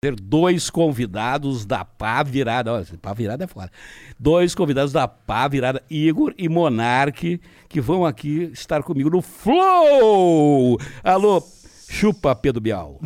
ter 2 convidados da Pá Virada. Olha, Pá Virada é fora. 2 convidados da Pá Virada, Igor e Monark, que vão aqui estar comigo no Flow. Alô, chupa Pedro Bial.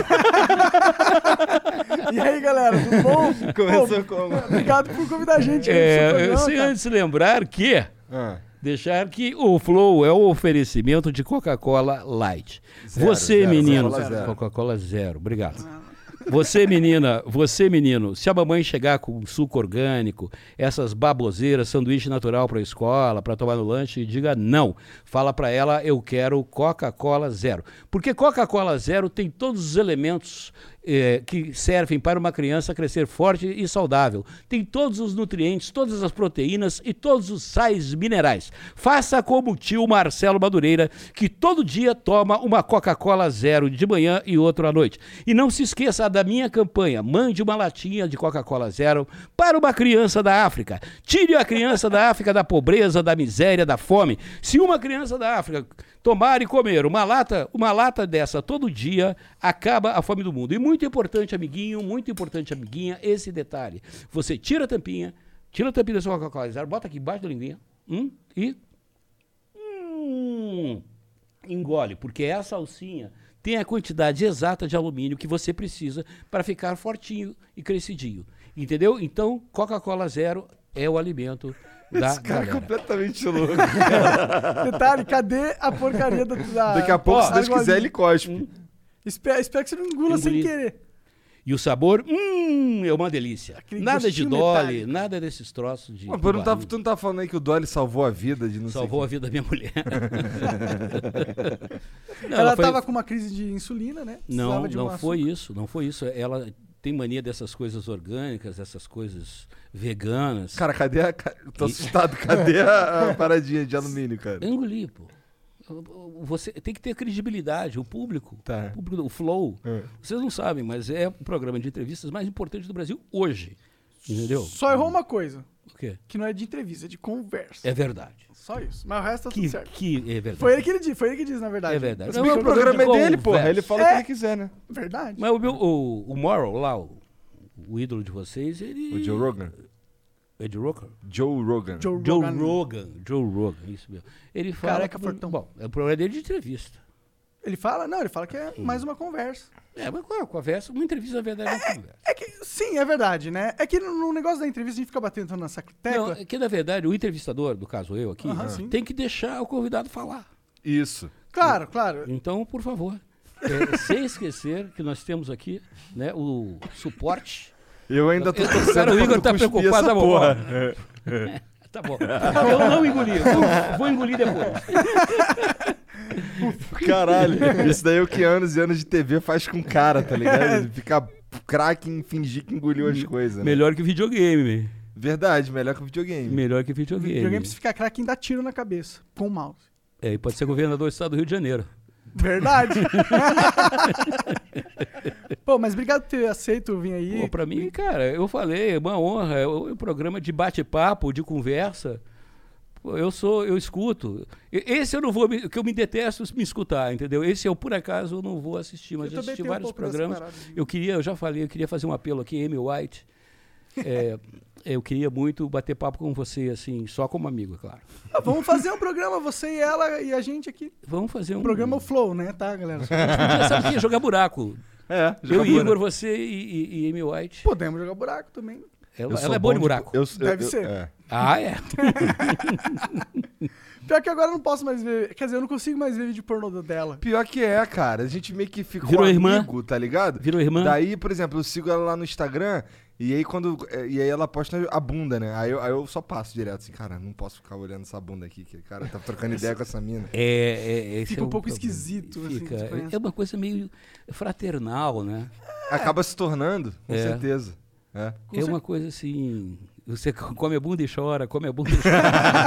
E aí, galera, tudo bom? Começou como? Obrigado por convidar a gente. Sem antes lembrar que... Deixar que o Flow é o oferecimento de Coca-Cola Light. Você, menino... Coca-Cola zero. Obrigado. Você, menino, se a mamãe chegar com suco orgânico, essas baboseiras, sanduíche natural para a escola, para tomar no lanche, diga não. Fala para ela, eu quero Coca-Cola zero. Porque Coca-Cola zero tem todos os elementos que servem para uma criança crescer forte e saudável. Tem todos os nutrientes, todas as proteínas e todos os sais minerais. Faça como o tio Marcelo Madureira, que todo dia toma uma Coca-Cola zero de manhã e outro à noite. E não se esqueça da minha campanha. Mande uma latinha de Coca-Cola zero para uma criança da África. Tire a criança da África da pobreza, da miséria, da fome. Se uma criança da África tomar e comer uma lata dessa todo dia, acaba a fome do mundo. E muito importante, amiguinho, muito importante, amiguinha, esse detalhe. Você tira a tampinha da sua Coca-Cola zero, bota aqui embaixo da linguinha e engole, porque essa alcinha tem a quantidade exata de alumínio que você precisa para ficar fortinho e crescidinho. Entendeu? Então, Coca-Cola zero é o alimento da Esse cara é galera. completamente louco. Detalhe, cadê a porcaria da... Daqui a pouco, se Deus quiser, ele cospe. Espero que você não engula sem querer. E o sabor, é uma delícia. Aquele Nada de gostinho Dolly, metálico. nada desses troços de... Pô, tubarão. tu não tá falando aí que o Dolly salvou a vida de não Salvou a vida da minha mulher. Não, Ela foi- tava com uma crise de insulina, né? Precisava Não, de não um foi açúcar. isso, não foi isso. Ela tem mania dessas coisas orgânicas, dessas coisas veganas. Cara, tô assustado. Cadê a paradinha de alumínio, cara? Eu engoli, pô. Você tem que ter credibilidade, o público, Tá. o público, o Flow. É. Vocês não sabem, mas é o programa de entrevistas mais importante do Brasil hoje. Entendeu? Só errou uma coisa, O quê? que não é de entrevista, é de conversa. É verdade. Só isso. Mas o resto tá tudo certo. É verdade. Foi ele que disse, na verdade. É verdade. Mas o programa é dele, porra. Ele fala o que ele quiser, né? Verdade. Mas o Morrow lá, o ídolo de vocês, ele... O Joe Rogan. É de Rogan? Joe Rogan. Joe Joe Rogan, isso mesmo. Ele fala... Careca fortão. Bom, é o programa dele de entrevista. Ele fala? Não, ele fala que é mais uma conversa. Mas qual é a conversa? Uma entrevista, na verdade, é uma conversa. É que, sim, é verdade, né? É que no negócio da entrevista a gente fica batendo nessa Não, tecla. é que, na verdade, o entrevistador, no caso eu aqui, Sim. tem que deixar o convidado falar. Isso. Claro, claro. Então, por favor, sem esquecer que nós temos aqui, né, o suporte. Eu ainda tô torcendo Cara, o pra Igor tu tá cuspir preocupado, essa tá bom. porra. Tá bom. Eu não engoli, vou engolir depois. Caralho. Isso daí é o que anos e anos de TV faz com o cara, tá ligado? Ficar craque em fingir que engoliu as coisas. Né? Melhor que videogame. Verdade, melhor que o videogame. Melhor que O videogame. videogame precisa ficar craque em dar tiro na cabeça, com o mouse. E pode ser governador do estado do Rio de Janeiro. Verdade. Pô, mas obrigado por ter aceito vir aí. Pô, pra mim, cara, eu falei, é uma honra. É um programa de bate-papo, de conversa. Pô, eu escuto. Esse eu não vou, que eu me detesto me escutar, entendeu? Esse eu, por acaso, eu não vou assistir, mas Eu eu também assisti tenho um vários pouco dessa programas. parada de- Eu já falei, eu queria fazer um apelo aqui, Amy White. Eu queria muito bater papo com você, assim, só como amigo, é claro. Ah, vamos fazer um programa, você e ela e a gente aqui. Vamos fazer um... O programa é o Flow, né? Tá, galera? Sabe o que? Jogar buraco. É, Eu e Igor, você e Amy White. Podemos jogar buraco também. Ela é boa de buraco. Deve ser. É. Ah, é? Pior que agora eu não posso mais ver. Quer dizer, eu não consigo mais ver vídeo pornô dela. Pior que é, cara. A gente meio que ficou Virou irmã. amigo, tá ligado? Virou irmã. Daí, por exemplo, eu sigo ela lá no Instagram e aí ela posta a bunda, né? Aí eu só passo direto assim, cara, não posso ficar olhando essa bunda aqui, que cara tá trocando ideia com essa mina. Esse Fica é um pouco problema. esquisito, assim, Fica. desconhece. É uma coisa meio fraternal, né? Acaba se tornando, com É. certeza. É. É uma coisa assim... Você come a bunda e chora, come a bunda e chora.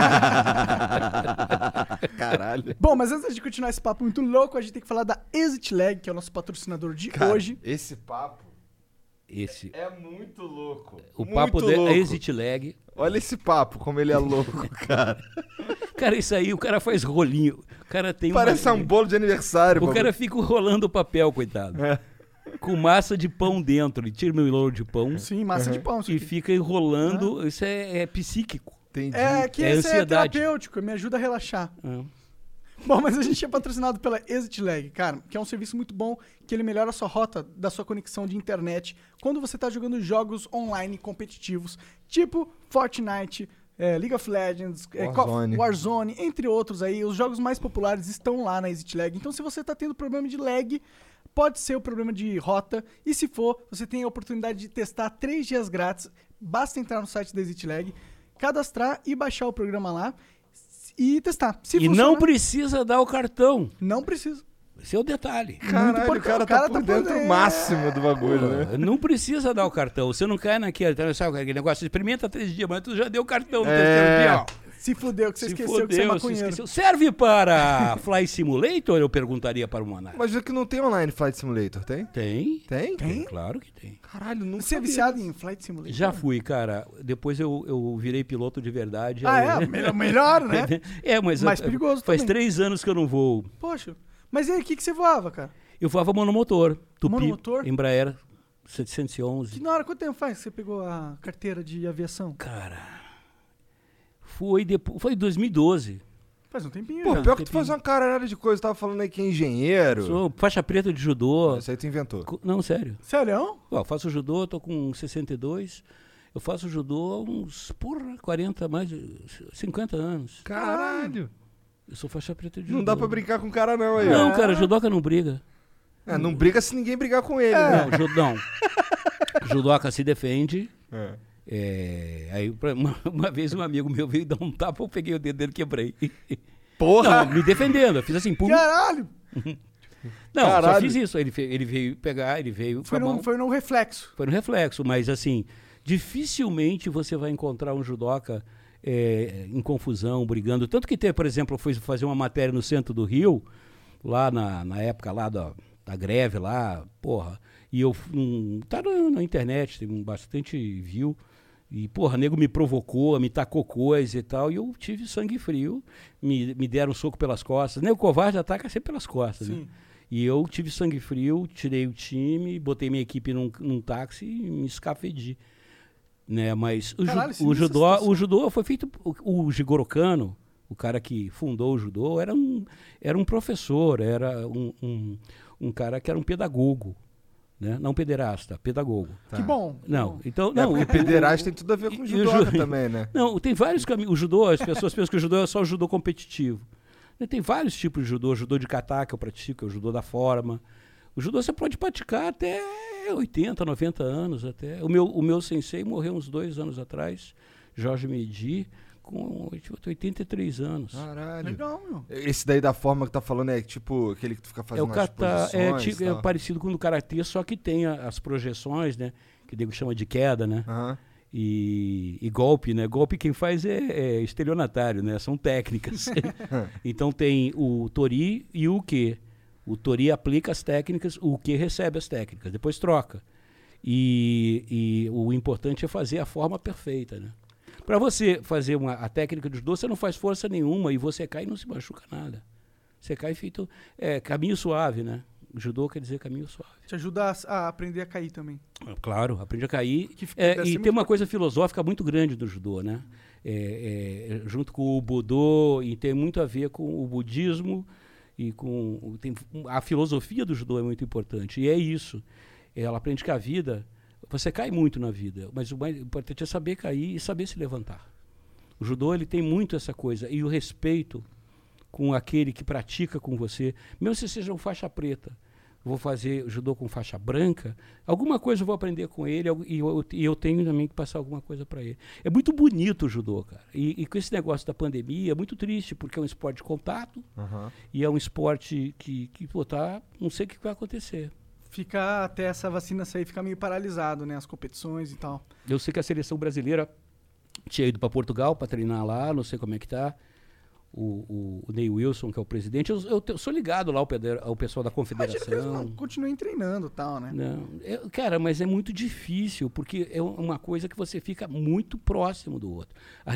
Caralho. Bom, mas antes de continuar esse papo muito louco, a gente tem que falar da Exit Lag, que é o nosso patrocinador de Cara, hoje. esse papo Esse... é muito louco. O Muito papo da louco. Exit Lag. Olha esse papo, como ele é louco, cara. Cara, isso aí, o cara faz rolinho. O cara tem Parece um bolo de aniversário. O cara fica rolando o papel, coitado. É. com massa de pão dentro. Ele tira o milho de pão. Sim, massa de pão. E fica enrolando. Isso é psíquico. Entendi. Que esse é terapêutico, me ajuda a relaxar. Bom, mas a gente é patrocinado pela ExitLag, cara, que é um serviço muito bom, que ele melhora a sua rota da sua conexão de internet quando você está jogando jogos online competitivos, tipo Fortnite, League of Legends, Warzone, entre outros aí. Os jogos mais populares estão lá na ExitLag. Então, se você está tendo problema de lag, pode ser o problema de rota. E se for, você tem a oportunidade de testar 3 dias grátis. Basta entrar no site da ExitLag, cadastrar e baixar o programa lá e testar. Se e não precisa dar o cartão. Não precisa. Esse é o detalhe. Caralho, o cara tá por dentro o máximo do bagulho, né? Não precisa dar o cartão. Você não cai naquele, sabe aquele negócio, experimenta 3 dias, mas tu já deu o cartão no terceiro dia, ó. Se fudeu, que você esqueceu que você é maconheiro. Serve para Flight Simulator? Eu perguntaria para o Monark. Mas é que não tem online Flight Simulator, tem? Tem. Tem? Claro que tem. Caralho, nunca Você é viciado em Flight Simulator? Já fui, cara. Depois eu virei piloto de verdade. Melhor, né? Mas mais perigoso faz também. 3 anos que eu não voo. Poxa. Mas e aí, o que você voava, cara? Eu voava monomotor. Tupi, monomotor? Embraer 711. Que na hora, quanto tempo faz que você pegou a carteira de aviação? Cara, foi em 2012. Faz um tempinho. Pô, pior que tu faz uma caralhada de coisa. Tava falando aí que é engenheiro. Sou faixa preta de judô. Isso aí tu inventou. Não, sério. Sério? Eu faço judô, tô com 62. Eu faço judô há uns, 40, mais de 50 anos. Caralho. Eu sou faixa preta de judô. Não dá pra brincar com o cara não aí. Não, cara, judoca não briga. Não briga se ninguém brigar com ele, né? Não. Judoca se defende. Aí uma vez um amigo meu veio dar um tapa, eu peguei o dedo dele e quebrei. Porra! Não, me defendendo, eu fiz assim, pum. Caralho! Não, só fiz isso. Ele veio pegar, ele veio foi no reflexo. Foi no reflexo, mas assim, dificilmente você vai encontrar um judoca em confusão, brigando. Tanto que por exemplo, eu fui fazer uma matéria no centro do Rio, lá na época lá da greve lá, porra, e eu tá na internet, tem bastante view, e porra, nego me provocou, me tacou coisa e tal, e eu tive sangue frio, me deram um soco pelas costas. Nego covarde ataca sempre pelas costas, né? E eu tive sangue frio, tirei o time, botei minha equipe num táxi e me escafedi. Né, mas o judô foi feito. O Jigoro Kano, o cara que fundou o judô, era um professor, era um cara que era um pedagogo, né? Não pederasta, pedagogo. Tá. Que bom. Não, então não. O pederasta tem tudo a ver com o judô também, né? Não, tem vários caminhos. O judô, as pessoas pensam que o judô é só o judô competitivo. Tem vários tipos de judô. O judô de kata que eu pratico, é o judô da forma. O judô você pode praticar até 80, 90 anos até. O meu sensei morreu uns 2 anos atrás, Jorge Medi, com 83 anos. Caralho. Legal, meu. Esse daí da forma que tá falando é tipo aquele que tu fica fazendo as posições. É parecido com o do karatê, só que tem as projeções, né? Que o nego chama de queda, né? E golpe, né? Golpe quem faz é estelionatário, né? São técnicas. Então tem o tori e o uke. O tori aplica as técnicas, o uke recebe as técnicas, depois troca. E o importante é fazer a forma perfeita, né? Para você fazer a técnica de judô, você não faz força nenhuma e você cai e não se machuca nada. Você cai feito caminho suave, né? Judô quer dizer caminho suave. Te ajuda a aprender a cair também. Claro, aprende a cair. E tem uma coisa filosófica muito grande do judô, né? Junto com o Budô, e tem muito a ver com o budismo e a filosofia do judô é muito importante. E é isso. Ela aprende que a vida, você cai muito na vida, mas o mais importante é saber cair e saber se levantar. O judô ele tem muito essa coisa. E o respeito com aquele que pratica com você, mesmo se seja um faixa preta. Vou fazer judô com faixa branca, alguma coisa eu vou aprender com ele e eu tenho também que passar alguma coisa para ele. É muito bonito o judô, cara. E com esse negócio da pandemia é muito triste, porque é um esporte de contato e é um esporte que não sei o que vai acontecer. Fica até essa vacina sair, fica meio paralisado, né? As competições e tal. Eu sei que a seleção brasileira tinha ido para Portugal para treinar lá, não sei como é que tá. O Ney Wilson, que é o presidente, eu sou ligado lá ao pessoal da confederação. Continuem treinando e tal, né? Não, cara, mas é muito difícil, porque é uma coisa que você fica muito próximo do outro. A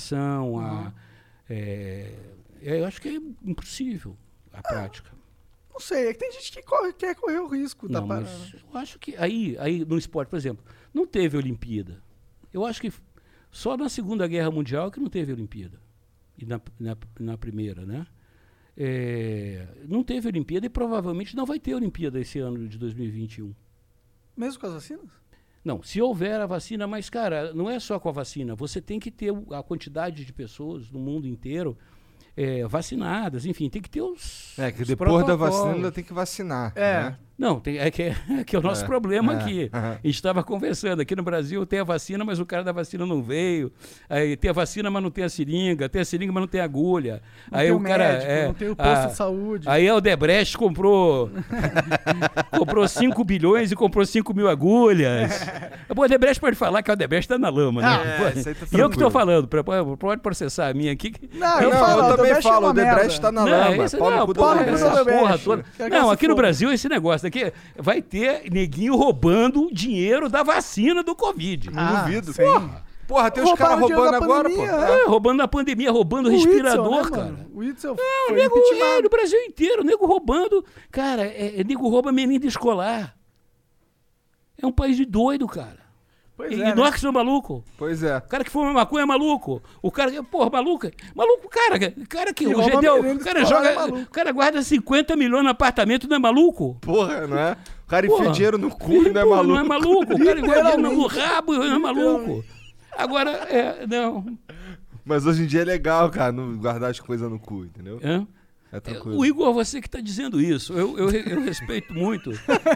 respiração, eu acho que é impossível a prática. Não sei, é que tem gente que quer correr o risco da parada. Mas eu acho que aí no esporte, por exemplo, não teve Olimpíada. Eu acho que só na Segunda Guerra Mundial que não teve Olimpíada. E na primeira, né? Não teve Olimpíada e provavelmente não vai ter Olimpíada esse ano de 2021. Mesmo com as vacinas? Não, se houver a vacina, mas, cara, não é só com a vacina. Você tem que ter a quantidade de pessoas no mundo inteiro vacinadas, enfim, tem que ter os que depois da vacina ainda tem que vacinar. Né? Não, que é o nosso problema aqui. A gente estava conversando, aqui no Brasil tem a vacina, mas o cara da vacina não veio. Aí tem a vacina, mas não tem a seringa. Tem a seringa, mas não tem a agulha. Não aí tem o cara médico, não tem o posto de saúde. Aí a Odebrecht comprou 5 bilhões e comprou 5 mil agulhas. A Odebrecht pode falar que a Odebrecht está na lama, né? E eu que estou falando, pode processar a minha aqui. Eu também falo, a Odebrecht está na lama. Porra toda. Não, aqui no Brasil esse negócio que vai ter neguinho roubando dinheiro da vacina do Covid. Não duvido. Porra, tem os caras roubando agora, pô. Roubando na pandemia, roubando o respirador, Itzel, cara. O Itzel o nego no Brasil inteiro, o nego roubando. Cara, nego rouba menino escolar. É um país de doido, cara. Nós que somos malucos. Pois é. O cara que fuma maconha é maluco. O cara que, porra, maluco, cara que o Gedel, o cara guarda 50 milhões no apartamento, não é maluco? Porra, não é? O cara enfia dinheiro no cu e não é maluco. Não é maluco. O cara guarda dinheiro no rabo e não é maluco. Agora, não. Mas hoje em dia é legal, cara, não guardar as coisas no cu, entendeu? É tranquilo. O Igor, você que está dizendo isso, eu respeito muito.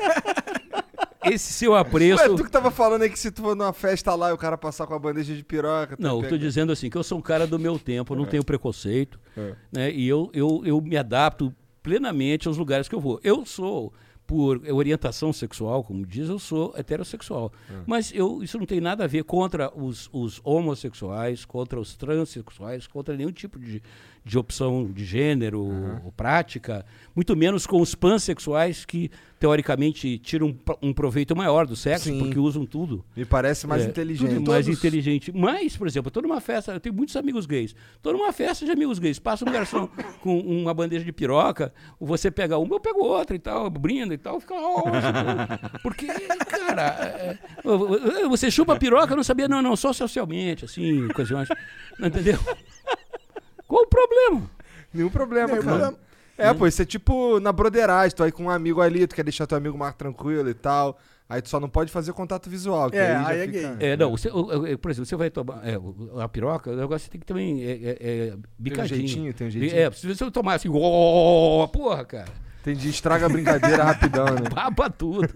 Esse seu apreço... Ué, tu que tava falando aí que se tu for numa festa lá e o cara passar com a bandeja de piroca... Não, eu tô dizendo assim, que eu sou um cara do meu tempo, eu não tenho preconceito, né? E eu me adapto plenamente aos lugares que eu vou. Eu sou, por orientação sexual, como diz, eu sou heterossexual. Mas isso não tem nada a ver contra os homossexuais, contra os transexuais, contra nenhum tipo de opção de gênero ou prática, muito menos com os pansexuais que, teoricamente, tiram um proveito maior do sexo, porque usam tudo. Me parece mais inteligente. Tudo mais inteligente. Mas, por exemplo, eu estou numa festa, eu tenho muitos amigos gays, estou numa festa de amigos gays, passa um garçom com uma bandeja de piroca, você pega uma, eu pego outra e tal, brinda e tal, fica porque, cara, você chupa a piroca, eu não sabia, não, só socialmente, assim, coisa mais, não entendeu? Qual o problema? Nenhum problema, cara. Pô, isso é tipo na broderagem, tu aí com um amigo ali, tu quer deixar teu amigo mais tranquilo e tal, aí tu só não pode fazer contato visual, que aí já fica... Não, por exemplo, você vai tomar a piroca, o negócio tem que também bicadinho. Tem um jeitinho. Se você tomar assim, porra, cara. Entendi, estraga a brincadeira rapidão, né? Papa tudo.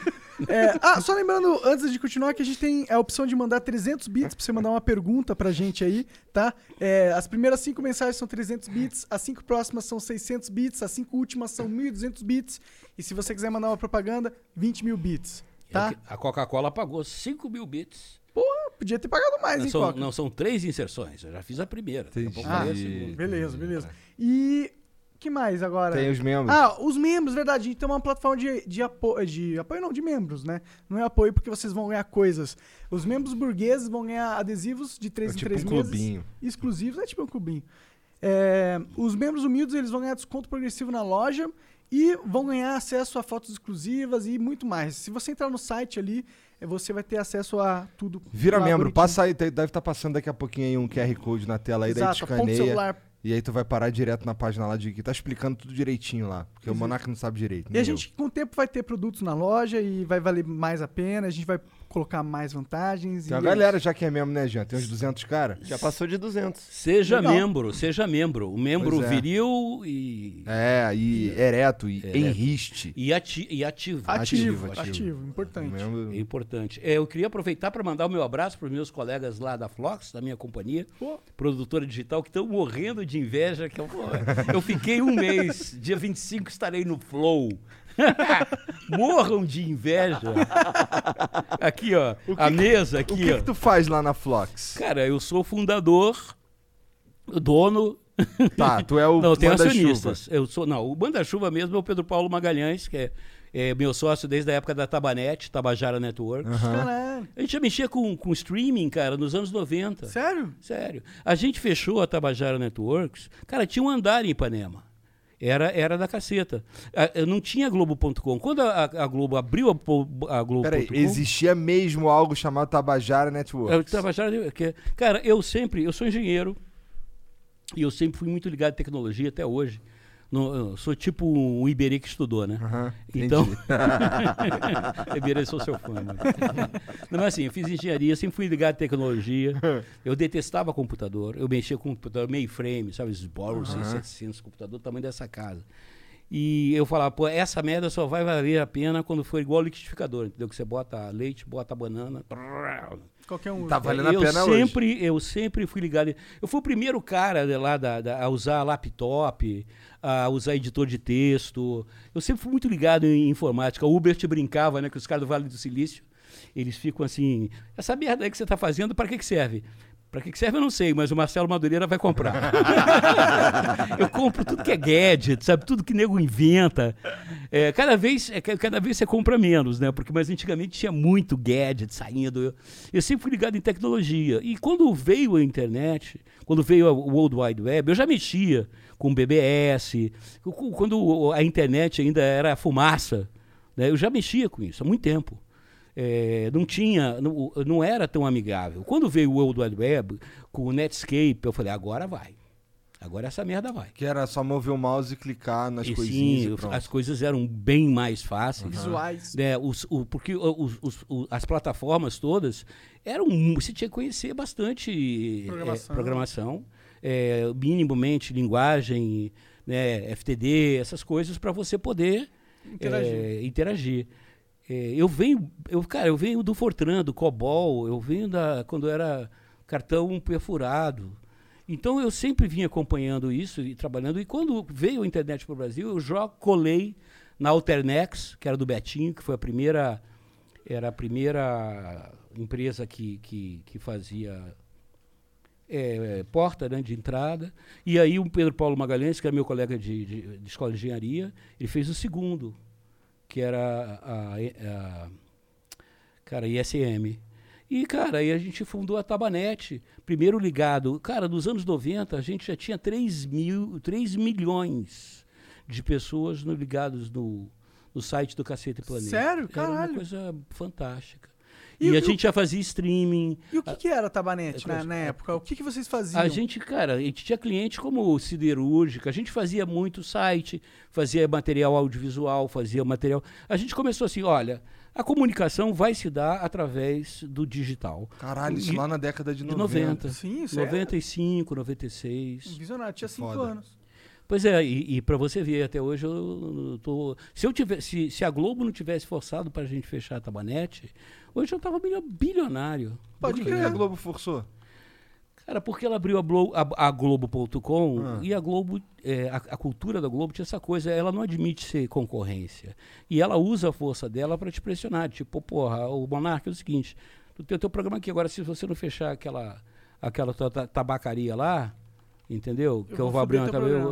Só lembrando, antes de continuar, que a gente tem a opção de mandar 300 bits pra você mandar uma pergunta pra gente aí, tá? As primeiras 5 mensagens são 300 bits, as 5 próximas são 600 bits, as 5 últimas são 1.200 bits, e se você quiser mandar uma propaganda, 20 mil bits, tá? A Coca-Cola pagou 5 mil bits. Pô, podia ter pagado mais, hein, Coca? Não, são 3 inserções, eu já fiz a primeira. Beleza. E... que mais agora? Tem os membros. Os membros, verdade. A gente tem uma plataforma de apoio. De apoio não, de membros, né? Não é apoio porque vocês vão ganhar coisas. Os membros burgueses vão ganhar adesivos de 3 em 3 meses. Clubinho. Exclusivos, é tipo um clubinho. Os membros humildes, eles vão ganhar desconto progressivo na loja e vão ganhar acesso a fotos exclusivas e muito mais. Se você entrar no site ali, você vai ter acesso a tudo. Vira membro, passa aí, deve estar passando daqui a pouquinho aí um QR Code na tela aí, daí tu escaneia. Celular. E aí tu vai parar direto na página lá que tá explicando tudo direitinho lá. Porque o Monark não sabe direito. E a gente, com o tempo, vai ter produtos na loja e vai valer mais a pena. A gente vai colocar mais vantagens. Tem uma galera já que é membro, né, Jean? Tem uns 200 caras? Já passou de 200. Seja membro. O membro viril e... e ereto, e enriste. E ativo. Ativo, importante. É importante. Eu queria aproveitar para mandar o meu abraço para os meus colegas lá da Flox, da minha companhia, produtora digital, que estão morrendo de inveja. Que eu fiquei um mês, dia 25 estarei no Flow. Morram de inveja. Aqui, ó, mesa aqui. O que tu faz lá na Flox? Cara, eu sou fundador, dono. Tá, tu é o manda-chuva. O manda-chuva mesmo é o Pedro Paulo Magalhães, que é meu sócio desde a época da Tabanet, Tabajara Networks. A gente já mexia com streaming, cara, nos anos 90. Sério? Sério. A gente fechou a Tabajara Networks, cara, tinha um andar em Ipanema. Era da Caceta. Não tinha Globo.com. Quando a Globo abriu a Globo.com... Peraí, existia mesmo algo chamado Tabajara Networks? Cara, eu sou engenheiro e eu sempre fui muito ligado à tecnologia até hoje. Eu sou tipo um Iberê que estudou, né? Então, Iberê, sou seu fã. Né? Não, mas assim, eu fiz engenharia, sempre fui ligado à tecnologia. Eu detestava computador. Eu mexia com computador mainframe, sabe? Esses Borrow 6700, computador do tamanho dessa casa. E eu falava, pô, essa merda só vai valer a pena quando for igual ao liquidificador, entendeu? Que você bota leite, bota banana... Qualquer um. Tá valendo a pena hoje. Eu sempre fui ligado. Eu fui o primeiro cara lá a usar laptop, a usar editor de texto. Eu sempre fui muito ligado em informática. O Hubert brincava, né, que os caras do Vale do Silício, eles ficam assim, essa merda aí que você está fazendo, para que serve? Para que serve eu não sei, mas o Marcelo Madureira vai comprar. Eu compro tudo que é gadget, sabe? Tudo que nego inventa. Cada vez você compra menos, né? Mas antigamente tinha muito gadget saindo. Eu sempre fui ligado em tecnologia. E quando veio a internet, quando veio o World Wide Web, eu já mexia com BBS. Quando a internet ainda era fumaça, né? Eu já mexia com isso há muito tempo. Não era tão amigável. Quando veio o World Wide Web, com o Netscape, eu falei, agora vai. Agora essa merda vai. Que era só mover o mouse e clicar nas coisinhas. Sim, as coisas eram bem mais fáceis. Visuais. Né? Porque as plataformas todas você tinha que conhecer bastante programação, minimamente linguagem, né, FTD, essas coisas para você poder interagir. Eu venho do Fortran, do COBOL, eu venho quando era cartão perfurado. Então eu sempre vim acompanhando isso e trabalhando. E quando veio a internet para o Brasil, eu já colei na Alternex, que era do Betinho, que foi a primeira empresa que fazia porta, né, de entrada. E aí o Pedro Paulo Magalhães, que é meu colega de escola de engenharia, ele fez o segundo, que era a ISM. E, cara, aí a gente fundou a Tabanet, primeiro ligado. Cara, nos anos 90, a gente já tinha 3 milhões de pessoas ligadas no site do Cacete Planeta. Sério? Caralho. Era uma coisa fantástica. E a gente já fazia streaming. E o que era a Tabanet na época? O que vocês faziam? A gente tinha cliente como Siderúrgica, a gente fazia muito site, fazia material audiovisual, fazia material... A gente começou assim, olha, a comunicação vai se dar através do digital. Caralho, isso lá na década de 90. Sim, isso 95, 96. Visionário, tinha 5 anos. Pois é, e para você ver, até hoje eu tô... Se a Globo não tivesse forçado para a gente fechar a Tabanet, hoje eu estava bilionário. Por que a Globo forçou? Cara, porque ela abriu a Globo.com e a Globo, a cultura da Globo tinha essa coisa, ela não admite ser concorrência. E ela usa a força dela para te pressionar. Tipo, porra, o Monarca é o seguinte, tu tem o teu programa aqui, agora se você não fechar aquela tua tabacaria lá, entendeu? Que eu vou abrir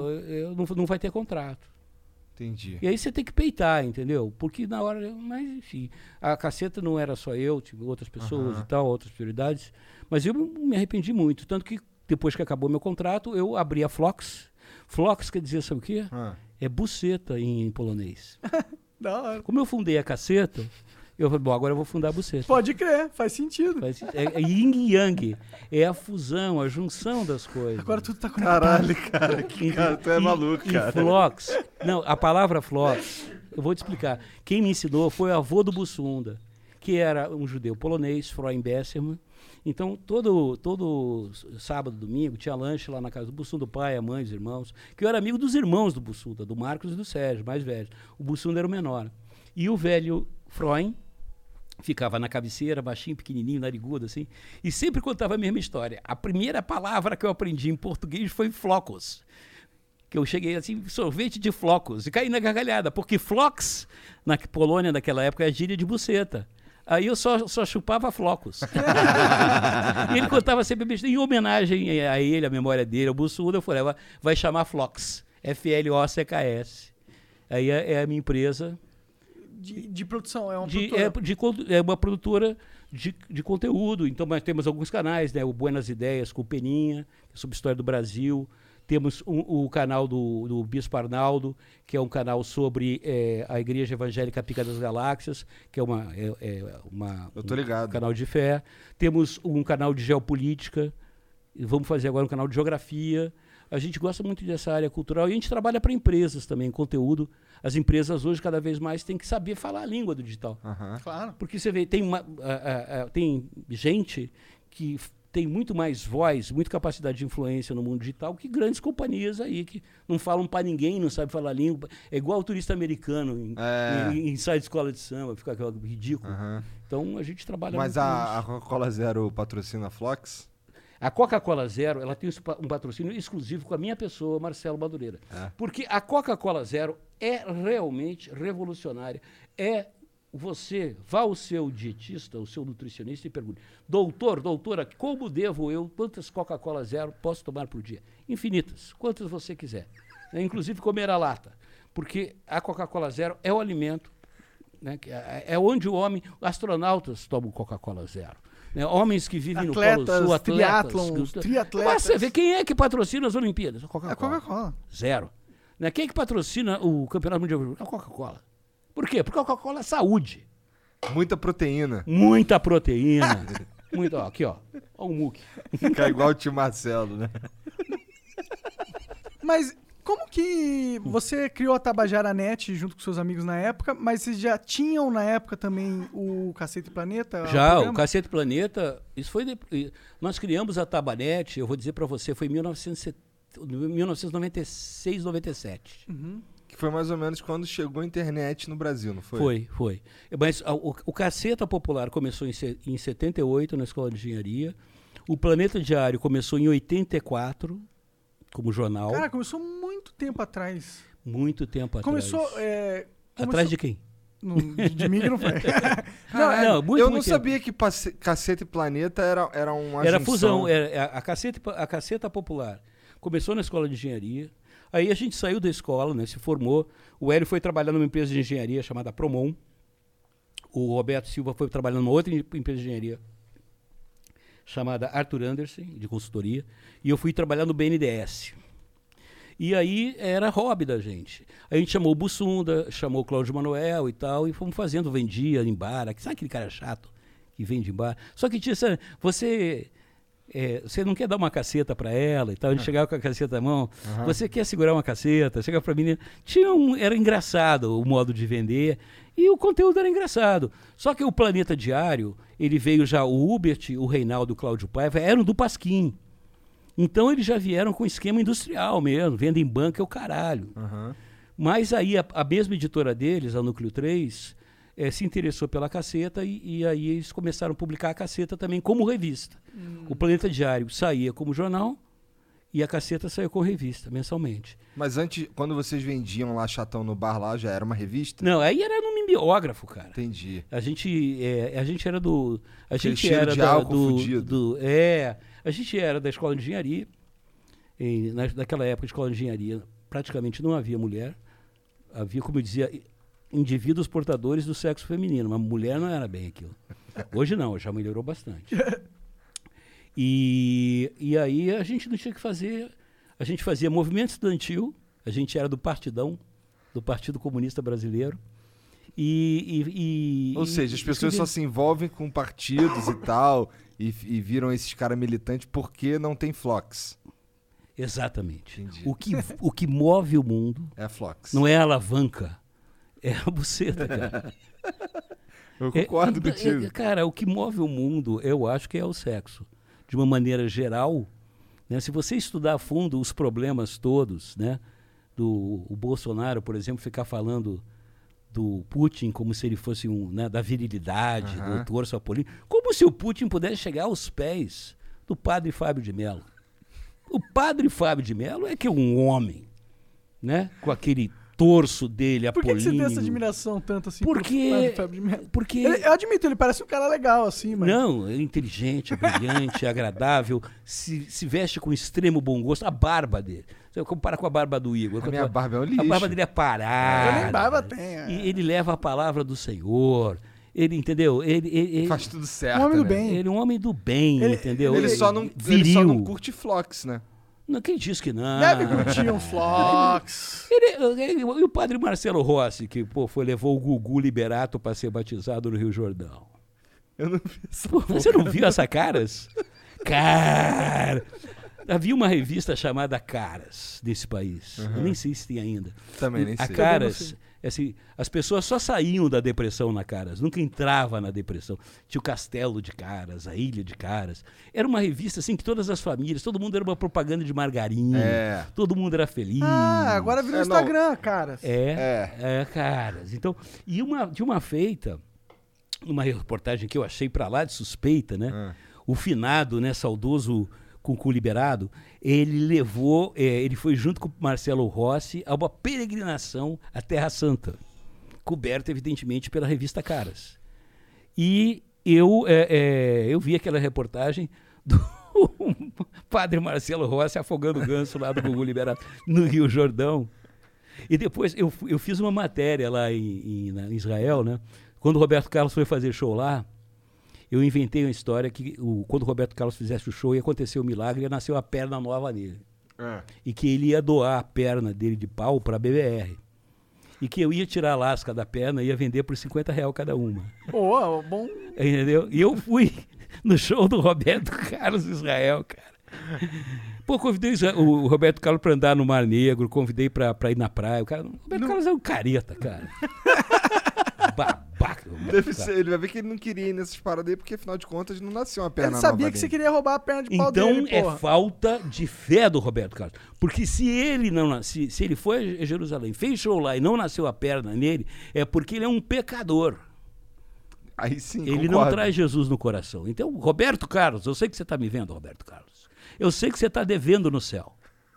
não vai ter contrato. Entendi. E aí você tem que peitar, entendeu? Porque na hora... Mas, enfim, a Caceta não era só eu, tive outras pessoas e tal, outras prioridades. Mas eu me arrependi muito. Tanto que, depois que acabou meu contrato, eu abri a Flox. Flox quer dizer, sabe o quê? É buceta em polonês. Da hora. Como eu fundei a Caceta, eu falei, bom, agora eu vou fundar a buceta. Pode crer, faz sentido. É yin e yang. É a fusão, a junção das coisas. Agora tudo tá conectado. Caralho, cara. Cara, tu é maluco, cara. Flox. Não, a palavra Flox, eu vou te explicar. Quem me ensinou foi o avô do Bussunda, que era um judeu polonês, Freund Besserman. Então, todo sábado, domingo, tinha lanche lá na casa do Bussunda, o pai, a mãe, os irmãos. Que eu era amigo dos irmãos do Bussunda, do Marcos e do Sérgio, mais velhos. O Bussunda era o menor. E o velho Freund ficava na cabeceira, baixinho, pequenininho, narigudo, assim, e sempre contava a mesma história. A primeira palavra que eu aprendi em português foi flocos. Que eu cheguei assim, sorvete de flocos, e caí na gargalhada, porque flox, na Polônia naquela época, é gíria de buceta. Aí eu só chupava flocos. E ele contava sempre besteira. Em homenagem a ele, a memória dele, ao Bussunda, eu falei, vai chamar Flox, F-L-O-C-K-S. Aí é a minha empresa... De produção, é uma produtora. É uma produtora de conteúdo. Então, nós temos alguns canais, né? O Buenas Ideias com o Peninha, que é sobre a história do Brasil. Temos o canal do Bispo Arnaldo, que é um canal sobre a Igreja Evangélica Pica das Galáxias, que é Eu tô ligado. Um canal de fé. Temos um canal de geopolítica. E vamos fazer agora um canal de geografia. A gente gosta muito dessa área cultural e a gente trabalha para empresas também, conteúdo. As empresas hoje cada vez mais têm que saber falar a língua do digital. Claro. Porque você vê, tem gente que tem muito mais voz, muita capacidade de influência no mundo digital que grandes companhias aí que não falam para ninguém, não sabem falar a língua. É igual o turista americano em site de escola de samba, fica ridículo. Então a gente trabalha Mas a Coca-Cola Zero patrocina a Flox? A Coca-Cola Zero, ela tem um patrocínio exclusivo com a minha pessoa, Marcelo Madureira. Porque a Coca-Cola Zero é realmente revolucionária. Você vá ao seu dietista, ao seu nutricionista e pergunte: doutora, como devo eu, quantas Coca-Cola Zero posso tomar por dia? Infinitas, quantas você quiser. Inclusive comer a lata. Porque a Coca-Cola Zero é o alimento, né, é onde astronautas tomam Coca-Cola Zero. Né, homens que vivem no Polo Sul, triatletas. Você vê quem é que patrocina as Olimpíadas? A Coca-Cola. A Coca-Cola. Zero. Né, quem é que patrocina o Campeonato Mundial? A Coca-Cola. Por quê? Porque a Coca-Cola é saúde. Muita proteína. Muita proteína. Aqui, ó. Olha o Muque. Fica igual o tio Marcelo, né? Mas como que você criou a Tabajara Net junto com seus amigos na época, mas vocês já tinham na época também o Cacete Planeta? Já, o Cacete Planeta, nós criamos a Tabanet, eu vou dizer para você, foi em 1996, 97. Que foi mais ou menos quando chegou a internet no Brasil, não foi? Foi. Mas o Caceta Popular começou em 78 na Escola de Engenharia, o Planeta Diário começou em 84, como jornal. Cara, começou muito tempo atrás. Muito tempo começou, atrás. Atrás de quem? De mim que não foi. Eu não sabia que Cacete e Planeta era uma Era junção. fusão. A Caceta Popular começou na Escola de Engenharia. Aí a gente saiu da escola, né, se formou. O Hélio foi trabalhar numa empresa de engenharia chamada Promon. O Roberto Silva foi trabalhar numa outra empresa de engenharia chamada Arthur Anderson, de consultoria, e eu fui trabalhar no BNDES. E aí era hobby da gente. A gente chamou o Bussunda, chamou o Cláudio Manuel e tal, e fomos fazendo, vendia em bar. Sabe aquele cara chato que vende em bar? Só que tinha, você não quer dar uma caceta para ela e tal, a gente chegava com a caceta na mão, você quer segurar uma caceta, chega para mim, era engraçado o modo de vender e o conteúdo era engraçado. Só que o Planeta Diário, ele veio já, o Hubert, o Reinaldo, o Cláudio Paiva, eram do Pasquim. Então eles já vieram com esquema industrial mesmo, venda em banca é o caralho. Mas aí a mesma editora deles, a Núcleo 3, se interessou pela Caceta e aí eles começaram a publicar a Caceta também como revista. O Planeta Diário saía como jornal e a Caceta saiu com revista, mensalmente. Mas antes, quando vocês vendiam lá Chatão no bar lá, já era uma revista? Não, aí era no mimeógrafo, cara. Entendi. A gente era do... A Aquele gente cheiro era de álcool fudido. A gente era da Escola de Engenharia. E naquela época, de Escola de Engenharia, praticamente não havia mulher. Havia, como eu dizia, indivíduos portadores do sexo feminino. Mas mulher não era bem aquilo. Hoje não, já melhorou bastante. E aí a gente não tinha que fazer... A gente fazia movimento estudantil. A gente era do Partidão, do Partido Comunista Brasileiro. Ou seja, as pessoas só se envolvem com partidos e tal, e viram esses caras militantes porque não tem Flox. Exatamente. O que move o mundo é a Flox. Não é a alavanca, é a buceta, cara. Eu concordo contigo. Cara, o que move o mundo, eu acho que é o sexo. De uma maneira geral, né, se você estudar a fundo os problemas todos, né, o Bolsonaro, por exemplo, ficar falando do Putin como se ele fosse da virilidade, do torso apolíneo, como se o Putin pudesse chegar aos pés do padre Fábio de Mello. O padre Fábio de Mello é que é um homem, né, com aquele torso dele apolíneo. Por que você tem essa admiração tanto assim por padre Fábio de Mello? Porque eu admito, ele parece um cara legal assim, mas... Não, é inteligente, é brilhante, é agradável, se veste com extremo bom gosto. A barba dele, você compara com a barba do Igor. A minha barba é um lixo. A barba dele é parada. Eu nem barba tenho. E ele leva a palavra do Senhor. Ele, entendeu? Ele faz tudo certo, um homem do né? bem. Ele é um homem do bem, entendeu? Ele só não curte Flox, né? Não, quem disse que não? Deve curtir um Flox. E o padre Marcelo Rossi, que levou o Gugu Liberato para ser batizado no Rio Jordão. Eu não vi essa. Você não viu essa Caras? Cara, havia uma revista chamada Caras desse país. Eu nem sei se tem ainda. Também nem sei. A Caras, assim, as pessoas só saíam da depressão na Caras, nunca entrava na depressão. Tinha o Castelo de Caras, a Ilha de Caras. Era uma revista assim que todas as famílias, todo mundo era uma propaganda de margarina, todo mundo era feliz. Agora virou Instagram, Caras. Caras. Então, de uma feita, uma reportagem que eu achei pra lá de suspeita, né? O finado, né, saudoso Cucu Liberado, ele foi junto com o Marcelo Rossi a uma peregrinação à Terra Santa, coberta, evidentemente, pela revista Caras. E eu vi aquela reportagem do padre Marcelo Rossi afogando o ganso lá do Cucu Liberado, no Rio Jordão. E depois eu fiz uma matéria lá em Israel, né? Quando o Roberto Carlos foi fazer show lá, eu inventei uma história que quando o Roberto Carlos fizesse o show ia acontecer um milagre e nasceu a perna nova nele. E que ele ia doar a perna dele de pau para a BBR. E que eu ia tirar a lasca da perna e ia vender por R$50 cada uma. Bom. Entendeu? E eu fui no show do Roberto Carlos em Israel, cara. Convidei o Roberto Carlos para andar no Mar Negro, convidei para ir na praia. O Roberto Carlos é um careta, cara. Babaca. Deve ser, ele vai ver que ele não queria ir nessas paradas aí, porque afinal de contas não nasceu uma perna nova. Ele sabia que você queria roubar a perna de pau dele, porra. Então é falta de fé do Roberto Carlos. Porque se ele se ele foi a Jerusalém, fez show lá e não nasceu a perna nele, é porque ele é um pecador. Aí sim, ele concordo. não traz Jesus no coração. Então, Roberto Carlos, eu sei que você está me vendo, Roberto Carlos. Eu sei que você está devendo no céu.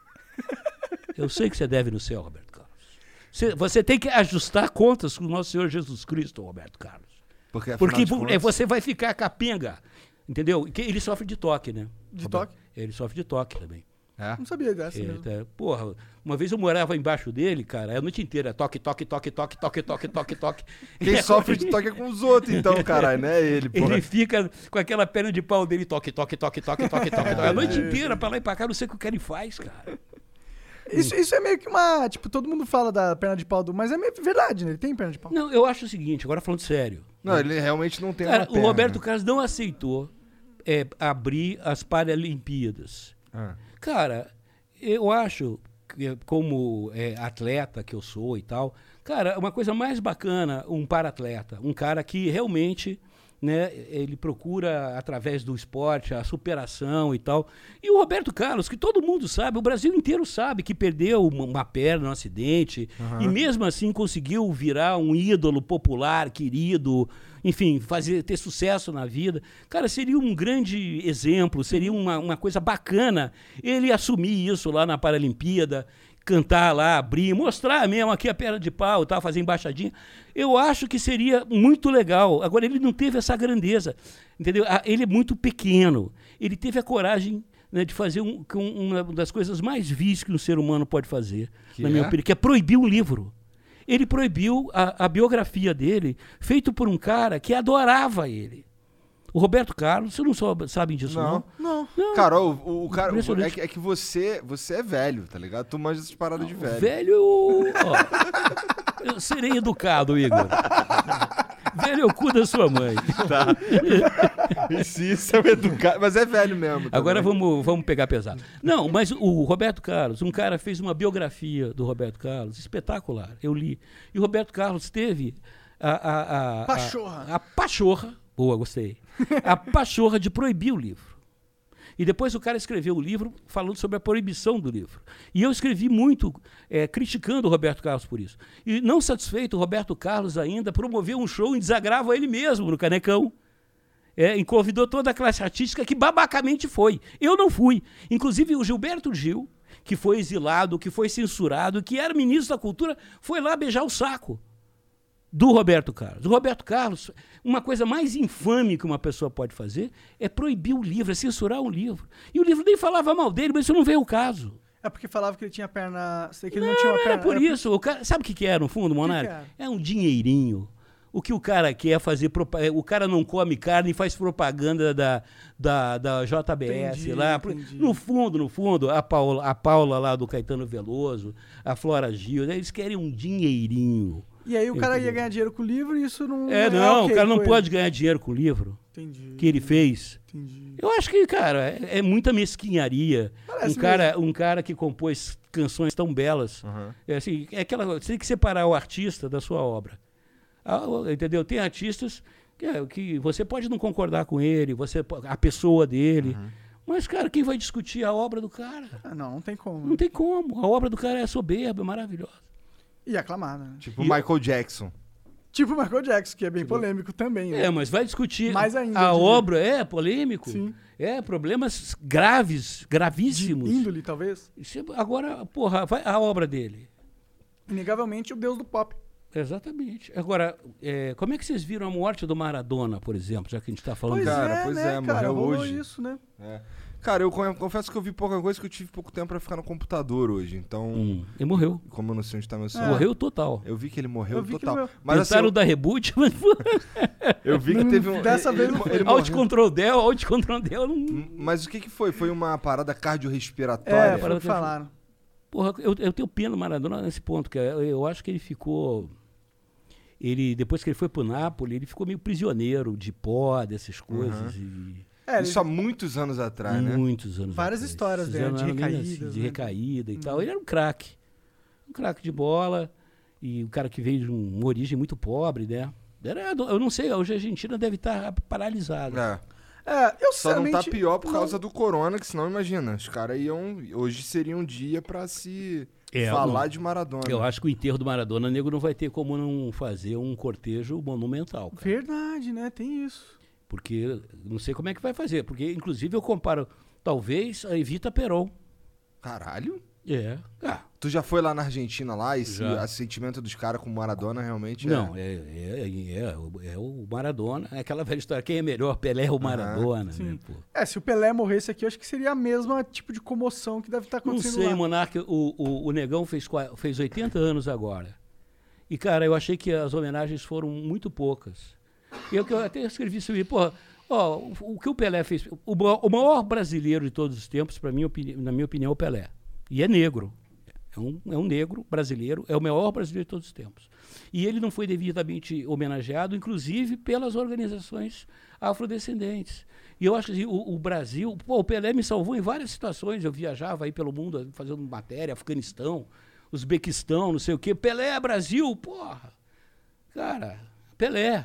Eu sei que você deve no céu, Roberto Carlos. Você tem que ajustar contas com o nosso Senhor Jesus Cristo, Roberto Carlos. Porque você vai ficar capenga, entendeu? Ele sofre de toque, né? De toque? Ele sofre de toque também. Não sabia dessa mesmo. Porra, uma vez eu morava embaixo dele, cara, a noite inteira, toque, toque, toque, toque, toque, toque, toque, toque. Quem sofre de toque é com os outros, então, caralho, não é ele, porra. Ele fica com aquela perna de pau dele, toque, toque, toque, toque, toque, toque. A noite inteira, pra lá e pra cá, não sei o que ele faz, cara. Isso é meio que uma... Tipo, todo mundo fala da perna de pau mas é meio verdade, né? Ele tem perna de pau. Não, eu acho o seguinte, agora falando sério. Não, ele realmente não tem uma perna. Cara, o Roberto Carlos não aceitou abrir as Paralimpíadas. Cara, eu acho, que, como atleta que eu sou e tal, cara, uma coisa mais bacana, um para-atleta, um cara que realmente... Né, ele procura, através do esporte, a superação e tal. E o Roberto Carlos, que todo mundo sabe, o Brasil inteiro sabe que perdeu uma perna no acidente, e mesmo assim conseguiu virar um ídolo popular, querido, enfim, ter sucesso na vida. Cara, seria um grande exemplo, seria uma coisa bacana ele assumir isso lá na Paralimpíada, cantar lá, abrir, mostrar mesmo aqui a perna de pau, tá, fazer embaixadinha. Eu acho que seria muito legal. Agora, ele não teve essa grandeza, entendeu? Ele é muito pequeno. Ele teve a coragem, né, de fazer uma das coisas mais vis que um ser humano pode fazer, na minha opinião, que é proibir um livro. Ele proibiu a biografia dele, feito por um cara que adorava ele. O Roberto Carlos, você não sabe disso, não? Não. Cara, o cara... É que você é velho, tá ligado? Tu manja essas paradas de velho. Velho... eu serei educado, Igor. Velho é o cu da sua mãe. Tá. Isso é educado. Mas é velho mesmo. Agora vamos pegar pesado. Não, mas o Roberto Carlos, um cara fez uma biografia do Roberto Carlos, espetacular. Eu li. E o Roberto Carlos teve a pachorra. Boa, gostei. A pachorra de proibir o livro. E depois o cara escreveu o livro falando sobre a proibição do livro. E eu escrevi muito criticando o Roberto Carlos por isso. E não satisfeito, o Roberto Carlos ainda promoveu um show em desagravo a ele mesmo, no Canecão. E convidou toda a classe artística que babacamente foi. Eu não fui. Inclusive o Gilberto Gil, que foi exilado, que foi censurado, que era ministro da Cultura, foi lá beijar o saco do Roberto Carlos. O Roberto Carlos, uma coisa mais infame que uma pessoa pode fazer é proibir o livro, é censurar um livro. E o livro nem falava mal dele, mas isso não veio ao caso. É porque falava que ele tinha perna... Que ele não tinha uma perna. Era por isso. O cara, sabe o que era, no fundo, Monarca? É um dinheirinho. O que o cara quer fazer, o cara não come carne e faz propaganda da JBS lá. Entendi. No fundo, a Paula lá do Caetano Veloso, a Flora Gil, eles querem um dinheirinho. E aí o cara ia ganhar dinheiro com o livro e isso não... Não, o cara não pode ganhar dinheiro com o livro que ele fez. Entendi. Eu acho que, cara, é muita mesquinharia. Um cara que compôs canções tão belas. Assim, você tem que separar o artista da sua obra. Entendeu? Tem artistas que você pode não concordar com ele, a pessoa dele, mas, cara, quem vai discutir a obra do cara? Não tem como. Não tem como. A obra do cara é soberba, maravilhosa. E aclamada. Né? Tipo Michael Jackson. Tipo Michael Jackson, que é bem polêmico também. Né? Mas vai discutir mais ainda, a obra, polêmico. Sim. Problemas gravíssimos. De índole, talvez. Agora, porra, a obra dele. Inegavelmente o deus do pop. Exatamente. Agora, como é que vocês viram a morte do Maradona, por exemplo, já que a gente está falando morreu hoje. Isso, né? Cara, eu confesso que eu vi pouca coisa, que eu tive pouco tempo pra ficar no computador hoje, então... Ele morreu. Como eu não sei onde tá meu celular. Morreu total. Eu vi que ele morreu total. Mas tentaram dar reboot, mas... eu vi que teve um... Dessa vez ele Alt-Control Del. Mas o que foi? Foi uma parada cardiorrespiratória? Foi o que falaram. Porra, eu tenho pena do Maradona nesse ponto, que eu acho que ele ficou... depois que ele foi pro Napoli, ele ficou meio prisioneiro de pó, dessas coisas. Isso há muitos anos atrás, né? Muitos anos Várias atrás. histórias dele, de recaídas. De recaída e tal. Ele era um craque. Um craque de bola. E um cara que veio de uma origem muito pobre, né? Eu não sei, hoje a Argentina deve estar paralisada. Eu só não tá pior por causa do corona, que senão, imagina, os caras hoje seria um dia pra se... falar de Maradona. Eu acho que o enterro do Maradona, nego não vai ter como não fazer um cortejo monumental. Cara. Verdade, né? Tem isso. Porque não sei como é que vai fazer. Porque, inclusive, eu comparo, talvez, a Evita Peron. Caralho? Tu já foi lá na Argentina lá e o sentimento dos caras com o Maradona realmente Não, é o Maradona. É aquela velha história. Quem é melhor, Pelé ou Maradona? Né, pô? Se o Pelé morresse aqui, eu acho que seria a mesma tipo de comoção que deve estar acontecendo lá. Não sei, Monarca, o Negão fez 80 anos agora. E, cara, eu achei que as homenagens foram muito poucas. Eu até escrevi sobre o que o Pelé fez. O maior brasileiro de todos os tempos, na minha opinião, é o Pelé. E é negro. É um negro brasileiro, é o maior brasileiro de todos os tempos. E ele não foi devidamente homenageado, inclusive pelas organizações afrodescendentes. E eu acho que assim, o Brasil... o Pelé me salvou em várias situações. Eu viajava aí pelo mundo fazendo matéria, Afeganistão, Uzbequistão, não sei o quê. Pelé, Brasil, porra! Cara, Pelé...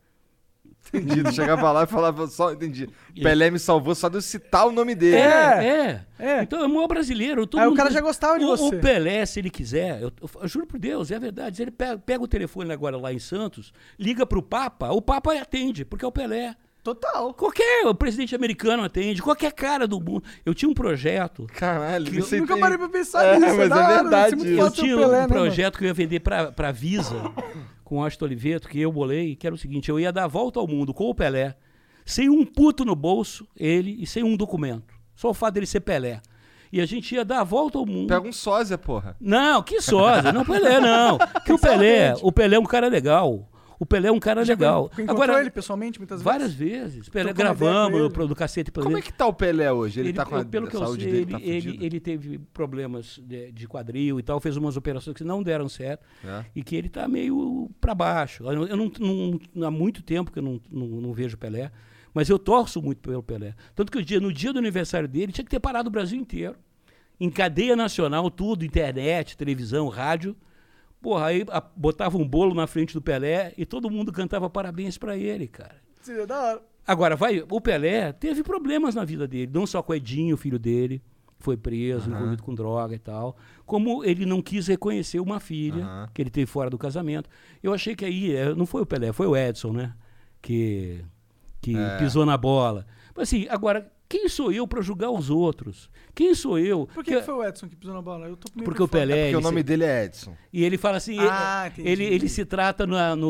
Entendi, tu chegava lá e falava só, entendi. Pelé me salvou só de eu citar o nome dele. Então é o maior brasileiro. O cara já gostava de você. O Pelé, se ele quiser, eu juro por Deus, é verdade. Se ele pega o telefone agora lá em Santos, liga pro Papa, o Papa atende, porque é o Pelé. Total. O presidente americano atende, qualquer cara do mundo. Eu tinha um projeto. Caralho, eu nunca parei pra pensar nisso. Mas é verdade. Eu tinha um projeto que eu ia vender pra Visa. Com o Austin Oliveto, que eu bolei, que era o seguinte, eu ia dar a volta ao mundo com o Pelé, sem um puto no bolso, ele, e sem um documento. Só o fato dele ser Pelé. E a gente ia dar a volta ao mundo. Pega um sósia, porra. Não, que sósia? Não, Pelé não. Que o Pelé é um cara legal. O Pelé é um cara legal. Agora ele pessoalmente muitas vezes? Várias vezes. Pelé gravamos do Cacete Planeta. Como é que tá o Pelé hoje? Ele tá com a pelo que saúde eu sei, dele, tá fudido? ele teve problemas de quadril e tal, fez umas operações que não deram certo e que ele tá meio pra baixo. Eu não há muito tempo que eu não vejo Pelé, mas eu torço muito pelo Pelé. Tanto que no dia do aniversário dele tinha que ter parado o Brasil inteiro. Em cadeia nacional, tudo, internet, televisão, rádio. Porra, aí botava um bolo na frente do Pelé e todo mundo cantava parabéns pra ele, cara. Sim, é da hora. Agora, o Pelé teve problemas na vida dele, não só com o Edinho, o filho dele, foi preso, envolvido com droga e tal, como ele não quis reconhecer uma filha que ele teve fora do casamento. Eu achei que aí, não foi o Pelé, foi o Edson, né, que pisou na bola. Mas assim, agora... Quem sou eu para julgar os outros? Quem sou eu? Por que foi o Edson que pisou na bola? Eu tô meio porque o Pelé... porque o nome dele é Edson. E ele fala assim, ele se trata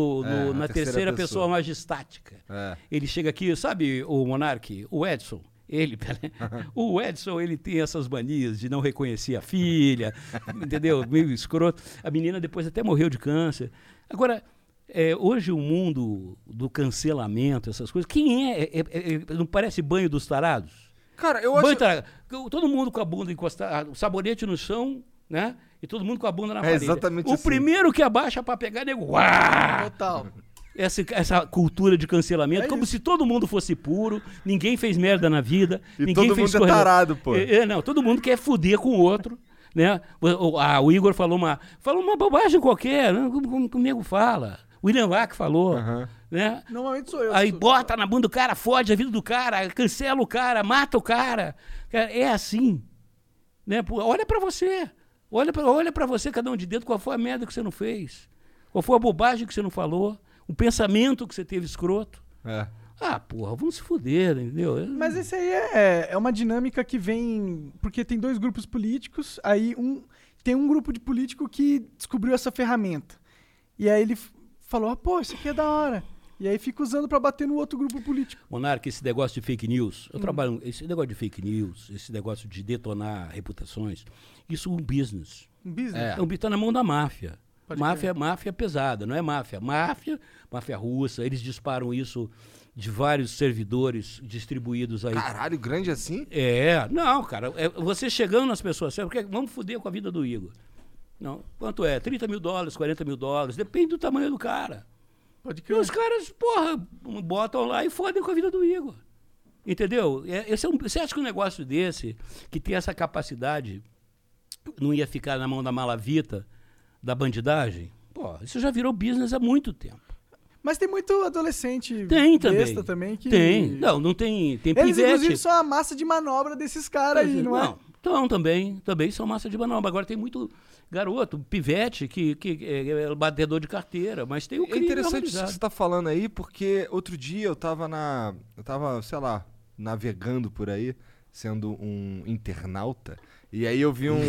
na terceira pessoa majestática. Ele chega aqui, sabe o Monark? O Edson, Pelé. O Edson, ele tem essas manias de não reconhecer a filha, entendeu? Meio escroto. A menina depois até morreu de câncer. Agora... hoje o mundo do cancelamento, essas coisas, quem não parece banho dos tarados? Cara, eu acho... Todo mundo com a bunda encostada, o sabonete no chão, né? E todo mundo com a bunda na parede. Exatamente o assim. primeiro que abaixa pra pegar, nego, uau! Total. Essa cultura de cancelamento, como se todo mundo fosse puro, ninguém fez merda na vida, e ninguém todo fez mundo é tarado, pô. Não, todo mundo quer foder com o outro, né? O Igor falou uma bobagem qualquer, né? Como o nego fala. O William Vac falou, né? Normalmente sou eu. Aí bota na bunda do cara, fode a vida do cara, cancela o cara, mata o cara. É assim, né? Olha pra você. Olha pra você, cada um de dentro, qual foi a merda que você não fez. Qual foi a bobagem que você não falou. O pensamento que você teve escroto. Porra, vamos se fuder, entendeu? Mas isso aí é uma dinâmica que vem... Porque tem 2 grupos políticos, aí tem um grupo de político que descobriu essa ferramenta. E aí ele falou, pô, isso aqui é da hora. E aí fica usando pra bater no outro grupo político. Monarca, esse negócio de fake news, eu trabalho... Esse negócio de fake news, esse negócio de detonar reputações, isso é um business. Um business? Tá na mão da máfia. Máfia pesada, não é máfia. Máfia russa, eles disparam isso de vários servidores distribuídos aí. Caralho, grande assim? Não, cara, você chegando nas pessoas, porque vamos foder com a vida do Igor. Não, quanto é? $30 mil, $40 mil, depende do tamanho do cara. Pode E crer. os caras, porra, botam lá e fodem com a vida do Igor. Entendeu? Você acha que um negócio desse, que tem essa capacidade, não ia ficar na mão da malavita, da bandidagem? Pô, isso já virou business há muito tempo. Mas tem muito adolescente besta também que... Tem. Não tem Eles, pivete. inclusive, são a massa de manobra desses caras aí, não é? Então, também são massa de manobra. Agora tem muito garoto, pivete, que é batedor de carteira, mas tem o crime. É interessante isso que você tá falando aí, porque outro dia eu tava, sei lá, navegando por aí, sendo um internauta, e aí eu vi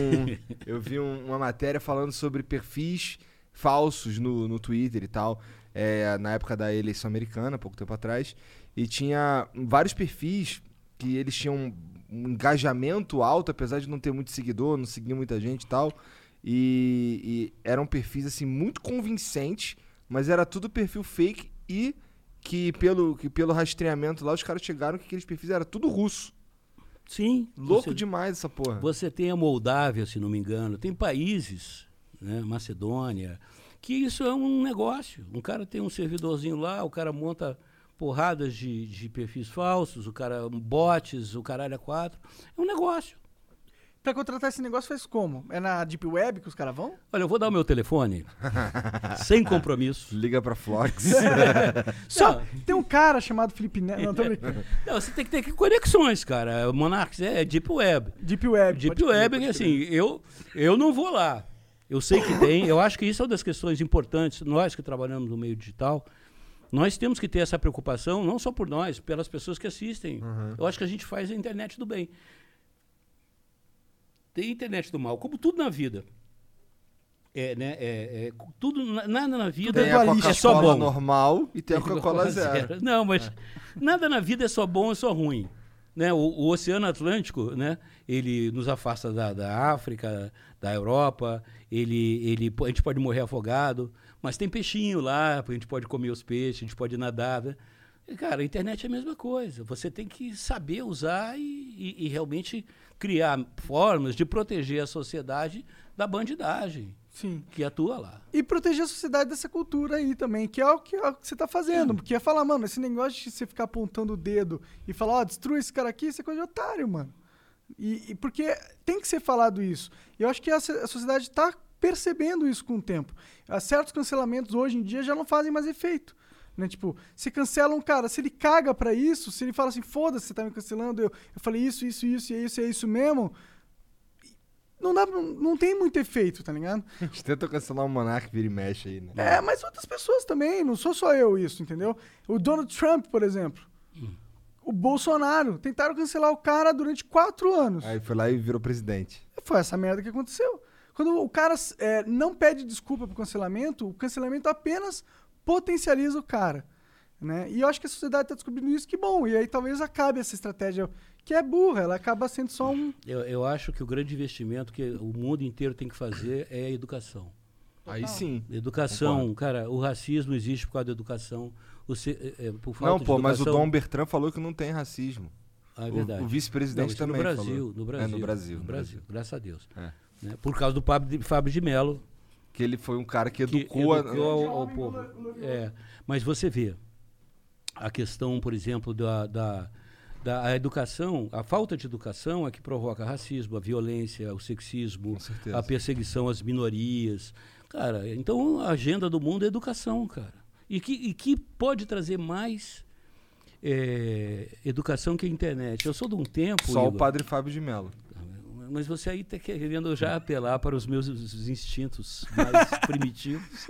uma matéria falando sobre perfis falsos no Twitter e tal, na época da eleição americana, pouco tempo atrás, e tinha vários perfis que eles tinham um engajamento alto, apesar de não ter muito seguidor, não seguir muita gente e tal, e eram perfis assim muito convincentes, mas era tudo perfil fake e que pelo rastreamento lá os caras chegaram que aqueles perfis era tudo russo. Sim. Louco demais essa porra. Você tem a Moldávia, se não me engano, tem países, né, Macedônia, que isso é um negócio. Um cara tem um servidorzinho lá, o cara monta porradas de perfis falsos, o cara bots, o caralho a 4. É um negócio. Pra contratar esse negócio faz como? É na Deep Web que os caras vão? Olha, eu vou dar o meu telefone, sem compromisso. Liga pra Flox. Só tem um cara chamado Felipe Neto. Não, tô brincando. Não, você tem que ter conexões, cara. Monarques é Deep Web. Deep Web. Deep Web é assim, eu não vou lá. Eu sei que tem, eu acho que isso é uma das questões importantes. Nós que trabalhamos no meio digital, nós temos que ter essa preocupação, não só por nós, pelas pessoas que assistem. Eu acho que a gente faz a internet do bem. Tem internet do mal, como tudo na vida. Tudo, nada na vida é só bom. Normal e tem a Coca-Cola zero. Não, mas nada na vida é só bom e só ruim. Né? O Oceano Atlântico, né? Ele nos afasta da África, da Europa, a gente pode morrer afogado, mas tem peixinho lá, a gente pode comer os peixes, a gente pode nadar. Né? E, cara, a internet é a mesma coisa. Você tem que saber usar e realmente criar formas de proteger a sociedade da bandidagem. Sim. Que atua lá. E proteger a sociedade dessa cultura aí também, que é o que você tá fazendo. Porque é falar, mano, esse negócio de você ficar apontando o dedo e falar, destrua esse cara aqui, isso é coisa de otário, mano. E porque tem que ser falado isso. E eu acho que a sociedade tá percebendo isso com o tempo. Certos cancelamentos hoje em dia já não fazem mais efeito. Né? Tipo, você cancela um cara, se ele caga pra isso, se ele fala assim, foda-se, você tá me cancelando, eu falei isso, e é isso mesmo, não tem muito efeito, tá ligado? A gente tenta cancelar um monarca, vira e mexe aí, né? Mas outras pessoas também, não sou só eu isso, entendeu? O Donald Trump, por exemplo, o Bolsonaro, tentaram cancelar o cara durante 4 anos. Aí foi lá e virou presidente. Foi essa merda que aconteceu. Quando o cara não pede desculpa pro cancelamento, o cancelamento apenas potencializa o cara, né? E eu acho que a sociedade está descobrindo isso, que bom. E aí talvez acabe essa estratégia que é burra, ela acaba sendo só um... Eu acho que o grande investimento que o mundo inteiro tem que fazer é a educação. Aí sim. Educação, concordo. Cara, o racismo existe por causa da educação. Por falta não, pô, de educação. Mas o Dom Bertrand falou que não tem racismo. Ah, é verdade. O vice-presidente também falou. No Brasil. No Brasil. Graças a Deus. Né? Por causa do Fábio de Mello. Que ele foi um cara que educou o povo. Mas você vê a questão, por exemplo, da educação, a falta de educação é que provoca racismo, a violência, o sexismo, a perseguição às minorias. Cara, então a agenda do mundo é educação, cara. E que pode trazer mais educação que a internet. Eu sou de um tempo... Só Igor, o padre Fábio de Mello. Mas você aí está querendo já apelar para os meus instintos mais primitivos.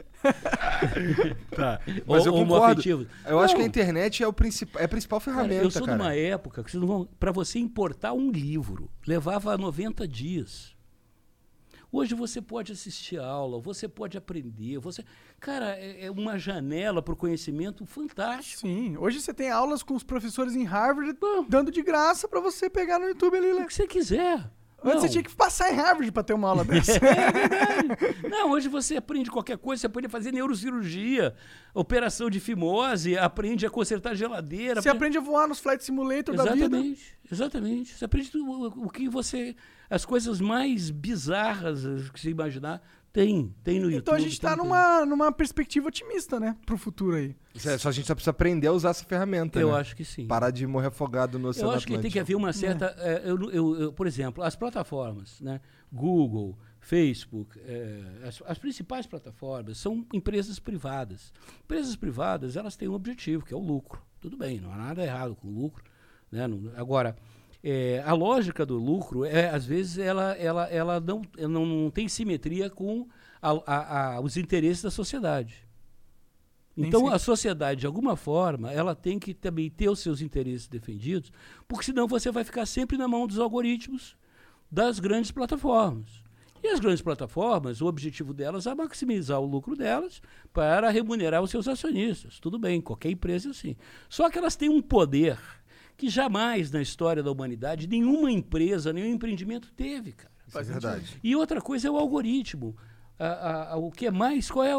Tá. Mas eu concordo. Eu acho que a internet é a principal ferramenta, cara. Eu sou de uma época que para você importar um livro, levava 90 dias. Hoje você pode assistir aula, você pode aprender. Cara, é uma janela para o conhecimento fantástico. Sim, hoje você tem aulas com os professores em Harvard dando de graça para você pegar no YouTube ali. O que você quiser. Antes você tinha que passar em Harvard para ter uma aula dessa. É verdade. Não, hoje você aprende qualquer coisa, você aprende a fazer neurocirurgia, operação de fimose, aprende a consertar geladeira. Você aprende a voar nos Flight Simulator da vida. Exatamente. Você aprende o que você... As coisas mais bizarras que você imaginar, tem no YouTube. Então a gente está numa perspectiva otimista, né? Pro futuro aí. Só a gente só precisa aprender a usar essa ferramenta, Eu né? acho que sim. Parar de morrer afogado no Oceano Atlântico. Eu acho que tem que haver uma certa... por exemplo, as plataformas, né? Google, Facebook, as principais plataformas são empresas privadas. Empresas privadas, elas têm um objetivo, que é o lucro. Tudo bem, não há nada errado com o lucro. Né? Agora... a lógica do lucro, às vezes, ela não tem simetria com os interesses da sociedade. Então, a sociedade, de alguma forma, ela tem que também ter os seus interesses defendidos, porque senão você vai ficar sempre na mão dos algoritmos das grandes plataformas. E as grandes plataformas, o objetivo delas é maximizar o lucro delas para remunerar os seus acionistas. Tudo bem, qualquer empresa é assim. Só que elas têm um poder que jamais na história da humanidade nenhuma empresa, nenhum empreendimento teve, cara. Isso é verdade. E outra coisa é o algoritmo. O que é mais? Qual é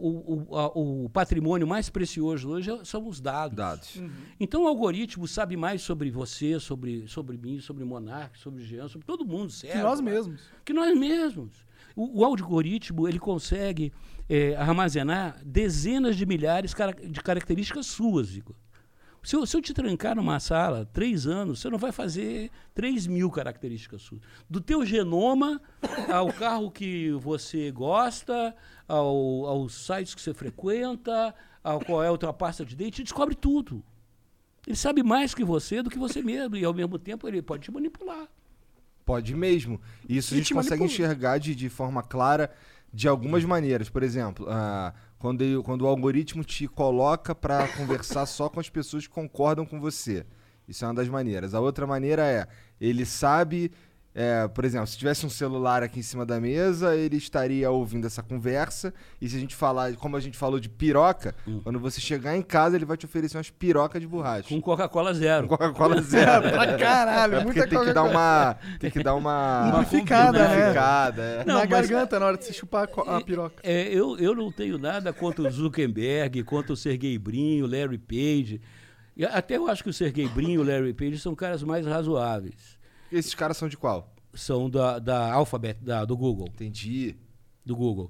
o patrimônio mais precioso hoje? São os dados. Uhum. Então o algoritmo sabe mais sobre você, sobre mim, sobre o Monark, sobre o Jean, sobre todo mundo, certo? Que nós mesmos. Que nós mesmos. O algoritmo, ele consegue armazenar dezenas de milhares de características suas, Igor. Se eu te trancar numa sala 3 anos, você não vai fazer 3.000 características suas. Do teu genoma ao carro que você gosta, aos sites que você frequenta, qual é a tua pasta de dente, ele descobre tudo. Ele sabe mais que você do que você mesmo, e ao mesmo tempo ele pode te manipular. Pode mesmo. Isso a gente consegue enxergar de forma clara de algumas maneiras. Por exemplo, quando o algoritmo te coloca para conversar só com as pessoas que concordam com você. Isso é uma das maneiras. A outra maneira ele sabe... por exemplo, se tivesse um celular aqui em cima da mesa, ele estaria ouvindo essa conversa. E se a gente falar, como a gente falou de piroca, quando você chegar em casa, ele vai te oferecer umas pirocas de borracha. Com Coca-Cola zero. Com Coca-Cola zero. Pra caralho, muita tem que dar uma lubrificada, né? Na garganta, na hora de se chupar a piroca. Eu não tenho nada contra o Zuckerberg, contra o Sergey Brin, o Larry Page. Até eu acho que o Sergey Brin e o Larry Page são caras mais razoáveis. Esses caras são de qual? São da Alphabet, do Google. Entendi. Do Google.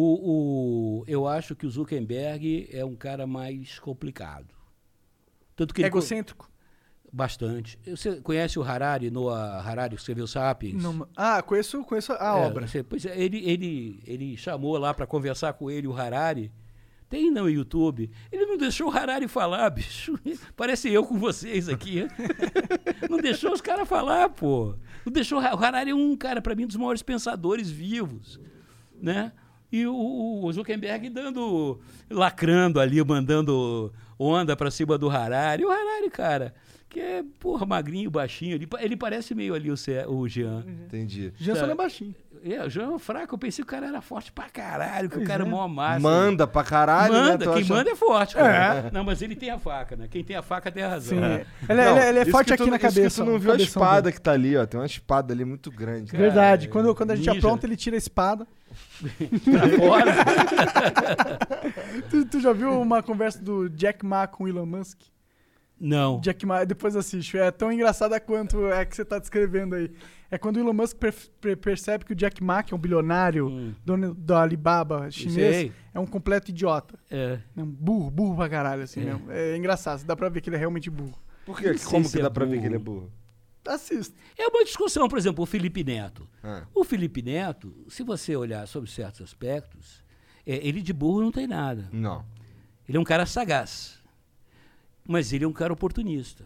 Eu acho que o Zuckerberg é um cara mais complicado. Tanto que egocêntrico? Bastante. Você conhece o Harari, Noah Harari, que escreveu Sapiens? Não, conheço a obra. Pois é, ele chamou lá para conversar com ele o Harari. Tem no YouTube. Ele não deixou o Harari falar, bicho. Parece eu com vocês aqui. Não deixou os caras falar, pô. Não deixou. O Harari é um cara, para mim, um dos maiores pensadores vivos, né? E o Zuckerberg lacrando ali, mandando onda para cima do Harari. O Harari, cara, que é, porra, magrinho, baixinho. Ele parece meio ali o Jean. Entendi. Jean só não é baixinho. O João é fraco, eu pensei que o cara era forte pra caralho, que o cara é mó massa. Manda pra caralho, manda, né? Quem manda é forte, cara. Não, mas ele tem a faca, né? Quem tem a faca tem a razão. Ele é forte aqui na cabeça. Isso que tu não viu a espada que tá ali, ó. Tem uma espada ali muito grande. Cara. Verdade. Quando a gente apronta, ele tira a espada. Pra fora. Tu já viu uma conversa do Jack Ma com o Elon Musk? Não. Jack Ma, depois assiste. É tão engraçada quanto é que você tá descrevendo aí. É quando o Elon Musk percebe que o Jack Ma, que é um bilionário, dono da Alibaba chinês, é um completo idiota. É um burro pra caralho, assim mesmo. É engraçado, dá pra ver que ele é realmente burro. Por quê? Como que dá pra ver que ele é burro? Assista. É uma discussão, por exemplo, o Felipe Neto. O Felipe Neto, se você olhar sobre certos aspectos, ele de burro não tem nada. Não. Ele é um cara sagaz, mas ele é um cara oportunista.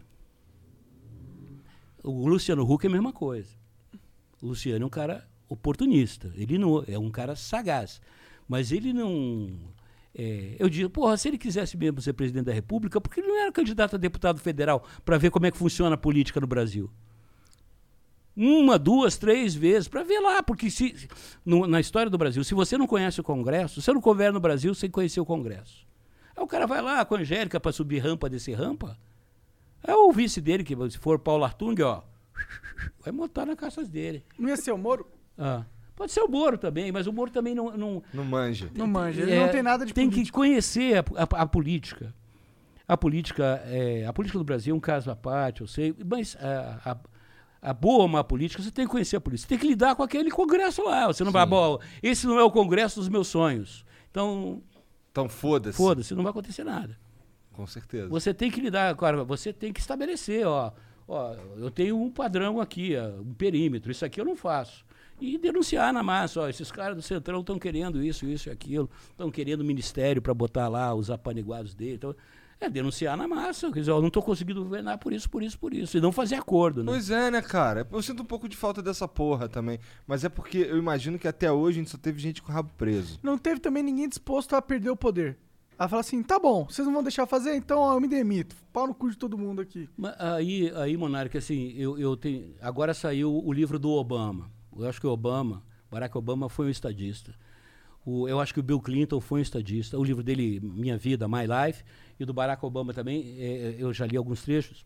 O Luciano Huck é a mesma coisa. O Luciano é um cara oportunista. Ele não é um cara sagaz. Mas ele não... eu digo, porra, se ele quisesse mesmo ser presidente da República, por que ele não era candidato a deputado federal para ver como é que funciona a política no Brasil? 1, 2, 3 vezes, para ver lá. Porque na história do Brasil, se você não conhece o Congresso, você não governa no Brasil sem conhecer o Congresso. Aí o cara vai lá com a Angélica para subir rampa, descer rampa. É o vice dele, que se for Paulo Artung, ó, vai montar na caças dele. Não ia ser o Moro? Pode ser o Moro também, mas o Moro também não manja. Não manja, ele não tem nada de tem política. Que conhecer a política. A política do Brasil é um caso à parte, eu sei, mas a boa ou má política, você tem que conhecer a política. Você tem que lidar com aquele congresso lá. Você não vai, esse não é o congresso dos meus sonhos. Então foda-se. Foda-se, não vai acontecer nada. Com certeza. Você tem que lidar, agora, você tem que estabelecer, eu tenho um padrão aqui, um perímetro, isso aqui eu não faço. E denunciar na massa, esses caras do Centrão estão querendo isso e aquilo, estão querendo ministério para botar lá os apaniguados dele. Então, denunciar na massa, quer dizer, eu não estou conseguindo governar por isso, e não fazer acordo, né? Pois é, né, cara? Eu sinto um pouco de falta dessa porra também, mas é porque eu imagino que até hoje a gente só teve gente com o rabo preso. Não teve também ninguém disposto a perder o poder. Ela fala assim, tá bom, vocês não vão deixar fazer, então eu me demito. Pau no cu de todo mundo aqui. Mas aí, Monarca, assim, eu tenho... Agora saiu o livro do Obama. Eu acho que Barack Obama foi um estadista. Eu acho que o Bill Clinton foi um estadista. O livro dele, Minha Vida, My Life, e do Barack Obama também, eu já li alguns trechos.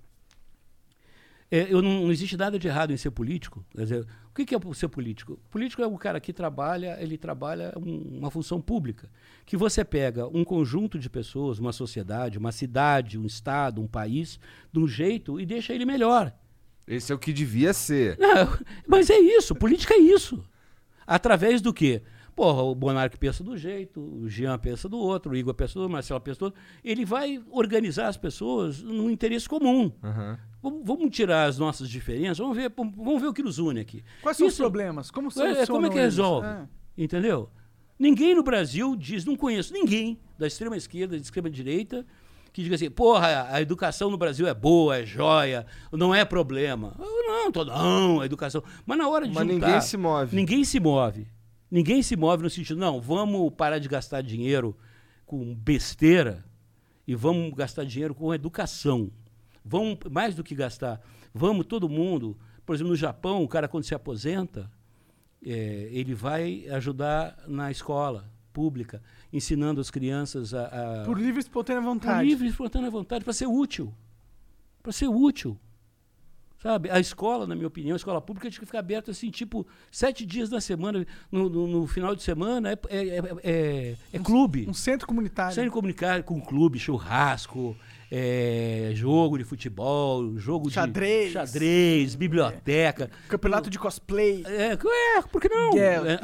Não existe nada de errado em ser político. Quer dizer, o que é ser político? Político é o cara que trabalha uma função pública. Que você pega um conjunto de pessoas, uma sociedade, uma cidade, um estado, um país, de um jeito e deixa ele melhor. Esse é o que devia ser. Não, mas é isso, política é isso. Através do quê? Porra, o Monark pensa do jeito, o Jean pensa do outro, o Igor pensa do outro, o Marcelo pensa do outro. Ele vai organizar as pessoas no interesse comum. Vamos tirar as nossas diferenças, vamos ver o que nos une aqui. Quais são os problemas? Como é que resolve? Entendeu? Ninguém no Brasil não conheço ninguém da extrema esquerda, da extrema direita, que diga assim, porra, a educação no Brasil é boa, é joia, não é problema. Não, a educação... Mas na hora de juntar... ninguém se move. Ninguém se move no sentido, não, vamos parar de gastar dinheiro com besteira e vamos gastar dinheiro com educação. Vamos, mais do que gastar, vamos todo mundo... Por exemplo, no Japão, o cara quando se aposenta, ele vai ajudar na escola pública, ensinando as crianças a... Por livre e espontânea vontade. Por livre e espontânea vontade, para ser útil. Para ser útil. Sabe? A escola, na minha opinião, a escola pública tinha que ficar aberta assim, tipo, 7 dias na semana, no final de semana é clube. Um centro comunitário. Centro comunitário com clube, churrasco, jogo de futebol, jogo de xadrez, biblioteca. Campeonato de cosplay. Por que não?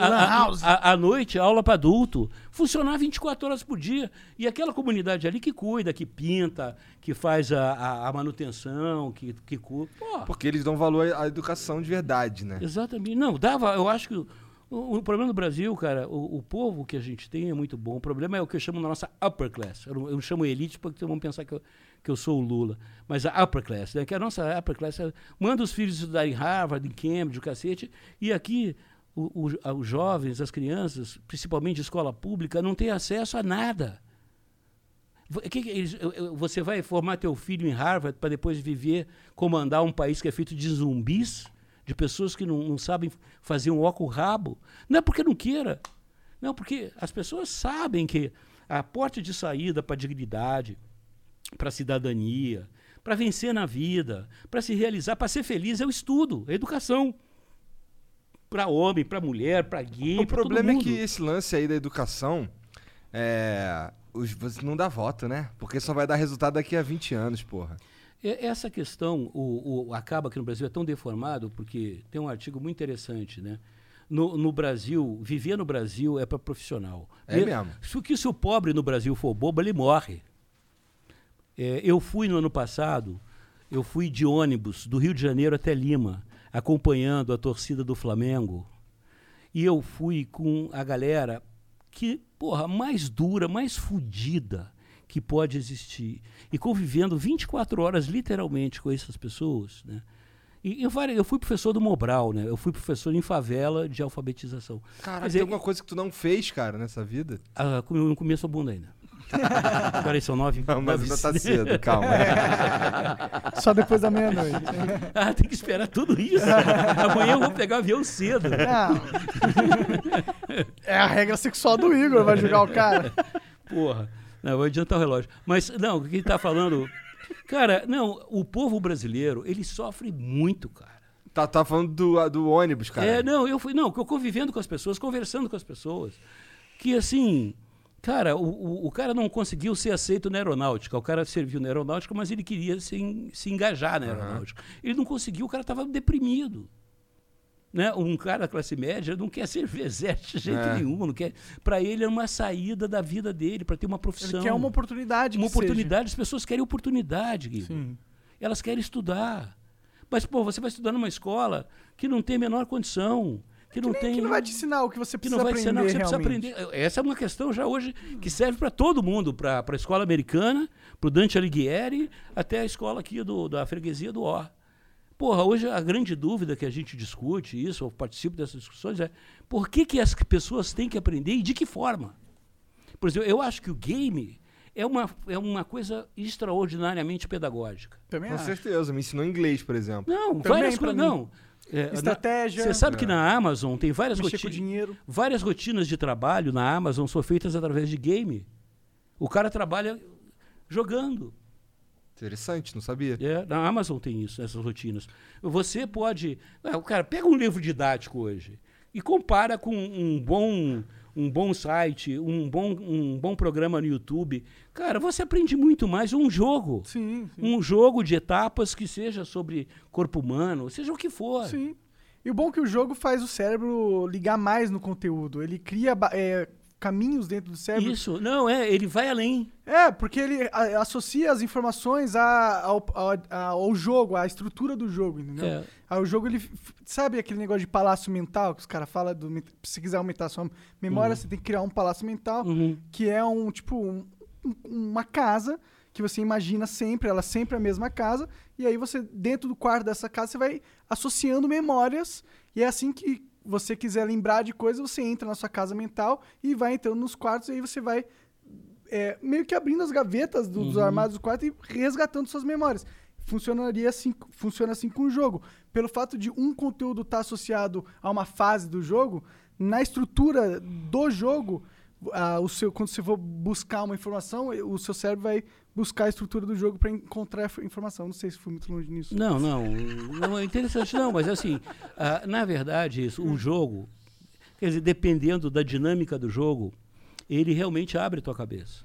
À noite, aula para adulto. Funcionar 24 horas por dia. E aquela comunidade ali que cuida, que pinta, que faz a manutenção, que cuida. Porque eles dão valor à educação de verdade, né? Exatamente. Não, eu acho que o problema do Brasil, cara, o povo que a gente tem é muito bom. O problema é o que eu chamo da nossa upper class. Eu não chamo elite porque vão pensar que eu sou o Lula. Mas a upper class, né? Que a nossa upper class manda os filhos estudar em Harvard, em Cambridge, o cacete. E aqui, os jovens, as crianças, principalmente de escola pública, não têm acesso a nada. Você vai formar teu filho em Harvard para depois comandar um país que é feito de zumbis? de pessoas que não sabem fazer um ó com o rabo. Não é porque não queira. Não, porque as pessoas sabem que a porta de saída para a dignidade, para a cidadania, para vencer na vida, para se realizar, para ser feliz, é o estudo, é a educação. Para homem, para mulher, para gay, o problema é que esse lance aí da educação você não dá voto, né? Porque só vai dar resultado daqui a 20 anos, porra. Essa questão acaba que no Brasil é tão deformado, porque tem um artigo muito interessante, né? No Brasil, viver no Brasil é para profissional. Mesmo. Se o pobre no Brasil for bobo, ele morre. Eu fui no ano passado, eu fui de ônibus do Rio de Janeiro até Lima, acompanhando a torcida do Flamengo, e eu fui com a galera que, porra, mais dura, mais fodida que pode existir, e convivendo 24 horas, literalmente, com essas pessoas, né? E eu fui professor do Mobral, né? Eu fui professor em favela de alfabetização. Cara, tem alguma coisa que tu não fez, cara, nessa vida? Eu não comi a sua bunda ainda. Peraí, são 9. Não, mas ainda tá cedo, calma. Só depois da meia-noite. Tem que esperar tudo isso. Amanhã eu vou pegar o avião cedo. Não. É a regra sexual do Igor, vai julgar o cara. Porra. Não, vou adiantar o relógio. Mas, não, o que ele tá falando... Cara, não, o povo brasileiro, ele sofre muito, cara. Tá falando do ônibus, cara. Eu convivendo com as pessoas, conversando com as pessoas. Que, assim... Cara, o cara não conseguiu ser aceito na aeronáutica. O cara serviu na aeronáutica, mas ele queria se engajar na aeronáutica. Ele não conseguiu, o cara estava deprimido. Né? Um cara da classe média não quer ser exército de jeito nenhum. Não quer. Para ele é uma saída da vida dele, para ter uma profissão. Ele quer uma oportunidade. Uma oportunidade. As pessoas querem oportunidade, Guilherme. Sim. Elas querem estudar. Mas, pô, você vai estudar numa escola que não tem a menor condição. Que não vai te ensinar o que você precisa aprender. Que não vai te ensinar o que você precisa aprender. Essa é uma questão já hoje que serve para todo mundo, para a escola americana, para o Dante Alighieri, até a escola aqui da freguesia do Ó. Porra, hoje a grande dúvida que a gente discute isso, eu participo dessas discussões, é por que as pessoas têm que aprender e de que forma? Por exemplo, eu acho que o game é uma coisa extraordinariamente pedagógica. Também Com certeza, me ensinou inglês, por exemplo. Não, várias coisas, não. Estratégia. Você sabe que na Amazon tem várias rotinas de trabalho na Amazon são feitas através de game. O cara trabalha jogando. Interessante, não sabia. Na Amazon tem isso, essas rotinas. Você pode... o cara pega um livro didático hoje e compara com um bom site, um bom programa no YouTube. Cara, você aprende muito mais um jogo. Sim. Um jogo de etapas que seja sobre corpo humano, seja o que for. Sim. E o bom é que o jogo faz o cérebro ligar mais no conteúdo. Ele cria caminhos dentro do cérebro. Isso. Não, ele vai além. Porque ele associa as informações ao jogo, à estrutura do jogo, entendeu? O jogo, ele... Sabe aquele negócio de palácio mental que os caras falam? Se quiser aumentar a sua memória, você tem que criar um palácio mental, que é uma casa que você imagina sempre, ela é sempre a mesma casa, e aí você, dentro do quarto dessa casa, você vai associando memórias, e é assim que você quiser lembrar de coisas, você entra na sua casa mental e vai entrando nos quartos, e aí você vai meio que abrindo as gavetas dos armários do quarto e resgatando suas memórias. Funciona assim com o jogo. Pelo fato de um conteúdo estar associado a uma fase do jogo, na estrutura do jogo, quando você for buscar uma informação, o seu cérebro vai buscar a estrutura do jogo para encontrar a informação. Não sei se fui muito longe nisso. Não é interessante não, mas assim, na verdade, o jogo, quer dizer, dependendo da dinâmica do jogo, ele realmente abre a tua cabeça.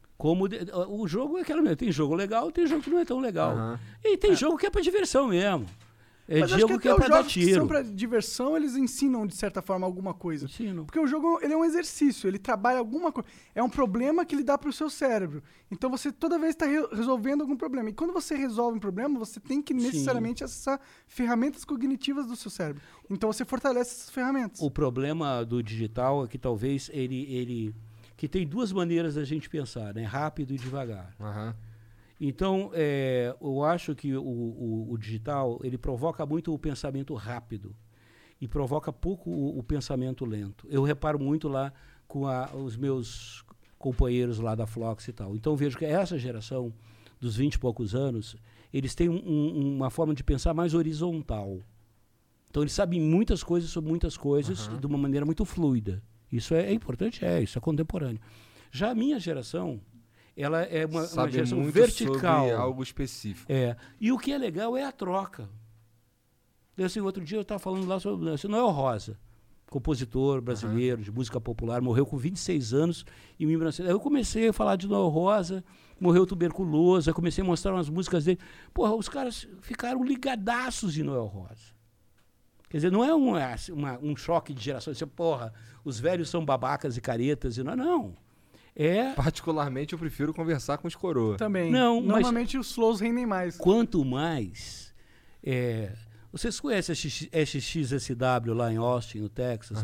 O jogo é aquela mesmo, tem jogo legal, tem jogo que não é tão legal. E tem jogo que é para diversão mesmo. Mas jogo que é para dar tiro. Que são para diversão, eles ensinam, de certa forma, alguma coisa. Ensinam. Porque o jogo, ele é um exercício, ele trabalha alguma coisa. É um problema que ele dá para o seu cérebro. Então, você toda vez está resolvendo algum problema. E quando você resolve um problema, você tem que necessariamente acessar ferramentas cognitivas do seu cérebro. Então, você fortalece essas ferramentas. O problema do digital é que talvez que tem duas maneiras da gente pensar, né? Rápido e devagar. Então, eu acho que o digital, ele provoca muito o pensamento rápido e provoca pouco o pensamento lento. Eu reparo muito lá com os meus companheiros lá da Flox e tal. Então, vejo que essa geração dos 20 e poucos anos, eles têm uma forma de pensar mais horizontal. Então eles sabem muitas coisas sobre muitas coisas de uma maneira muito fluida. Isso é importante, isso é contemporâneo. Já a minha geração, ela é uma geração muito vertical. Sobre algo específico. E o que é legal é a troca. Assim, outro dia eu estava falando lá sobre o Noel Rosa, compositor brasileiro de música popular, morreu com 26 anos em 1900. Aí eu comecei a falar de Noel Rosa, morreu tuberculoso, eu comecei a mostrar umas músicas dele. Porra, os caras ficaram ligadaços em Noel Rosa. Quer dizer, não é um choque de geração. Assim, porra, os velhos são babacas e caretas. Não. Particularmente, eu prefiro conversar com os coroas. Também. Normalmente os flows rendem mais. Quanto mais... Vocês conhecem a XXSW lá em Austin, no Texas?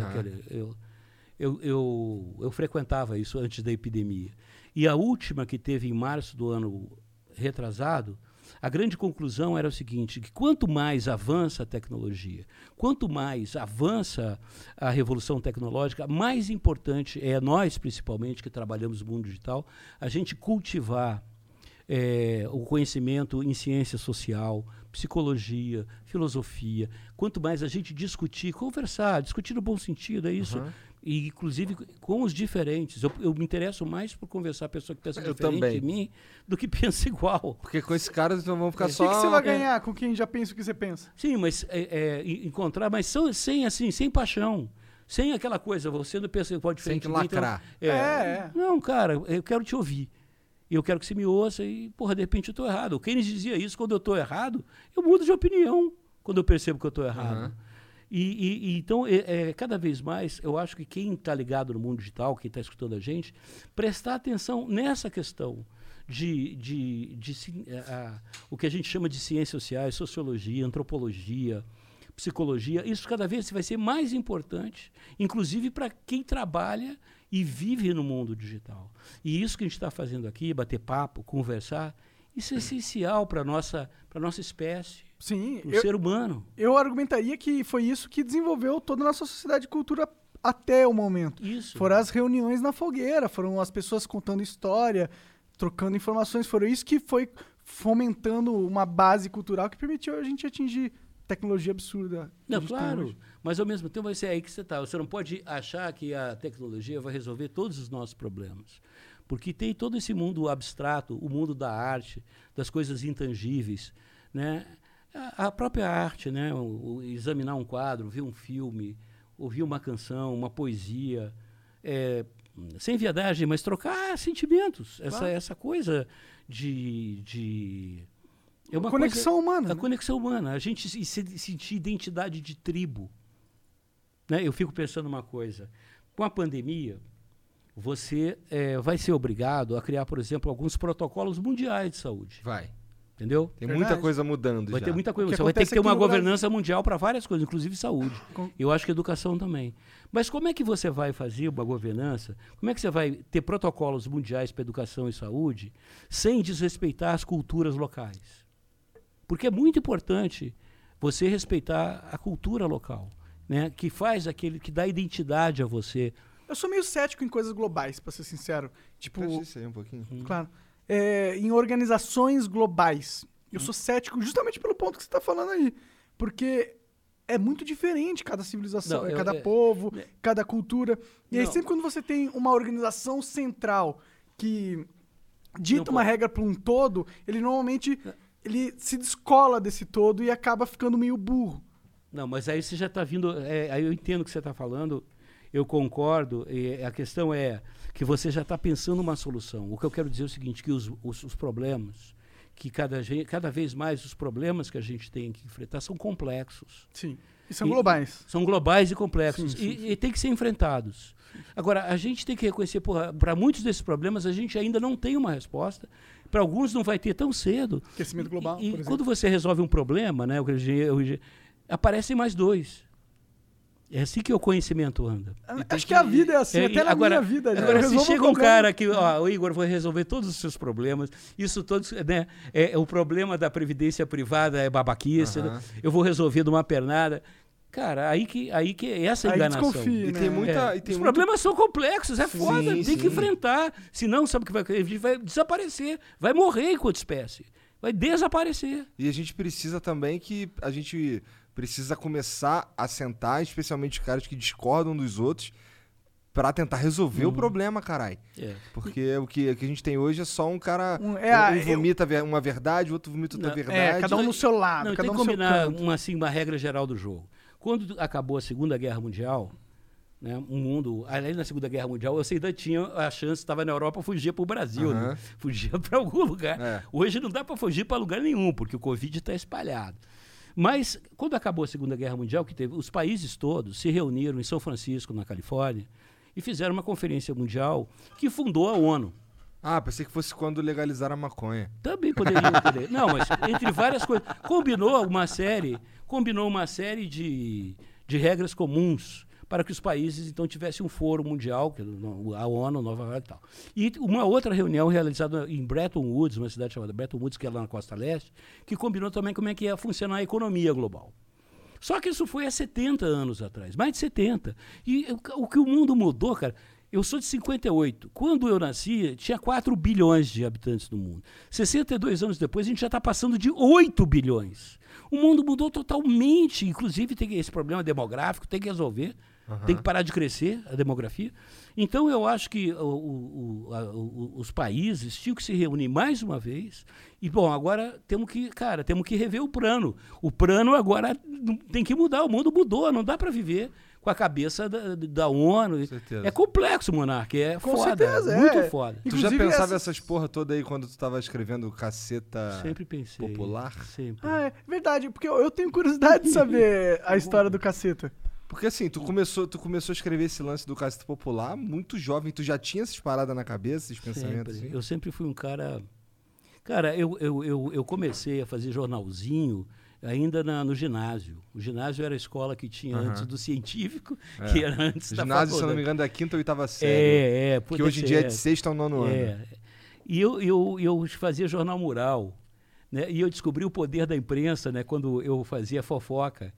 Eu frequentava isso antes da epidemia. E a última que teve em março do ano retrasado, a grande conclusão era o seguinte, que quanto mais avança a tecnologia, quanto mais avança a revolução tecnológica, mais importante é nós, principalmente, que trabalhamos no mundo digital, a gente cultivar o conhecimento em ciência social, psicologia, filosofia. Quanto mais a gente discutir, conversar, discutir no bom sentido, é isso. E, inclusive, com os diferentes. Eu me interesso mais por conversar com a pessoa que pensa diferente de mim do que pensa igual. Porque com esses caras então vão ficar só... O que você vai ganhar com quem já pensa o que você pensa? Sim, mas encontrar, mas sem paixão. Sem aquela coisa, você não pensa igual diferente. Sem que lacrar. Então, não, cara, eu quero te ouvir. E eu quero que você me ouça e, porra, de repente eu estou errado. O Keynes dizia isso, quando eu estou errado, eu mudo de opinião quando eu percebo que eu estou errado. Então, cada vez mais, eu acho que quem está ligado no mundo digital, quem está escutando a gente, prestar atenção nessa questão o que a gente chama de ciências sociais, sociologia, antropologia, psicologia, isso cada vez vai ser mais importante, inclusive para quem trabalha e vive no mundo digital. E isso que a gente está fazendo aqui, bater papo, conversar, isso é essencial para a nossa espécie, para o ser humano. Eu argumentaria que foi isso que desenvolveu toda a nossa sociedade de cultura até o momento. Isso. Foram as reuniões na fogueira, foram as pessoas contando história, trocando informações, foram isso que foi fomentando uma base cultural que permitiu a gente atingir tecnologia absurda. Não, claro, mas ao mesmo tempo vai ser aí que você está. Você não pode achar que a tecnologia vai resolver todos os nossos problemas. Porque tem todo esse mundo abstrato, o mundo da arte, das coisas intangíveis, né? A própria arte, né? Examinar um quadro, ver um filme, ouvir uma canção, uma poesia, sem viadagem, mas trocar sentimentos. Claro. Essa coisa de é uma conexão humana. A conexão humana. A gente sentir identidade de tribo. Né? Eu fico pensando uma coisa. Com a pandemia, você vai ser obrigado a criar, por exemplo, alguns protocolos mundiais de saúde. Vai. Entendeu? Tem muita coisa mudando vai já. Ter muita coisa. Você vai ter que ter uma governança mundial para várias coisas, inclusive saúde. Eu acho que educação também. Mas como é que você vai fazer uma governança? Como é que você vai ter protocolos mundiais para educação e saúde sem desrespeitar as culturas locais? Porque é muito importante você respeitar a cultura local, né? Que faz que dá identidade a você. Eu sou meio cético em coisas globais, para ser sincero. Tipo, isso aí um pouquinho. Claro. Em organizações globais. Eu sou cético justamente pelo ponto que você está falando aí. Porque é muito diferente cada civilização, cada povo, cada cultura. E aí sempre quando você tem uma organização central que dita uma regra para um todo, ele normalmente... ele se descola desse todo e acaba ficando meio burro. Não, mas aí você já está vindo... aí eu entendo o que você está falando, eu concordo. A questão é que você já está pensando uma solução. O que eu quero dizer é o seguinte, que os problemas, que cada vez mais os problemas que a gente tem que enfrentar são complexos. Sim, e são globais. São globais e complexos, sim. E tem que ser enfrentados. Agora, a gente tem que reconhecer, para muitos desses problemas, a gente ainda não tem uma resposta. Para alguns não vai ter tão cedo. Aquecimento global, por exemplo. Quando você resolve um problema, né, aparecem mais dois. É assim que o conhecimento anda. Acho que a vida é assim, até na minha vida. Agora, se chega um cara que, o Igor, vou resolver todos os seus problemas, isso todos, né, o problema da previdência privada é babaquice, né, eu vou resolver de uma pernada. Cara, aí que é essa enganação. Desconfia, né? Os problemas são complexos, foda, tem que enfrentar. Senão, sabe o que a gente vai desaparecer, vai morrer enquanto espécie, vai desaparecer. E a gente precisa também que a gente precisa começar a sentar, especialmente os caras que discordam dos outros, pra tentar resolver o problema, caralho. Porque o que a gente tem hoje é só um cara... Um vomita uma verdade, o outro vomita outra verdade. Cada um no seu lado. Não, cada tem um que combinar uma regra geral do jogo. Quando acabou a Segunda Guerra Mundial, né, o mundo... Além da Segunda Guerra Mundial, você ainda tinha a chance, estava na Europa, fugia para o Brasil, né? Fugia para algum lugar. Hoje não dá para fugir para lugar nenhum, porque o Covid está espalhado. Mas, quando acabou a Segunda Guerra Mundial, que teve, os países todos se reuniram em São Francisco, na Califórnia, e fizeram uma conferência mundial que fundou a ONU. Ah, pensei que fosse quando legalizaram a maconha. Também poderia ter. Não, mas entre várias coisas. Combinou uma série de regras comuns para que os países, então, tivessem um foro mundial, que a ONU, Nova York e tal. E uma outra reunião realizada em Bretton Woods, uma cidade chamada Bretton Woods, que é lá na Costa Leste, que combinou também como é que ia funcionar a economia global. Só que isso foi há 70 anos atrás, mais de 70. E o que o mundo mudou, cara... Eu sou de 58. Quando eu nasci, tinha 4 bilhões de habitantes no mundo. 62 anos depois, a gente já está passando de 8 bilhões. O mundo mudou totalmente. Inclusive, tem esse problema demográfico, tem que resolver. Tem que parar de crescer a demografia. Então, eu acho que os países tinham que se reunir mais uma vez. E, bom, agora temos que rever o plano. O plano agora tem que mudar. O mundo mudou, não dá para viver com a cabeça da ONU. É complexo, Monark. É com foda. Certeza, muito foda. Tu já pensava essas porra toda aí quando tu tava escrevendo Caceta Sempre pensei, Popular? Sempre. Ah, é verdade. Porque eu tenho curiosidade de saber a história do Caceta. Porque assim, tu começou a escrever esse lance do Caceta Popular muito jovem. Tu já tinha essas paradas na cabeça, esses pensamentos? Assim? Eu sempre fui um cara... Cara, eu comecei a fazer jornalzinho ainda no ginásio. O ginásio era a escola que tinha antes do científico, que era antes da faculdade. Ginásio, se não me engano, da 5ª ou 8ª série. Que hoje em dia é de 6º ao 9º ano. E eu fazia jornal mural, né? E eu descobri o poder da imprensa, né? Quando eu fazia fofoca.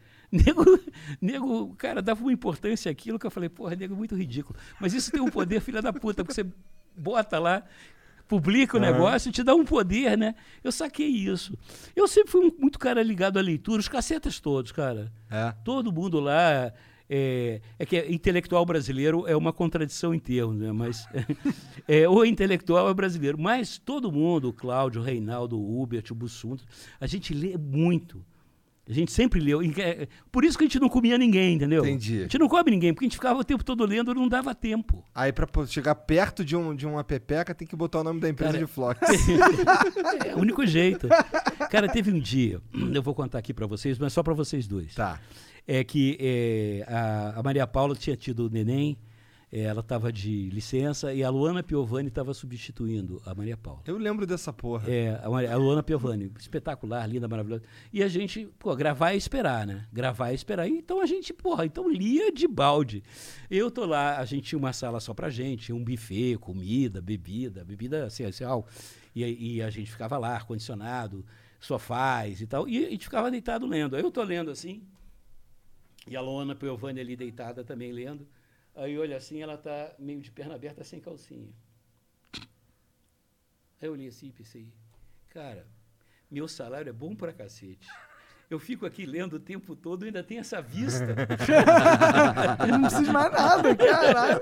Nego, cara, dava uma importância àquilo que eu falei, porra, nego, muito ridículo. Mas isso tem um poder, filha da puta, porque você bota lá... Publica o negócio e te dá um poder, né? Eu saquei isso. Eu sempre fui muito cara ligado à leitura, os cacetas todos, cara. Todo mundo lá... É que intelectual brasileiro é uma contradição em termos, né? Mas o intelectual é brasileiro. Mas todo mundo, o Cláudio, o Reinaldo, o Hubert, o Bussunto, a gente lê muito. A gente sempre leu. Por isso que a gente não comia ninguém, entendeu? Entendi. A gente não come ninguém, porque a gente ficava o tempo todo lendo e não dava tempo. Aí pra chegar perto de uma pepeca, tem que botar o nome da empresa de Flox. É o único jeito. Cara, teve um dia, eu vou contar aqui pra vocês, mas só pra vocês dois. Tá. É que a Maria Paula tinha tido o neném, ela estava de licença e a Luana Piovani estava substituindo a Maria Paula. Eu lembro dessa porra. A Luana Piovani, espetacular, linda, maravilhosa. E a gente, gravar e esperar, né? Gravar e esperar. Então a gente, então lia de balde. Eu tô lá, a gente tinha uma sala só pra gente, tinha um buffet, comida, bebida essencial. E a gente ficava lá, ar-condicionado, sofás e tal. E a gente ficava deitado lendo. Aí eu tô lendo assim, e a Luana Piovani ali deitada também lendo. Aí olha assim, ela tá meio de perna aberta, sem calcinha. Aí eu olhei assim e pensei, cara, meu salário é bom pra cacete. Eu fico aqui lendo o tempo todo e ainda tem essa vista. Eu não preciso mais nada, caralho.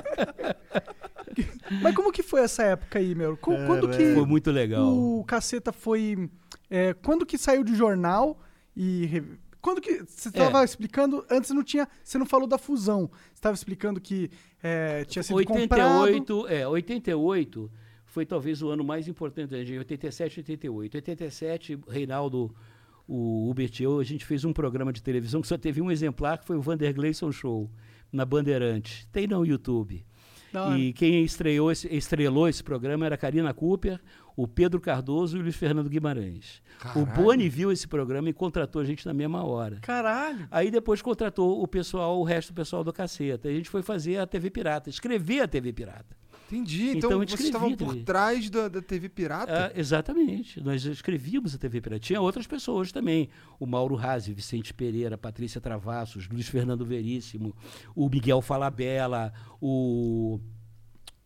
Mas como que foi essa época aí, meu? Quando que foi muito legal. O Caceta foi... quando que saiu do jornal e... Quando que você estava explicando, antes não tinha, você não falou da fusão, você estava explicando que tinha sido 88, 88 foi talvez o ano mais importante, de 87 e 88. 87, Reinaldo, o Hubert e eu, a gente fez um programa de televisão que só teve um exemplar, que foi o Vandergleison Show, na Bandeirante. Tem no YouTube. E quem estrelou esse programa era a Karina Cooper, o Pedro Cardoso e o Luiz Fernando Guimarães. Caralho. O Boni viu esse programa e contratou a gente na mesma hora. Caralho! Aí depois contratou o resto do pessoal do Caceta. A gente foi fazer a TV Pirata, escrever a TV Pirata. Entendi. Então vocês estavam por trás da TV Pirata? Exatamente. Nós escrevíamos a TV Pirata. Tinha outras pessoas também. O Mauro Razzi, Vicente Pereira, Patrícia Travassos, Luiz Fernando Veríssimo, o Miguel Falabella, o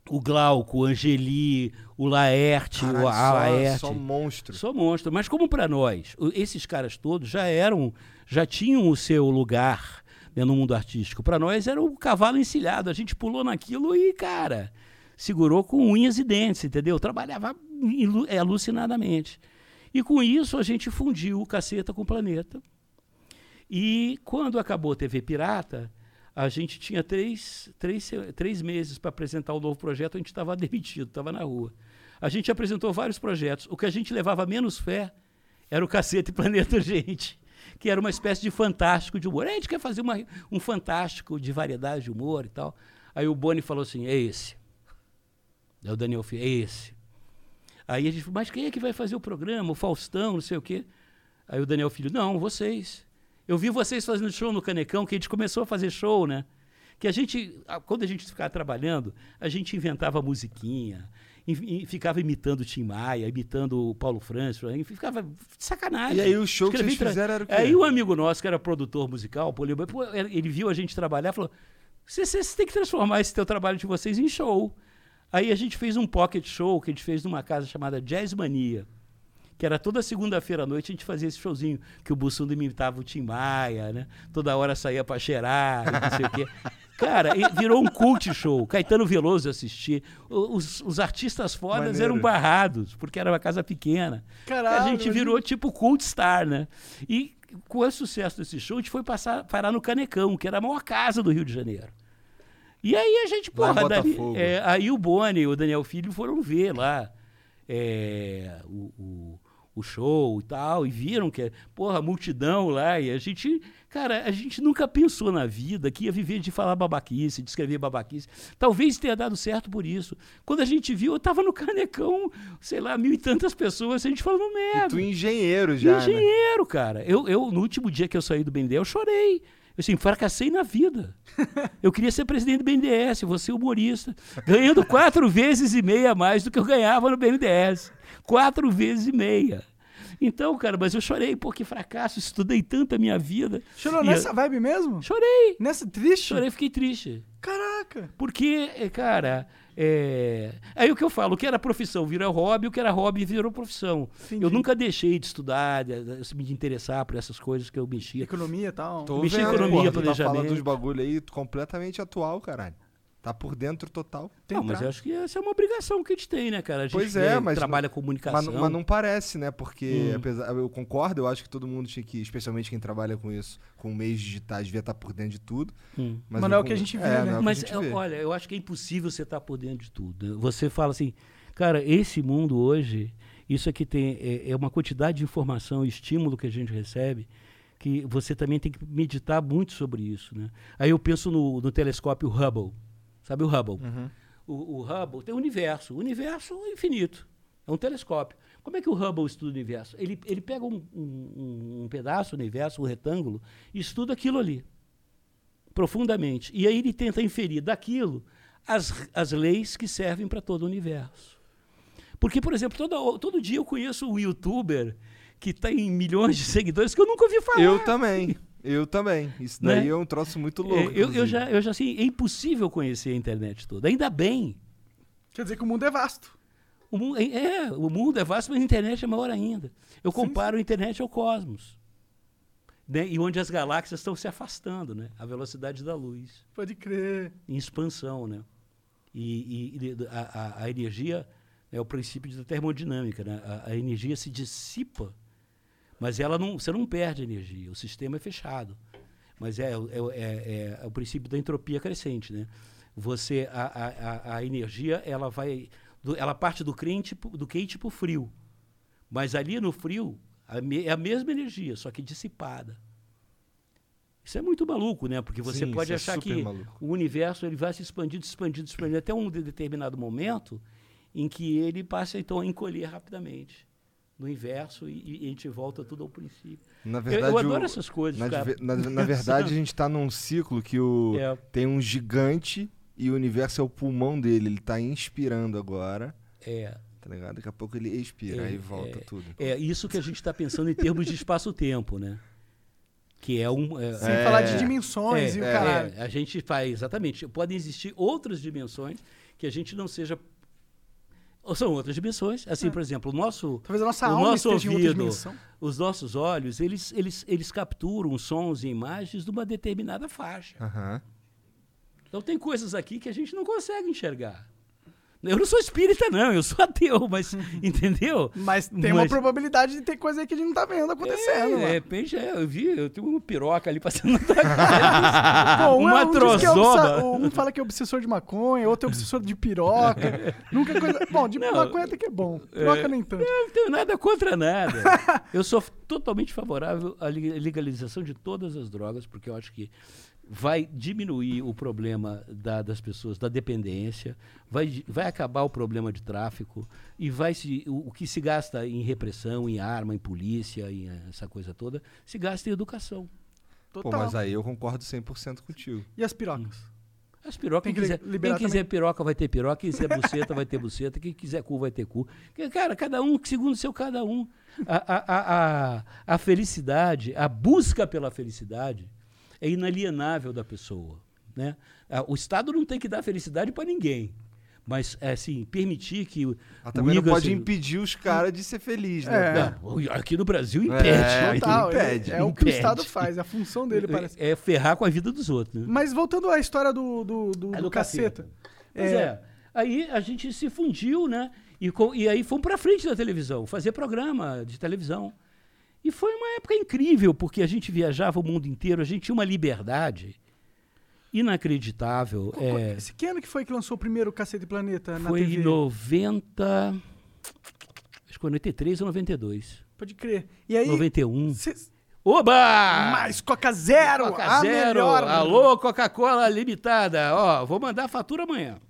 o Glauco, o Angeli, o Laerte, o Laerte. Só monstro. Só monstro. Mas como para nós, esses caras todos já tinham o seu lugar, né, no mundo artístico. Para nós era o cavalo encilhado. A gente pulou naquilo e, cara, segurou com unhas e dentes, entendeu? Trabalhava alucinadamente. E com isso a gente fundiu o Caceta com o Planeta. E quando acabou a TV Pirata, a gente tinha três meses para apresentar o novo projeto, a gente estava demitido, estava na rua. A gente apresentou vários projetos. O que a gente levava menos fé era o Caceta e Planeta Urgente, que era uma espécie de fantástico de humor. A gente quer fazer um fantástico de variedade de humor e tal. Aí o Boni falou assim, é esse. Aí o Daniel Filho, é esse. Aí a gente falou, mas quem é que vai fazer o programa? O Faustão, não sei o quê. Aí o Daniel Filho, não, vocês. Eu vi vocês fazendo show no Canecão, que a gente começou a fazer show, né? Que quando a gente ficava trabalhando, a gente inventava musiquinha, ficava imitando o Tim Maia, imitando o Paulo Francis, ficava de sacanagem. E aí o show que vocês fizeram era o quê? Aí um amigo nosso, que era produtor musical, ele viu a gente trabalhar e falou, vocês têm que transformar esse teu trabalho de vocês em show. Aí a gente fez um pocket show que a gente fez numa casa chamada Jazz Mania, que era toda segunda-feira à noite a gente fazia esse showzinho, que o Bussunda imitava o Tim Maia, né? Toda hora saía pra cheirar, não sei o quê. Cara, virou um cult show. Caetano Veloso assistia. Os artistas fodas eram barrados, porque era uma casa pequena. Caralho, a gente virou tipo cult star, né? E com o sucesso desse show, a gente foi parar no Canecão, que era a maior casa do Rio de Janeiro. E aí a gente, aí o Boni e o Daniel Filho foram ver lá o show e tal, e viram que, a multidão lá, e a gente nunca pensou na vida que ia viver de falar babaquice, de escrever babaquice. Talvez tenha dado certo por isso. Quando a gente viu, eu tava no Canecão, sei lá, 1.000 e tantas pessoas, a gente falando merda. E tu engenheiro já, Engenheiro, cara. Eu, no último dia que eu saí do BNDES, eu chorei. Assim, fracassei na vida. Eu queria ser presidente do BNDES, vou ser humorista, ganhando 4,5 vezes a mais do que eu ganhava no BNDES. 4,5 vezes. Então, cara, mas eu chorei, que fracasso, estudei tanto a minha vida. Chorou nessa vibe mesmo? Chorei. Nessa triste? Chorei, fiquei triste. Caraca. Porque, cara, aí o que eu falo, o que era profissão virou hobby, o que era hobby virou profissão. Entendi. Eu nunca deixei de estudar, de me interessar por essas coisas que eu mexia. Economia e tal. Mexia em economia, planejamento. Tu tá falando dos bagulho aí completamente atual, caralho. Tá por dentro total. Mas eu acho que essa é uma obrigação que a gente tem, né, cara? A gente mas trabalha comunicação. Mas não parece, né? Porque, eu concordo, eu acho que todo mundo tinha que, especialmente quem trabalha com isso, com meios digitais, devia estar por dentro de tudo. Mas não é o que a gente vê, né? Mas, olha, eu acho que é impossível você estar por dentro de tudo. Você fala assim, cara, esse mundo hoje, isso aqui é uma quantidade de informação e estímulo que a gente recebe, que você também tem que meditar muito sobre isso, né? Aí eu penso no telescópio Hubble. Sabe o Hubble? Uhum. O Hubble tem o universo é infinito, é um telescópio. Como é que o Hubble estuda o universo? Ele pega um pedaço do universo, um retângulo, e estuda aquilo ali, profundamente. E aí ele tenta inferir daquilo as leis que servem para todo o universo. Porque, por exemplo, todo dia eu conheço um youtuber que tem milhões de seguidores que eu nunca ouvi falar. Eu também. Isso daí é um troço muito louco. Eu já assim, é impossível conhecer a internet toda. Ainda bem. Quer dizer que o mundo é vasto. O mundo é vasto, mas a internet é maior ainda. Eu comparo a internet ao cosmos. Né? E onde as galáxias estão se afastando, né? A velocidade da luz. Pode crer. Em expansão, né? E a energia é o princípio da termodinâmica, né? A energia se dissipa. Mas você não perde energia, o sistema é fechado. Mas é o princípio da entropia crescente, né? A energia, ela parte do quente para o frio. Mas ali no frio, é a mesma energia, só que dissipada. Isso é muito maluco, né? Porque você pode achar que o universo ele vai se expandindo, até um determinado momento em que ele passa, então, a encolher rapidamente no inverso e a gente volta tudo ao princípio. Na verdade, eu adoro essas coisas, cara. Na verdade, a gente está num ciclo que tem um gigante e o universo é o pulmão dele. Ele está inspirando agora. Tá ligado? Daqui a pouco ele expira, aí volta tudo. É isso que a gente está pensando em termos de espaço-tempo, né? Que sem falar de dimensões e o caralho. A gente faz, exatamente. Podem existir outras dimensões que a gente não seja... São outras dimensões. Assim, por exemplo, talvez a nossa alma esteja em outra dimensão. Os nossos olhos, eles capturam sons e imagens de uma determinada faixa. Uhum. Então tem coisas aqui que a gente não consegue enxergar. Eu não sou espírita, não, eu sou ateu, mas, entendeu? Mas tem uma probabilidade de ter coisa aí que a gente não tá vendo acontecendo. De repente, eu tenho uma piroca ali passando na tua cara. Uma trozoma. Um fala que é obsessor de maconha, outro é obsessor de piroca. Nunca coisa... Bom, de maconha até que é bom, piroca nem tanto. Eu não tenho nada contra nada. Eu sou totalmente favorável à legalização de todas as drogas, porque eu acho que vai diminuir o problema das pessoas, da dependência, vai acabar o problema de tráfico e o que se gasta em repressão, em arma, em polícia, em essa coisa toda, se gasta em educação. Total. Pô, mas aí eu concordo 100% contigo. E as pirocas? As pirocas, quem quiser piroca vai ter piroca, quem quiser buceta vai ter buceta, quem quiser cu vai ter cu. Cara, cada um, segundo o seu cada um. A felicidade, a busca pela felicidade é inalienável da pessoa, né? O Estado não tem que dar felicidade para ninguém, mas assim, permitir que também não pode impedir os caras de ser feliz, né? Aqui no Brasil impede. Total, impede. O que o Estado faz, a função dele parece. É ferrar com a vida dos outros. Né? Mas voltando à história do caceta. Pois aí a gente se fundiu, né? E aí fomos para frente da televisão, fazer programa de televisão. E foi uma época incrível, porque a gente viajava o mundo inteiro, a gente tinha uma liberdade inacreditável. Que ano que foi que lançou o primeiro Cacete Planeta na TV? Foi em 90... Acho que foi 93 ou 92. Pode crer. E aí... 91. Oba! Mais Coca Zero! Coca Zero! Melhor. Alô, Coca-Cola Limitada! Ó, vou mandar a fatura amanhã.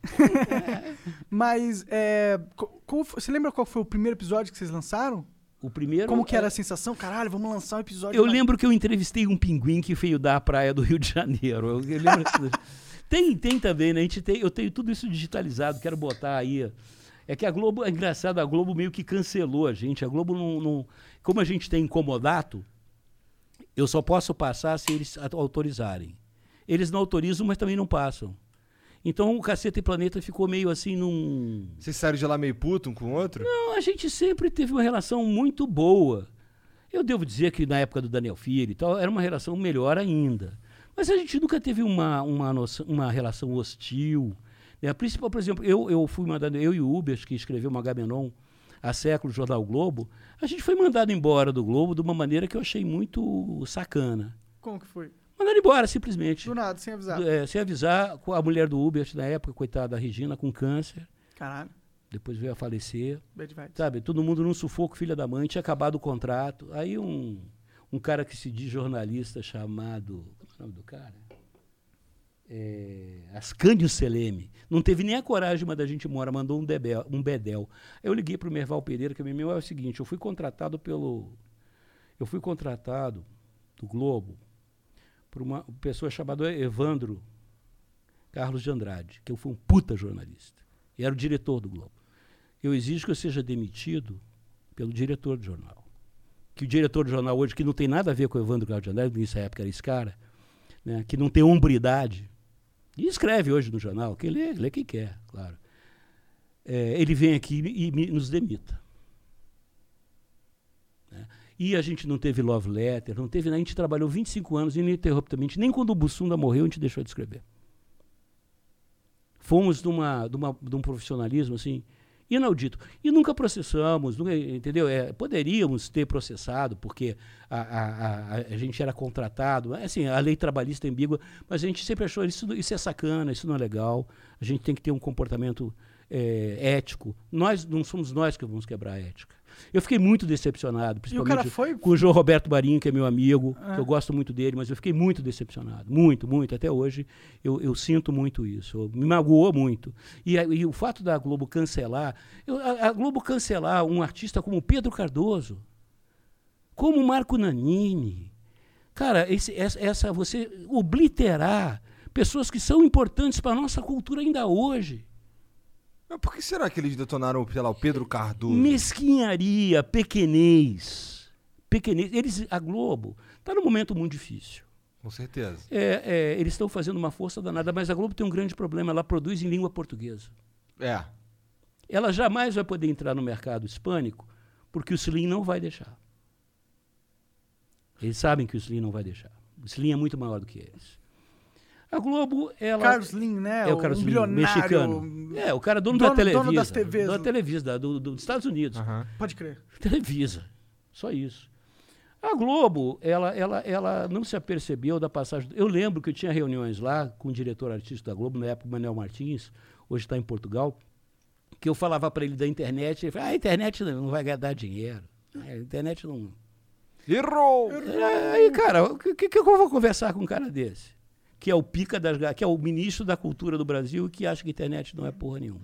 Mas, você lembra qual foi o primeiro episódio que vocês lançaram? O primeiro... Como que era a sensação? Caralho, vamos lançar um episódio... Eu lembro que eu entrevistei um pinguim que veio da praia do Rio de Janeiro. Eu lembro... tem também, né? Eu tenho tudo isso digitalizado, quero botar aí. É que a Globo, é engraçado, a Globo meio que cancelou a gente. A Globo não... Como a gente tem incomodato, eu só posso passar se eles autorizarem. Eles não autorizam, mas também não passam. Então o Caceta e Planeta ficou meio assim num... Vocês saíram de lá meio puto um com o outro? Não, a gente sempre teve uma relação muito boa. Eu devo dizer que na época do Daniel Filho e tal, era uma relação melhor ainda. Mas a gente nunca teve uma relação hostil. Né? Principal, por exemplo, eu fui mandado, eu e o Ubers, que escreveu o Agamenon há séculos, Jornal Globo, a gente foi mandado embora do Globo de uma maneira que eu achei muito sacana. Como que foi? Mandaram embora, simplesmente. Do nada, sem avisar. Sem avisar, a mulher do Uber, na época, coitada, a Regina, com câncer. Caralho. Depois veio a falecer. Bad vibes. Sabe, todo mundo num sufoco, filha da mãe, tinha acabado o contrato. Aí um cara que se diz jornalista chamado... Como é o nome do cara? Ascânio Seleme. Não teve nem a coragem de mandar a gente embora, mandou um bedel. Eu liguei para o Merval Pereira, que é o seguinte, eu fui contratado do Globo por uma pessoa chamada Evandro Carlos de Andrade, que eu fui um puta jornalista. E era o diretor do Globo. Eu exijo que eu seja demitido pelo diretor do jornal. Que o diretor do jornal hoje, que não tem nada a ver com o Evandro Carlos de Andrade, nessa época era esse cara, né, que não tem hombridade, e escreve hoje no jornal, que lê quem quer, claro. Ele vem aqui e nos demita. Né? E a gente não teve love letter, não teve nada, a gente trabalhou 25 anos ininterruptamente, nem quando o Bussunda morreu a gente deixou de escrever. Fomos de um profissionalismo assim, inaudito. E nunca processamos, entendeu? Poderíamos ter processado, porque a gente era contratado. Assim, a lei trabalhista é ambígua, mas a gente sempre achou isso é sacana, isso não é legal. A gente tem que ter um comportamento ético. Não somos nós que vamos quebrar a ética. Eu fiquei muito decepcionado, principalmente com o João Roberto Marinho, que é meu amigo, que eu gosto muito dele, mas eu fiquei muito decepcionado, muito, muito. Até hoje eu sinto muito isso, me magoou muito. E o fato da Globo cancelar, a Globo cancelar um artista como Pedro Cardoso, como Marco Nanini, cara, você obliterar pessoas que são importantes para a nossa cultura ainda hoje. Mas por que será que eles detonaram, sei lá, o Pedro Cardoso? Mesquinharia, pequenez. A Globo está num momento muito difícil. Com certeza. Eles estão fazendo uma força danada, mas a Globo tem um grande problema, ela produz em língua portuguesa. Ela jamais vai poder entrar no mercado hispânico porque o Slim não vai deixar. Eles sabem que o Slim não vai deixar. O Slim é muito maior do que eles. A Globo, ela... Carlos Slim, né? É o Carlos Slim, mexicano. O cara dono da Televisa. Dono das TVs. Da Televisa, dos Estados Unidos. Pode crer. Televisa. Só isso. A Globo, ela não se apercebeu da passagem... Eu lembro que eu tinha reuniões lá com o diretor artístico da Globo, na época, Manuel Martins, hoje está em Portugal, que eu falava para ele da internet, ele falava, a internet não vai dar dinheiro. A internet não... Errou! Aí, cara, o que eu vou conversar com um cara desse? Que é o pica que é o ministro da cultura do Brasil e que acha que a internet não é porra nenhuma.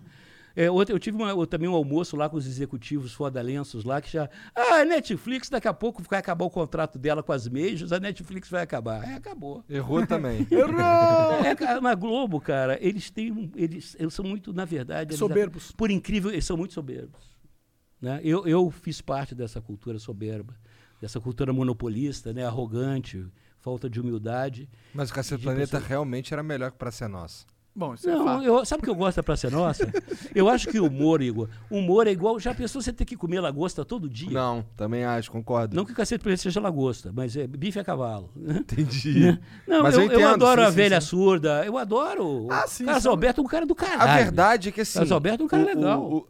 Eu tive também um almoço lá com os executivos fodalenços lá, que já... a Netflix, daqui a pouco vai acabar o contrato dela com as majors, a Netflix vai acabar. Acabou. Errou também. Errou! Na Globo, cara, eles são muito, na verdade... Soberbos. Por incrível, eles são muito soberbos. Né? Eu fiz parte dessa cultura soberba, dessa cultura monopolista, né? Arrogante, falta de humildade. Mas o Cacete Planeta realmente era melhor que Praça é Nossa. Bom, isso é fato. Sabe o que eu gosto da Praça é Nossa? Eu acho que o humor, Igor, é igual... Já pensou você ter que comer lagosta todo dia? Não, também acho, concordo. Não que o Cacete Planeta seja lagosta, mas bife a cavalo. Entendi. Não, mas eu adoro a velha surda, eu adoro. Sim, Carlos Alberto é um cara do caralho. A verdade é que assim... Carlos Alberto é um cara legal.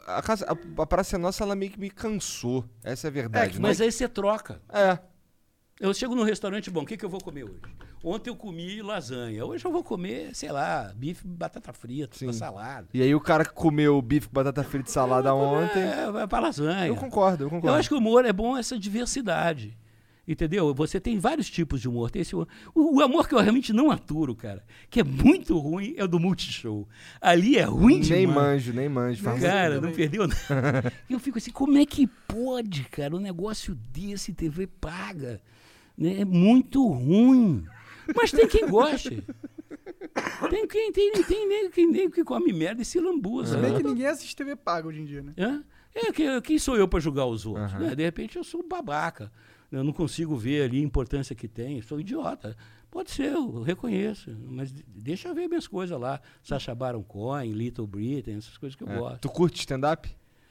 A Praça é Nossa, ela meio que me cansou. Essa é a verdade. Mas aí você troca. É. Eu chego num restaurante bom, o que eu vou comer hoje? Ontem eu comi lasanha, hoje eu vou comer, sei lá, bife, batata frita, salada. E aí o cara que comeu bife, batata frita e salada ontem... vai pra lasanha. Eu concordo. Eu acho que o humor é bom essa diversidade, entendeu? Você tem vários tipos de humor. Tem o amor que eu realmente não aturo, cara, que é muito ruim, é o do Multishow. Ali é ruim demais. Nem manjo. Cara, não perdeu nada. Eu fico assim, como é que pode, cara, um negócio desse, TV paga? Né? É muito ruim. Mas tem quem goste. Tem quem que come merda e se lambuza. Se bem que ninguém assiste TV paga hoje em dia, né? Quem sou eu para julgar os outros? Né? De repente eu sou um babaca. Eu não consigo ver ali a importância que tem. Sou idiota. Pode ser, eu reconheço. Mas deixa eu ver minhas coisas lá. Sacha Baron Cohen, Little Britain, essas coisas que eu gosto. Tu curte stand-up?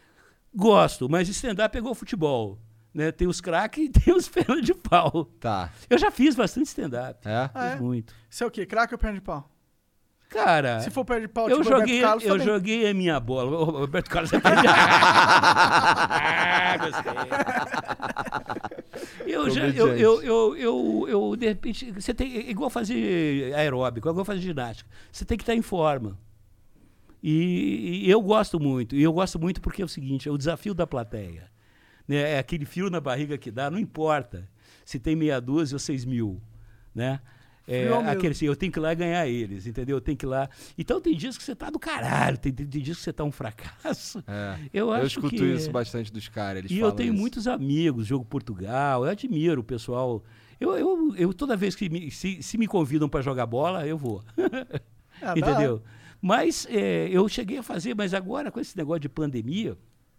Gosto, mas stand-up pegou futebol. Né? Tem os craques e tem os pernas de pau. Tá. Eu já fiz bastante stand-up. Fiz muito. Isso é o quê? Craque ou perna de pau? Cara... Se for perna de pau, eu joguei a minha bola. O Roberto Carlos é perna de pau. De repente, você tem... Igual fazer aeróbico, igual fazer ginástica. Você tem que estar em forma. E eu gosto muito. E eu gosto muito porque é o seguinte, é o desafio da plateia. Né? É aquele fio na barriga que dá, não importa se tem meia dúzia ou 6 mil, né? Aquele assim, eu tenho que ir lá ganhar eles, entendeu? Eu tenho que ir lá. Então tem dias que você tá do caralho, tem dias que você tá um fracasso. Eu escuto isso bastante dos caras. E eu tenho muitos amigos, Jogo Portugal, eu admiro o pessoal. Eu toda vez que se me convidam para jogar bola, eu vou. Entendeu? Mas eu cheguei a fazer, mas agora com esse negócio de pandemia,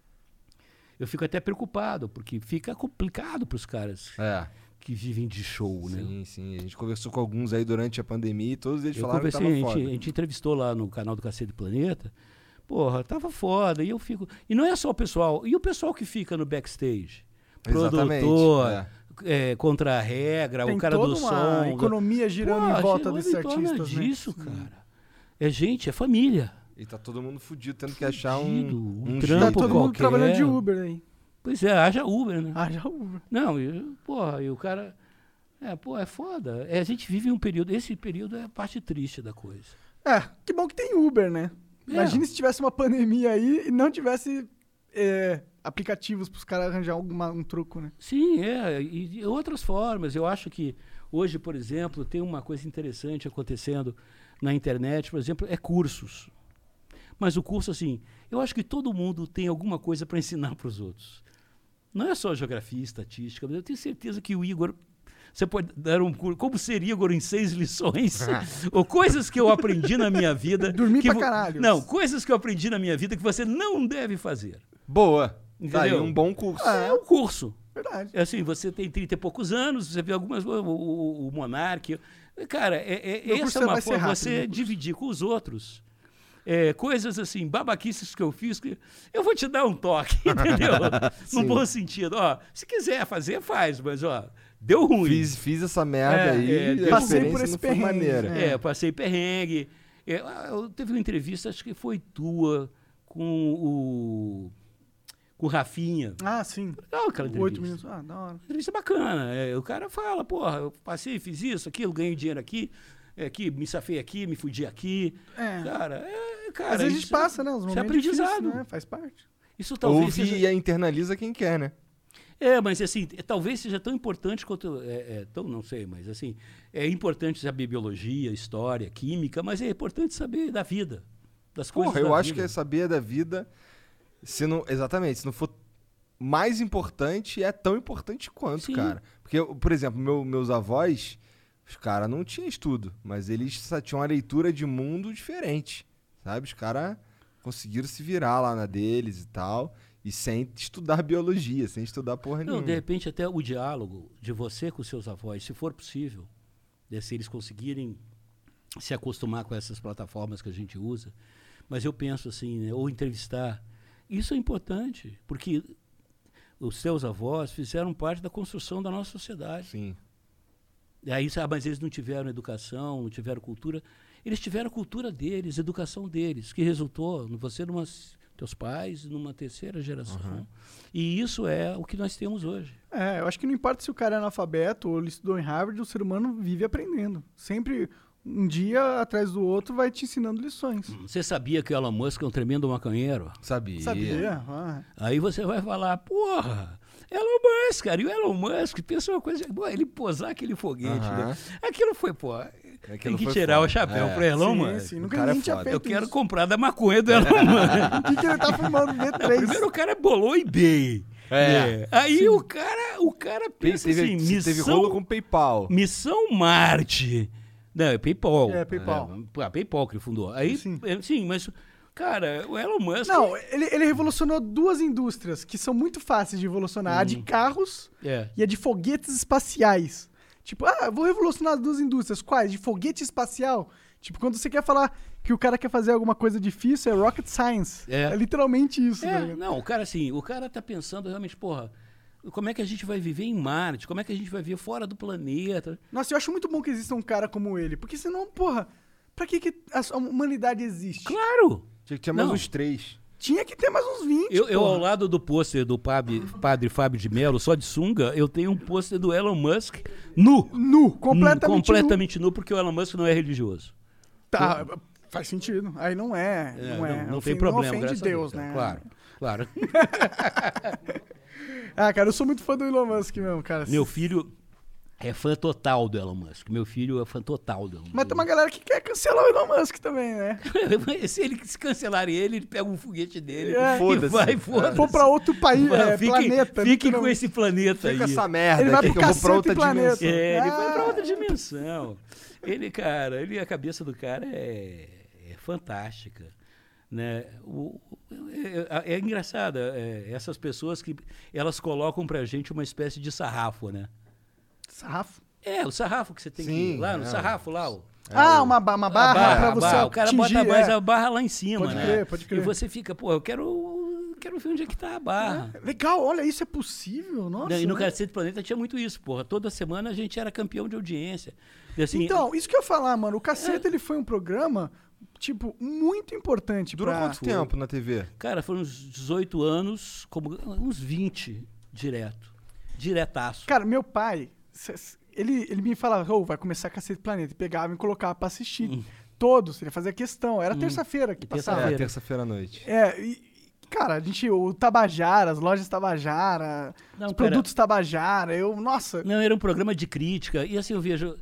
eu fico até preocupado, porque fica complicado para os caras que vivem de show, né? Sim. A gente conversou com alguns aí durante a pandemia e todos eles falaram que tava foda. A gente entrevistou lá no canal do Cacete Planeta. Porra, tava foda. E eu fico... E não é só o pessoal. E o pessoal que fica no backstage? Produtor, contra a regra, tem o cara do som. Tem economia girando em volta desses artistas, disso, cara. É gente, é família. E tá todo mundo fudido, tendo que achar um trampo. Tá todo mundo trabalhando de Uber aí. Pois é, haja Uber, né? Haja Uber. Não, e o cara... é foda. A gente vive um período... Esse período é a parte triste da coisa. Que bom que tem Uber, né? Imagina se tivesse uma pandemia aí e não tivesse aplicativos pros caras arranjar um truco, né? Sim, e outras formas. Eu acho que hoje, por exemplo, tem uma coisa interessante acontecendo na internet, por exemplo, cursos. Mas o curso, assim, eu acho que todo mundo tem alguma coisa para ensinar para os outros. Não é só geografia, estatística, mas eu tenho certeza que o Igor... Você pode dar um curso... Como seria, Igor, em 6 lições? Ou coisas que eu aprendi na minha vida... Dormir pra caralho. Não, coisas que eu aprendi na minha vida que você não deve fazer. Boa. Entendeu? Tá aí, um bom curso. É um curso. Verdade. Assim, você tem 30 e poucos anos, você vê algumas... O Monark... Cara, essa é uma forma de você dividir com os outros coisas assim, babaquices que eu fiz, que eu vou te dar um toque, entendeu? No bom sentido. Ó, se quiser fazer, faz, mas ó, deu ruim. Fiz essa merda aí, passei por esse perrengue. Maneira. Passei perrengue. Eu teve uma entrevista, acho que foi tua, com o Rafinha. Ah, sim. Legal aquela entrevista. 8 minutos. Ah, da hora. Entrevista bacana. O cara fala, porra, eu passei, fiz isso, aquilo, ganhei dinheiro aqui, me safei aqui, me fudi aqui. Cara, às vezes a gente passa, né? Os momentos aprendizado. difíceis, né? Faz parte. Isso talvez ouve seja... e internaliza quem quer, né? Mas assim, talvez seja tão importante quanto... não sei, mas assim, é importante saber biologia, história, química, mas é importante saber da vida, das coisas da vida. Eu acho que é saber da vida, se não for mais importante, é tão importante quanto, cara. Porque, por exemplo, meus avós, os caras não tinham estudo, mas eles tinham uma leitura de mundo diferente, sabe? Os caras conseguiram se virar lá na deles e tal... E sem estudar biologia, sem estudar porra nenhuma. De repente, até o diálogo de você com seus avós, se for possível, se eles conseguirem se acostumar com essas plataformas que a gente usa. Mas eu penso assim, né, ou entrevistar. Isso é importante, porque os seus avós fizeram parte da construção da nossa sociedade. Sim. E aí, mas eles não tiveram educação, não tiveram cultura. Eles tiveram a cultura deles, a educação deles, que resultou em você teus pais, numa terceira geração. Uhum. E isso é o que nós temos hoje. Eu acho que não importa se o cara é analfabeto ou ele estudou em Harvard, o ser humano vive aprendendo. Sempre, um dia atrás do outro, vai te ensinando lições. Você sabia que o Elon Musk é um tremendo maconheiro? Sabia. Aí você vai falar, porra, Elon Musk, cara. E o Elon Musk, pensa uma coisa, ele posar aquele foguete, né? Aquilo foi, tem que tirar o chapéu pro Elon Musk. Sim, nunca ninguém tinha feito Eu quero comprar da maconha do Elon Musk. O que ele tá fumando V3? Primeiro o cara bolou eBay. Aí o cara pensa assim, teve rolo com PayPal. Missão Marte. Não, é PayPal. PayPal. PayPal que ele fundou. Aí, sim, mas... Cara, o Elon Musk... Não, ele revolucionou duas indústrias que são muito fáceis de revolucionar. A de carros e a de foguetes espaciais. Tipo, vou revolucionar as duas indústrias. Quais? De foguete espacial? Tipo, quando você quer falar que o cara quer fazer alguma coisa difícil, é rocket science. É literalmente isso. Não, o cara tá pensando realmente, porra, como é que a gente vai viver em Marte? Como é que a gente vai viver fora do planeta? Nossa, eu acho muito bom que exista um cara como ele. Porque senão, porra, pra que a humanidade existe? Claro! Tinha que ter mais uns 3. Tinha que ter mais uns 20. Eu ao lado do pôster do padre Fábio de Mello, só de sunga, eu tenho um pôster do Elon Musk nu. Completamente nu, porque o Elon Musk não é religioso. Tá, faz sentido. Aí não é. Não tem problema, não ofende Deus, né? Claro. Cara, eu sou muito fã do Elon Musk mesmo, cara. Meu filho é fã total do Elon Musk. Meu filho é fã total do Elon Musk. Mas tem uma galera que quer cancelar o Elon Musk também, né? Se cancelarem ele pega um foguete dele e foda-se. Vou pra outro país, planeta. Fiquem com esse planeta aí. Fica essa merda ele vai aqui pro que eu vou pra outra planeta. dimensão. Ele vai pra outra dimensão. A cabeça do cara é fantástica. Né? É engraçado, essas pessoas que elas colocam pra gente uma espécie de sarrafo, né? Sarrafo? O sarrafo que você tem que ir lá no sarrafo lá. Uma barra pra você O cara atingir, bota mais a barra lá em cima, Pode crer. E você fica, eu quero ver onde é que tá a barra. Legal, olha, isso é possível, nossa. E no Cacete Planeta tinha muito isso, toda semana a gente era campeão de audiência. E assim, então, isso que eu ia falar, mano, o Cacete ele foi um programa, tipo, muito importante. Durou quanto tempo na TV? Cara, foram uns 18 anos, uns 20 diretaço. Cara, meu pai... Ele me falava, vai começar Cacete Planeta. E pegava e me colocava pra assistir. Todos, ele fazia questão. Era terça-feira que passava. Terça-feira à noite. Cara, o Tabajara, as lojas Tabajara, os produtos Tabajara, nossa... Não, era um programa de crítica. E assim, eu vejo...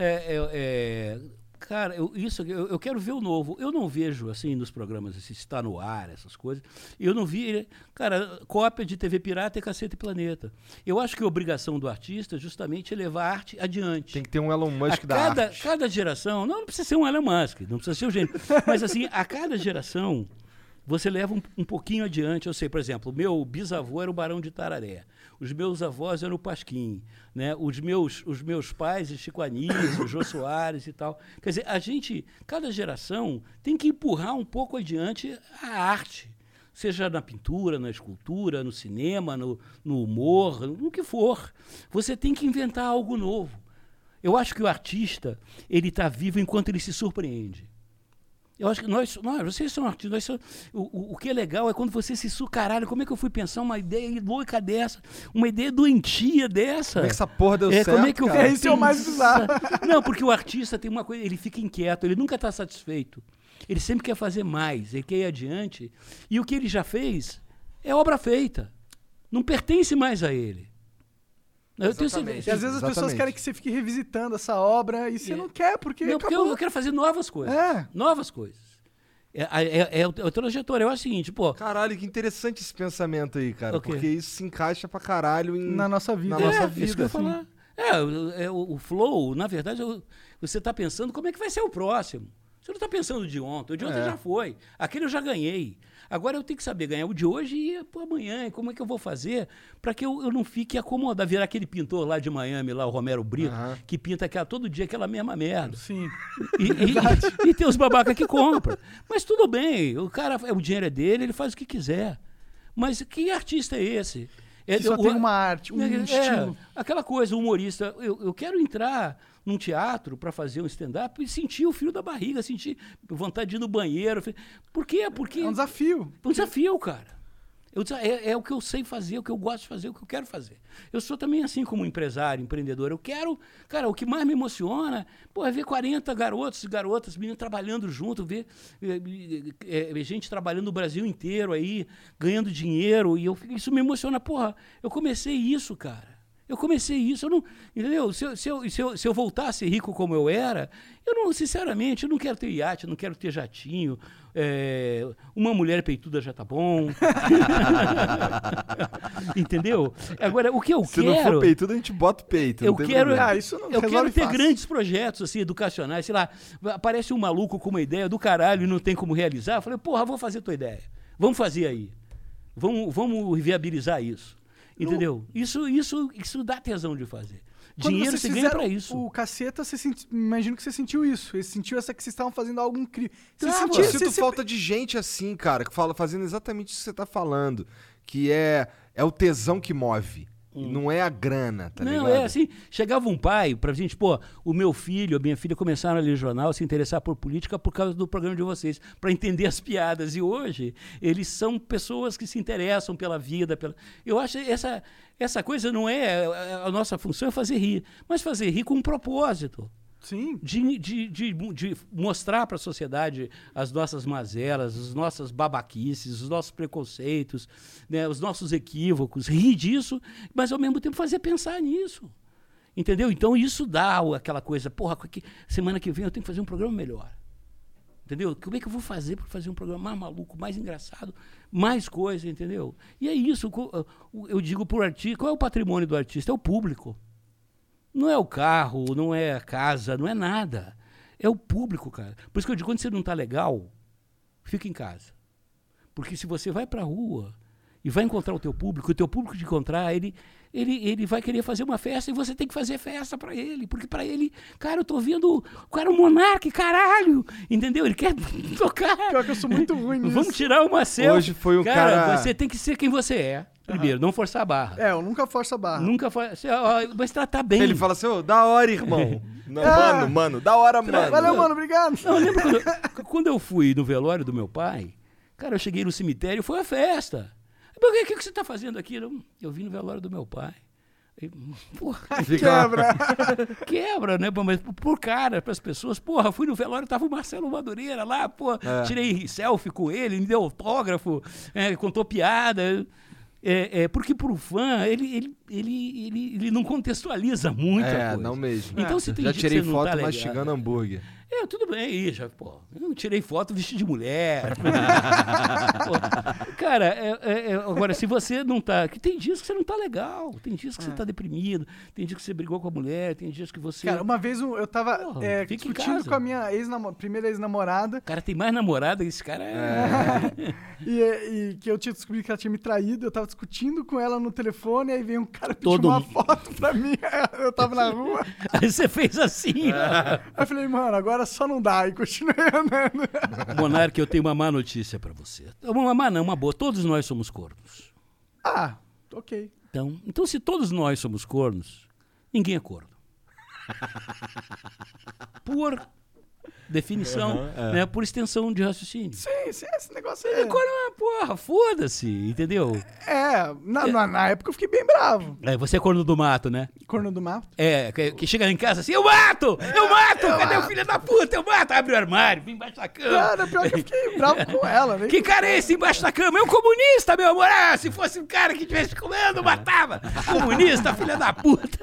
Cara, eu quero ver o novo. Eu não vejo, assim, nos programas, se está no ar, essas coisas. Eu não vi, cara, cópia de TV Pirata e Cacete Planeta. Eu acho que a obrigação do artista justamente é levar a arte adiante. Tem que ter um Elon Musk da arte. Cada geração, não precisa ser um Elon Musk, não precisa ser o gênio. Mas, assim, a cada geração, você leva um pouquinho adiante. Eu sei, por exemplo, o meu bisavô era o Barão de Tararé. Os meus avós eram o Pasquim, né? Os meus pais, o Chico Anísio, o Jô Soares e tal. Quer dizer, cada geração tem que empurrar um pouco adiante a arte. Seja na pintura, na escultura, no cinema, no humor, no que for. Você tem que inventar algo novo. Eu acho que o artista, ele está vivo enquanto ele se surpreende. Eu acho que vocês são artistas. O que é legal é quando você caralho, como é que eu fui pensar uma ideia louca dessa? Uma ideia doentia dessa? Como é que essa porra deu certo, como é que cara? Isso é o mais bizarro. Não, porque o artista tem uma coisa, ele fica inquieto, ele nunca está satisfeito. Ele sempre quer fazer mais, ele quer ir adiante. E o que ele já fez é obra feita. Não pertence mais a ele. Eu tenho certeza. E às vezes as pessoas querem que você fique revisitando essa obra e você não quer, porque. Não, porque eu quero fazer novas coisas. Novas coisas. É a trajetória. Eu acho o seguinte, pô. Caralho, que interessante esse pensamento aí, cara. Porque isso se encaixa pra caralho na nossa vida. Isso que eu ia falar. O flow, na verdade, você está pensando como é que vai ser o próximo. Você não está pensando de ontem. O de ontem já foi. Aquele eu já ganhei. Agora eu tenho que saber ganhar o de hoje e amanhã. E como é que eu vou fazer para que eu não fique acomodado? Virar aquele pintor lá de Miami, lá, o Romero Brito, que pinta todo dia aquela mesma merda. Sim. E tem os babacas que compram. Mas tudo bem. O dinheiro é dele, ele faz o que quiser. Mas que artista é esse? Só tem uma arte, um estilo. Aquela coisa, o humorista. Eu quero entrar num teatro para fazer um stand-up e sentir o frio da barriga, sentir vontade de ir no banheiro. Por quê? Porque é um desafio. É um desafio, cara. É o que eu sei fazer, o que eu gosto de fazer, o que eu quero fazer. Eu sou também assim como empresário, empreendedor. Eu quero... Cara, o que mais me emociona é ver 40 garotos e garotas, meninas trabalhando junto, ver gente trabalhando no Brasil inteiro aí, ganhando dinheiro. E isso me emociona. Eu comecei isso, cara. Eu comecei isso, eu não, entendeu? Se eu voltasse rico como eu era, sinceramente, eu não quero ter iate, não quero ter jatinho, uma mulher peituda já tá bom. Entendeu? Agora, o que eu quero... Se não for peituda, a gente bota o peito. Eu quero ter grandes projetos assim, educacionais, sei lá, aparece um maluco com uma ideia do caralho e não tem como realizar, eu falei, vou fazer tua ideia, vamos fazer aí, vamos viabilizar isso. Entendeu? Isso dá tesão de fazer. Dinheiro você ganha pra isso. O Caceta, imagino que você sentiu isso. Você sentiu que vocês estavam fazendo algo incrível. Eu sinto falta de gente assim, cara, que fazendo exatamente isso que você tá falando. Que é o tesão que move. Não é a grana, tá ligado? Não, é assim, chegava um pai pra gente, o meu filho, a minha filha começaram a ler jornal, se interessar por política por causa do programa de vocês, pra entender as piadas. E hoje, eles são pessoas que se interessam pela vida. Eu acho essa coisa não é... A nossa função é fazer rir, mas fazer rir com um propósito. Sim. De mostrar para a sociedade as nossas mazelas, as nossas babaquices, os nossos preconceitos, né, os nossos equívocos, rir disso, mas ao mesmo tempo fazer pensar nisso. Entendeu? Então isso dá aquela coisa, semana que vem eu tenho que fazer um programa melhor. Entendeu? Como é que eu vou fazer para fazer um programa mais maluco, mais engraçado, mais coisa, entendeu? E é isso, eu digo para o artista, qual é o patrimônio do artista? É o público. Não é o carro, não é a casa, não é nada. É o público, cara. Por isso que eu digo, quando você não está legal, fica em casa. Porque se você vai para a rua e vai encontrar o teu público te encontrar, ele vai querer fazer uma festa e você tem que fazer festa para ele. Porque para ele, cara, eu tô vendo o cara, o Monark, caralho. Entendeu? Ele quer tocar. Pior que eu sou muito ruim nisso. Vamos tirar uma selfie. Hoje foi o cara... Você tem que ser quem você é. Primeiro, não forçar a barra. Eu nunca forço a barra. Mas tratar bem. Ele fala assim, da hora, irmão. Não, mano, da hora, mano. Valeu, mano, obrigado. Não, eu lembro quando eu fui no velório do meu pai, cara, eu cheguei no cemitério, foi a festa. O que você tá fazendo aqui? Eu vim no velório do meu pai. Quebra, né? Mas para as pessoas, fui no velório, tava o Marcelo Madureira lá, tirei selfie com ele, me deu autógrafo, contou piada. Porque pro fã, ele não contextualiza muito a coisa. Não mesmo. Então, se tem já dia tirei que você foto não tá mastigando hambúrguer. Tudo bem, já, pô, eu tirei foto vestido de mulher. Pô, cara, agora, se você não tá... Que tem dias que você não tá legal, tem dias que você tá deprimido, tem dias que você brigou com a mulher, tem dias que você... Cara, uma vez eu tava discutindo com a minha primeira ex-namorada. O cara tem mais namorada que esse cara E que eu tinha descobrido que ela tinha me traído, eu tava discutindo com ela no telefone, aí veio um cara pedir uma foto pra mim, eu tava na rua. Aí você fez assim. Aí eu falei, mano, agora só não dá, e continuei andando. Monark, eu tenho uma má notícia pra você. Uma má não, uma boa. Todos nós somos cornos. Ok. Então, se todos nós somos cornos, ninguém é corno. Por definição, né? Por extensão de raciocínio. Sim, esse negócio aí. Porra, foda-se, entendeu? Na época eu fiquei bem bravo. Você é corno do mato, né? Corno do mato? Que chega em casa assim, eu mato! Cadê o filho da puta? Eu mato! Abre o armário, vem embaixo da cama. Cara, pior que eu fiquei bravo com ela, né? Que cara é esse embaixo da cama? É um comunista, meu amor! Se fosse um cara que estivesse comendo, matava! Comunista, filha da puta!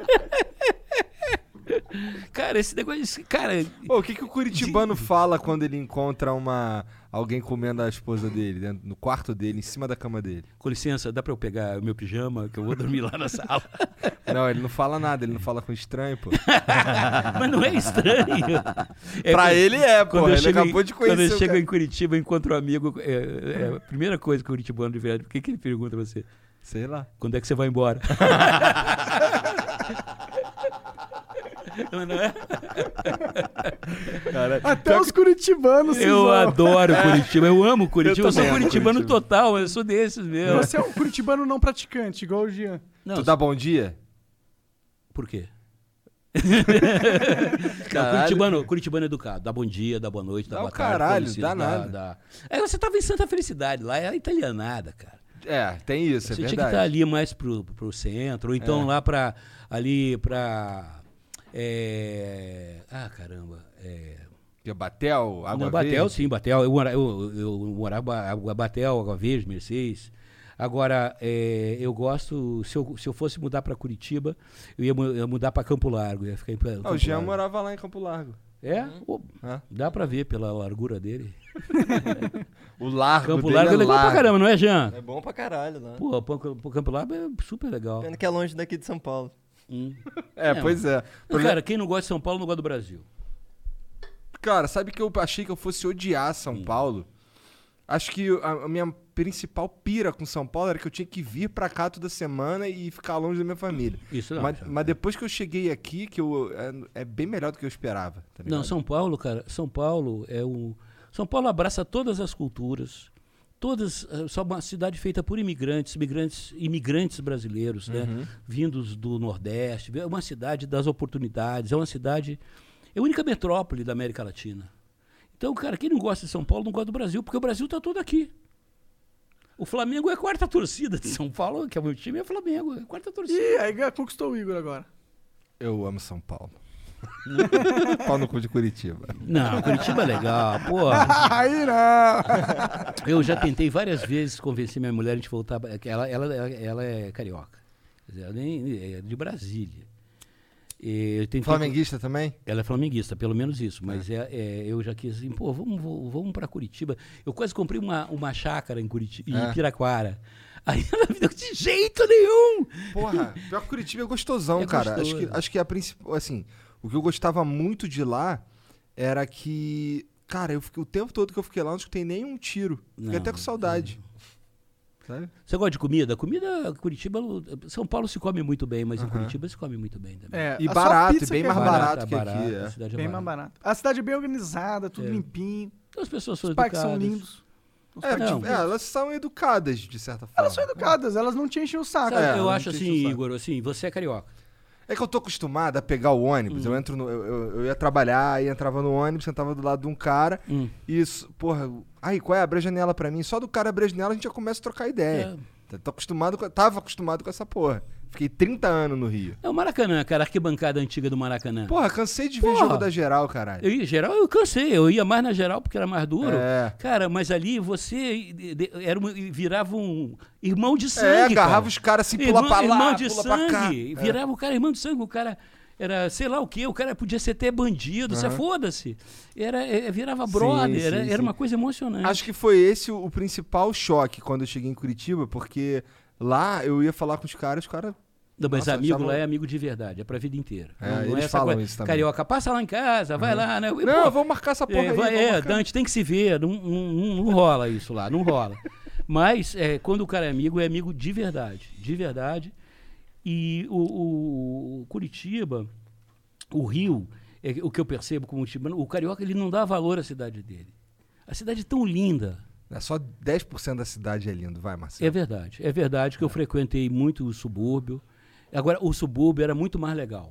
Cara, esse negócio... Cara... O que o curitibano fala quando ele encontra alguém comendo a esposa dele, no quarto dele, em cima da cama dele? Com licença, dá pra eu pegar o meu pijama, que eu vou dormir lá na sala? Não, ele não fala nada, ele não fala com estranho, pô. Mas não é estranho. Pra ele pô, ele acabou de conhecer. Quando eu chego em Curitiba, eu encontro um amigo, a primeira coisa que o curitibano de verdade, o que ele pergunta pra você? Sei lá. Quando é que você vai embora? Não é? Cara, até os curitibanos. Eu adoro Curitiba, eu amo Curitiba. Eu sou curitibano total, eu sou desses mesmo. Você é um curitibano não praticante, igual o Jean. Tu dá bom dia? Por quê? Curitibano educado. Dá bom dia, dá boa noite, dá boa tarde. Caralho, dá nada. Você tava em Santa Felicidade, lá é a italianada, cara. Tem isso, você é verdade. Você tinha que estar ali mais pro centro, ou então lá pra... caramba. Batel, Água Verde? Batel, sim, Batel. Eu morava Batel, Água Verde, Mercedes. Agora, eu gosto... Se eu fosse mudar para Curitiba, eu ia mudar para Campo Largo. Ia ficar em Campo o Jean morava lá em Campo Largo. Dá pra ver pela largura dele. O largo Campo Largo é legal pra caramba, não é, Jean? É bom pra caralho, né? Pô, Campo Largo é super legal. Pena que é longe daqui de São Paulo. Pois é. Cara, quem não gosta de São Paulo não gosta do Brasil. Cara, sabe que eu achei que eu fosse odiar São Paulo? Acho que a minha principal pira com São Paulo era que eu tinha que vir pra cá toda semana e ficar longe da minha família. Isso não. Mas depois que eu cheguei aqui, é bem melhor do que eu esperava. Tá ligado? Não, São Paulo, cara, São Paulo abraça todas as culturas. Só uma cidade feita por imigrantes brasileiros, né? Vindos do Nordeste. É uma cidade das oportunidades, é a única metrópole da América Latina. Então, cara, quem não gosta de São Paulo não gosta do Brasil, porque o Brasil está todo aqui. O Flamengo é a quarta torcida de São Paulo, que é o meu time, é o Flamengo, é a quarta torcida. Ih, aí conquistou o Igor agora. Eu amo São Paulo. Pau no cu de Curitiba. Não, Curitiba é legal, pô. Aí não. Eu já tentei várias vezes convencer minha mulher a gente voltar. Ela é carioca. Ela é de Brasília. Flamenguista também? Ela é flamenguista, pelo menos isso. Mas eu já quis assim, pô, vamos pra Curitiba. Eu quase comprei uma chácara em Piraquara. Aí ela me deu de jeito nenhum. Porra, pior que Curitiba é gostosão, cara. Acho que a principal, assim, o que eu gostava muito de lá era que, cara, o tempo todo que eu fiquei lá não escutei nenhum tiro. Fiquei até com saudade. Sabe? Você gosta de comida? Curitiba, São Paulo se come muito bem, mas em Curitiba se come muito bem também. E barato, bem mais barato que aqui. A cidade é bem mais barato. A cidade é bem organizada, tudo limpinho. Então as pessoas são educadas. Os parques são lindos. Elas são educadas, de certa forma. Elas são educadas, elas não te enchem o saco. Eu acho assim, Igor, assim, você é carioca. É que eu tô acostumado a pegar o ônibus. Eu ia trabalhar, e entrava no ônibus, sentava do lado de um cara. E isso, porra, qual é? Abre a janela pra mim. Só do cara abrir a janela a gente já começa a trocar ideia. Tava acostumado com essa porra. Fiquei 30 anos no Rio. É o Maracanã, cara, a arquibancada antiga do Maracanã. Porra, cansei de ver jogo da Geral, caralho. Eu cansei, eu ia mais na Geral porque era mais duro. Cara, mas ali você virava um irmão de sangue. Agarrava os caras assim, pula pra lá, irmão de pula sangue. pra cá. Virava o cara irmão de sangue, o cara era sei lá o quê, o cara podia ser até bandido, você foda-se. Virava brother, era uma coisa emocionante. Acho que foi esse o principal choque quando eu cheguei em Curitiba, porque lá eu ia falar com os caras. Não, mas amigo lá é amigo de verdade, é pra vida inteira. Não eles falam isso também. Carioca, passa lá em casa, vai lá, né? Não, vamos marcar essa porra aí. Dante, tem que se ver, não rola isso lá, não rola. Mas quando o cara é amigo de verdade, de verdade. E o Curitiba, o Rio, o que eu percebo como curitibano, o carioca ele não dá valor à cidade dele. A cidade é tão linda. Só 10% da cidade é lindo, vai, Marcelo. É verdade que eu frequentei muito o subúrbio. Agora, o subúrbio era muito mais legal.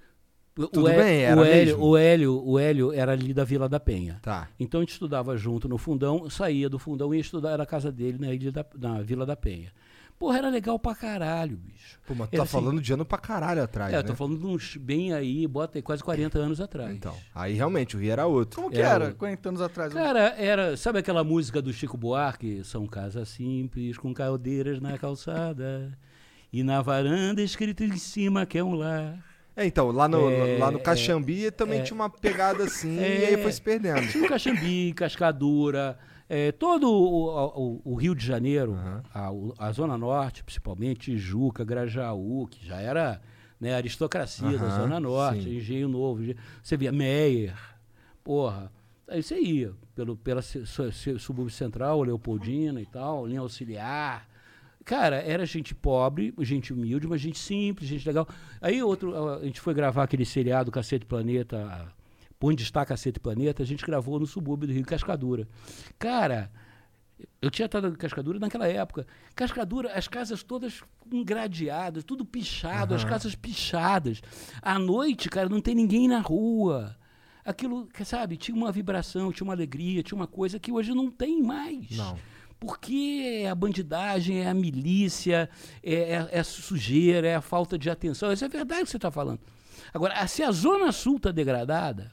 O Hélio era ali da Vila da Penha. Tá. Então a gente estudava junto no fundão, saía do fundão e ia estudar na casa dele na Vila da Penha. Porra, era legal pra caralho, bicho. Pô, mas tu tá falando de ano pra caralho atrás, né? Eu tô falando de uns bem aí, bota aí, quase 40 anos atrás. Então, aí realmente o Rio era outro. Como que era 40 anos atrás? Cara, sabe aquela música do Chico Buarque? São casas simples, com caldeiras na calçada, e na varanda escrito em cima que é um lar. Então, lá no Caxambi também tinha uma pegada assim, e aí foi se perdendo. Tinha o Caxambi, Cascadura... todo o Rio de Janeiro, a Zona Norte, principalmente, Tijuca, Grajaú, que já era, né, aristocracia da Zona Norte, sim. Engenho Novo. Você via Meyer, porra. Aí você ia pela subúrbio central, Leopoldina e tal, linha auxiliar. Cara, era gente pobre, gente humilde, mas gente simples, gente legal. Aí a gente foi gravar aquele seriado Cacete Planeta... Onde está Cacete Planeta, a gente gravou no subúrbio do Rio, Cascadura. Cara, eu tinha estado em Cascadura naquela época. Cascadura, as casas todas gradeadas, tudo pichado, as casas pichadas. À noite, cara, não tem ninguém na rua. Aquilo, sabe, tinha uma vibração, tinha uma alegria, tinha uma coisa que hoje não tem mais. Não. Porque é a bandidagem, é a milícia, é a sujeira, é a falta de atenção. Isso é verdade que você está falando. Agora, se a Zona Sul está degradada,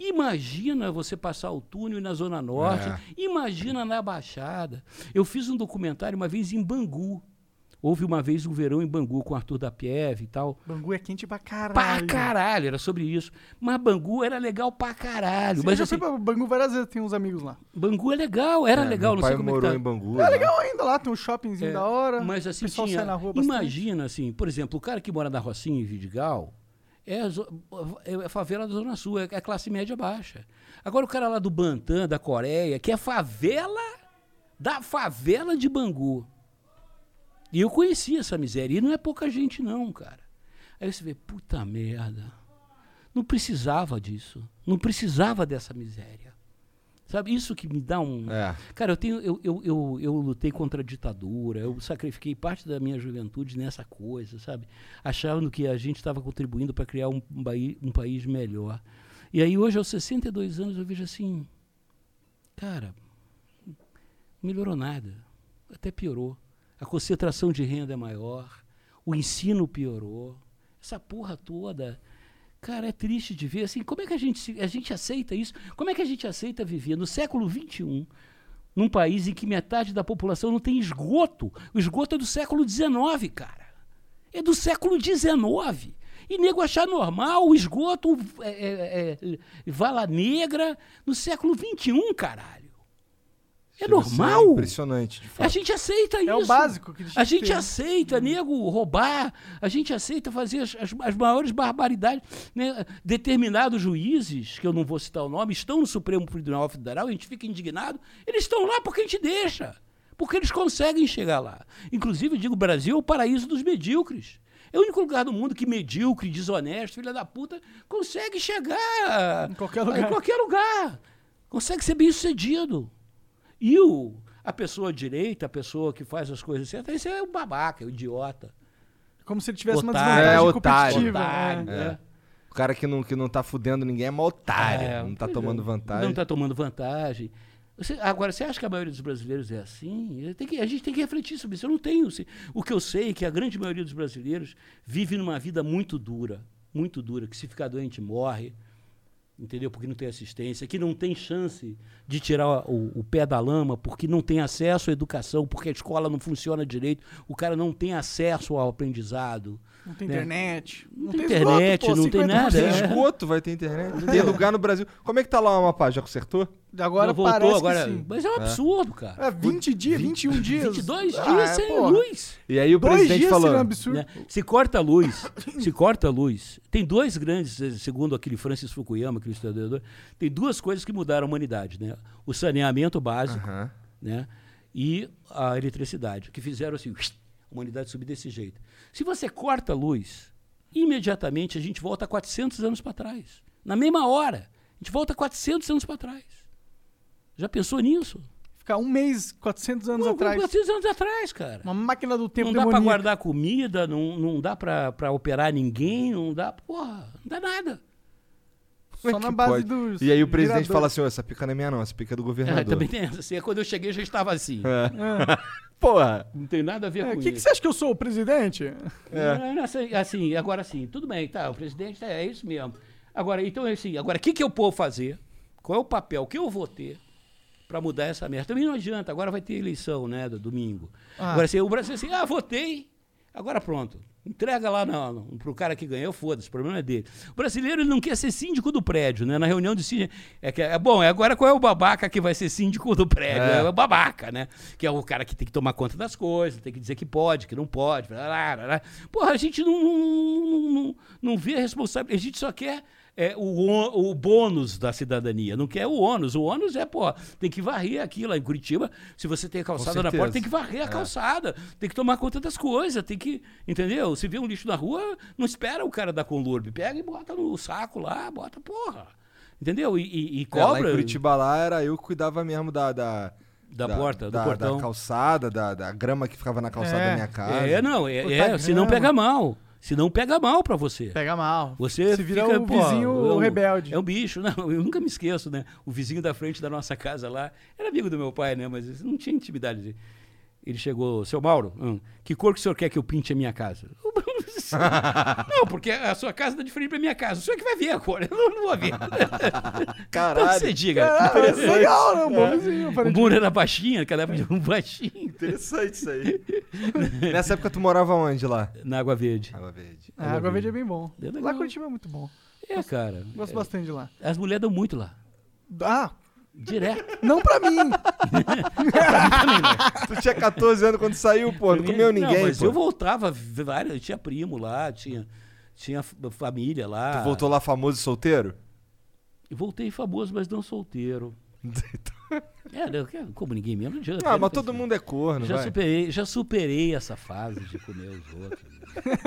imagina você passar o túnel na Zona Norte, imagina na Baixada. Eu fiz um documentário uma vez em Bangu. Houve uma vez um verão em Bangu com o Arthur da Pieve e tal. Bangu é quente pra caralho. Pra caralho, era sobre isso. Mas Bangu era legal pra caralho. Sim, mas eu já fui pra Bangu várias vezes, tem uns amigos lá. Bangu é legal, era legal. Meu não sei pai como morou é que tá. em Bangu. É legal ainda lá, tem um shoppingzinho da hora. Mas assim, o pessoal sai na rua bastante. Imagina assim, por exemplo, o cara que mora na Rocinha, em Vidigal, é a favela da Zona Sul, é a classe média baixa. Agora o cara lá do Bantan, da Coreia, que é favela da favela de Bangu. E eu conheci essa miséria. E não é pouca gente, não, cara. Aí você vê, puta merda. Não precisava disso. Não precisava dessa miséria. Sabe, isso que me dá um... Cara, eu lutei contra a ditadura, eu sacrifiquei parte da minha juventude nessa coisa, sabe? Achando que a gente estava contribuindo para criar um país melhor. E aí hoje, aos 62 anos, eu vejo assim... Cara, não melhorou nada. Até piorou. A concentração de renda é maior, o ensino piorou, essa porra toda. Cara, é triste de ver, assim, como é que a gente aceita isso? Como é que a gente aceita viver no século XXI, num país em que metade da população não tem esgoto? O esgoto é do século XIX, cara. É do século XIX. E nego achar normal o esgoto, vala negra, no século XXI, caralho. É normal. É impressionante, de fato. A gente aceita isso. É o básico que a gente aceita, nego, roubar. A gente aceita fazer as maiores barbaridades. Né? Determinados juízes, que eu não vou citar o nome, estão no Supremo Tribunal Federal, a gente fica indignado. Eles estão lá porque a gente deixa. Porque eles conseguem chegar lá. Inclusive, eu digo, o Brasil é o paraíso dos medíocres. É o único lugar do mundo que medíocre, desonesto, filha da puta, consegue chegar em qualquer lugar. Em qualquer lugar. Consegue ser bem-sucedido. E a pessoa direita, a pessoa que faz as coisas certas, esse é o babaca, é o idiota. Como se ele tivesse uma desvantagem competitiva. Otário. O cara que não tá fudendo ninguém é uma otária. Não tá tomando vantagem. Não tá tomando vantagem. Agora, você acha que a maioria dos brasileiros é assim? A gente tem que refletir sobre isso. Eu não tenho. O que eu sei é que a grande maioria dos brasileiros vive numa vida muito dura, que se ficar doente morre. entendeu? Porque não tem assistência, que não tem chance de tirar o pé da lama, porque não tem acesso à educação, porque a escola não funciona direito, o cara não tem acesso ao aprendizado. Não tem internet. Não tem internet, esgoto, pô, não tem nada. Sem esgoto vai ter internet. Tem lugar no Brasil. Como é que tá lá o Amapá? Já consertou? Agora voltou, parece agora, que sim. Mas é um absurdo, cara. 20 dias, 21 dias. 22 dias sem luz. E aí o presidente falou... Né? Se corta a luz, tem dois grandes, segundo aquele Francis Fukuyama, aquele historiador, tem duas coisas que mudaram a humanidade, né? O saneamento básico, né? E a eletricidade, que fizeram assim, a humanidade subir desse jeito. Se você corta a luz, imediatamente a gente volta 400 anos para trás. Na mesma hora, a gente volta 400 anos para trás. Já pensou nisso? Ficar um mês, 400 anos atrás. 400 anos atrás, cara. Uma máquina do tempo demoníaca. Não dá para guardar comida, não dá para operar ninguém, não dá... Porra, não dá nada. Só na base dos... E aí o presidente fala assim, essa pica não é minha não, essa pica é do governador. Também tem essa. Assim, quando eu cheguei já estava assim. Porra. Não tem nada a ver com isso. O que você acha que eu sou, o presidente? Assim, agora sim, tudo bem, tá, o presidente é isso mesmo. Agora, então, assim, agora, o que eu posso fazer? Qual é o papel que eu vou ter para mudar essa merda? Também não adianta, agora vai ter eleição, né, do domingo. Agora, assim, o Brasil assim, votei, agora pronto. Entrega lá pro cara que ganhou, foda-se, o problema é dele. O brasileiro ele não quer ser síndico do prédio, né? Na reunião de síndico. Agora qual é o babaca que vai ser síndico do prédio? É o babaca, né? Que é o cara que tem que tomar conta das coisas, tem que dizer que pode, que não pode. Porra, a gente não vê a responsabilidade, a gente só quer o bônus da cidadania, não quer o ônus. O ônus tem que varrer aqui lá em Curitiba. Se você tem a calçada na porta, tem que varrer a calçada, tem que tomar conta das coisas, tem que, entendeu? Se vê um lixo na rua, não espera o cara da Conlurb, pega e bota no saco lá, bota, porra, entendeu? E cobra. Lá em Curitiba lá era eu que cuidava mesmo da porta, do portão. Da calçada, da grama que ficava na calçada da minha casa. Se não pega mal. Se não pega mal pra você. Pega mal. Você se vira o vizinho rebelde. É um bicho. Não, eu nunca me esqueço, né? O vizinho da frente da nossa casa lá, era amigo do meu pai, né? Mas não tinha intimidade. Ele chegou, seu Mauro, que cor que o senhor quer que eu pinte a minha casa? Não, porque a sua casa tá de frente pra minha casa. O senhor que vai ver a cor, eu não vou ver. Caralho. Então você diga. Legal, né? Um bom vizinho. O muro era baixinho, naquela época de um baixinho. Interessante isso aí. Nessa época tu morava onde lá? Na Água Verde. Água Verde. Água Verde é bem bom. Lá Curitiba é muito bom. Cara. Gosto bastante de lá. As mulheres dão muito lá. Direto. Não pra mim. Tu tinha 14 anos quando saiu, pô. Não comeu ninguém, não, mas pô. eu voltava, eu tinha primo lá, tinha família lá. Tu voltou lá famoso e solteiro? Eu voltei famoso, mas não solteiro. Como ninguém mesmo, não adianta. Mas todo mundo é corno, já superei essa fase de comer os outros.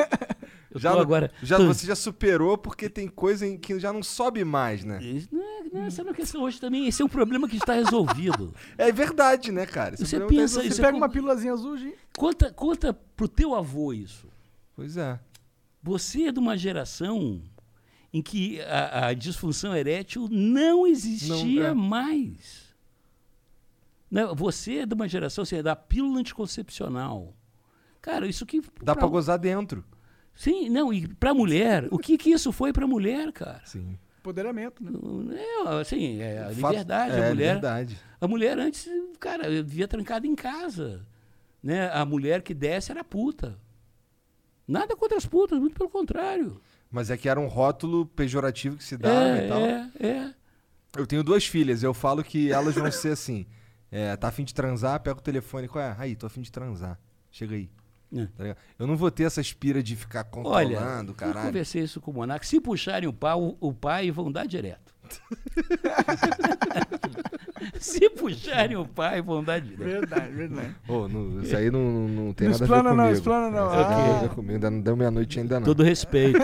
Você já superou porque tem coisa em que já não sobe mais, né? Essa é uma questão hoje também. Esse é um problema que está resolvido. É verdade, né, cara? Você pensa... Você pega uma pílulazinha azul, gente. Conta pro teu avô isso. Pois é. Você é de uma geração em que a disfunção erétil não existia mais. Você é de uma geração assim, da pílula anticoncepcional. Cara, isso que... Dá pra gozar dentro. Sim, e pra mulher, o que isso foi pra mulher, cara? Sim. Empoderamento, né? A liberdade. Liberdade. A mulher antes, cara, vivia trancada em casa. Né? A mulher que desce era puta. Nada contra as putas, muito pelo contrário. Mas é que era um rótulo pejorativo que se dava e tal. Eu tenho 2 filhas, eu falo que elas vão ser assim. Tá a fim de transar, pega o telefone. Qual é? Aí, tô a fim de transar. Chega aí. Tá, eu não vou ter essa aspira de ficar controlando, caralho. Eu conversei isso com o Monarca. Se puxarem o pai, vão dar direto. Se puxarem o pai, vão dar direto. Verdade. Isso aí não tem nada a ver comigo. Não explana não. Não tem nada a ver comigo. Ainda não deu meia-noite ainda não. Todo respeito.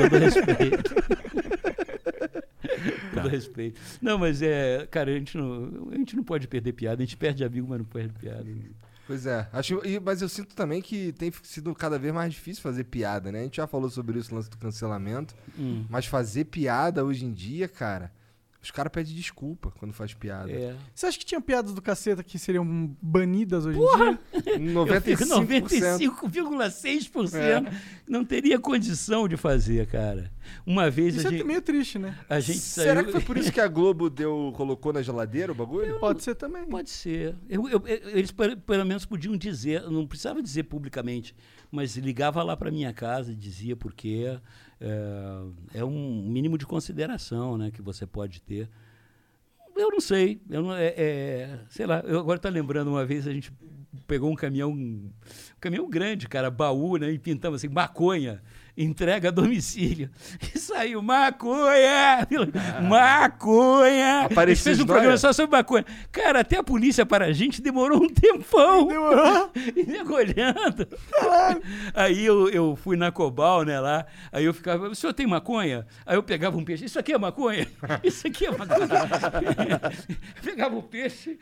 Todo respeito. Não, mas cara, a gente não pode perder piada. A gente perde amigo, mas não perde piada. Pois é. Mas eu sinto também que tem sido cada vez mais difícil fazer piada, né? A gente já falou sobre isso, o lance do cancelamento. Mas fazer piada hoje em dia, cara... Os caras pedem desculpa quando faz piada. Você acha que tinha piadas do caceta que seriam banidas hoje em dia? 95,6% não teria condição de fazer, cara. Uma vez Isso é meio triste, né? Será que foi por isso que a Globo colocou na geladeira o bagulho? Pode ser também. Pode ser. Eles pelo menos podiam dizer, não precisava dizer publicamente, mas ligava lá para minha casa e dizia porque é um mínimo de consideração, né, que você pode ter. Eu não sei. Sei lá, eu agora estou lembrando, uma vez a gente pegou um caminhão grande, cara, baú, né, e pintamos assim, maconha, entrega a domicílio. E saiu maconha! Maconha! Apareceu. A gente fez um programa só sobre maconha. Cara, até a polícia para a gente demorou um tempão. Demorou? E nego olhando. Aí eu fui na Cobal, né, lá. Aí eu ficava, o senhor tem maconha? Aí eu pegava um peixe. Isso aqui é maconha? Isso aqui é maconha? Pegava o peixe.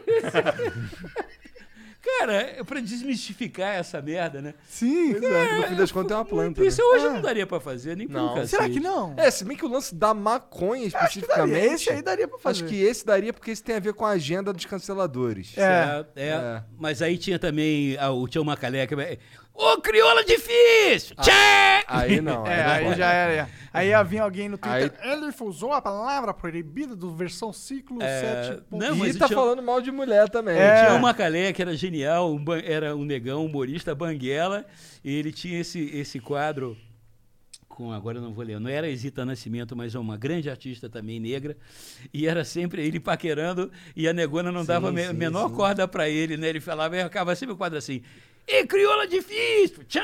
Cara, é pra desmistificar essa merda, né? Sim. Pois é, no fim das contas é uma planta. Isso hoje não daria pra fazer, nem por um cacete. Será que não? Se bem que o lance da maconha especificamente... Esse aí daria pra fazer. Acho que esse daria porque esse tem a ver com a agenda dos canceladores. Mas aí tinha também tinha uma caleca... Ô, crioula difícil! Aí não. Aí já era. Aí ia vir alguém no Twitter. Ele usou a palavra proibida do versão ciclo 7. Não, mas tá falando mal de mulher também. Tinha uma Calé que era genial, era um negão, humorista, banguela, e ele tinha esse quadro agora eu não vou ler, não era Zita Nascimento, mas uma grande artista também negra, e era sempre ele paquerando, e a negona não dava a menor corda pra ele, né? Ele falava, e acaba sempre o quadro assim, e crioula difícil, tchan!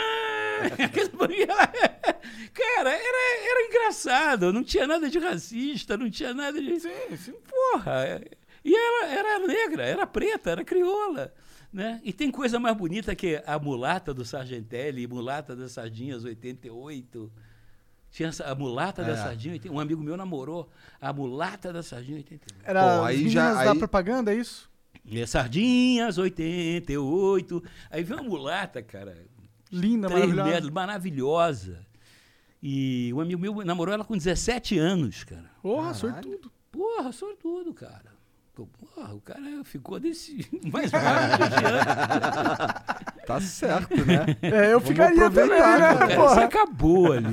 Cara, era engraçado, não tinha nada de racista, não tinha nada de... Sim. Porra! E ela era negra, era preta, era crioula, né? E tem coisa mais bonita que a mulata do Sargentelli, mulata das Sardinhas 88. Tinha a mulata da Sardinha, um amigo meu namorou a mulata da Sardinha 88. Era as meninas da propaganda, é isso? Sardinhas 88. Aí veio uma mulata, cara. Linda, maravilhosa. E um amigo meu namorou ela com 17 anos, cara. Porra, sortudo. Porra, sortudo, cara. Porra, o cara ficou desse mais rápido de ano. Tá certo, né? Eu ficaria também, né? Cara, você acabou ali.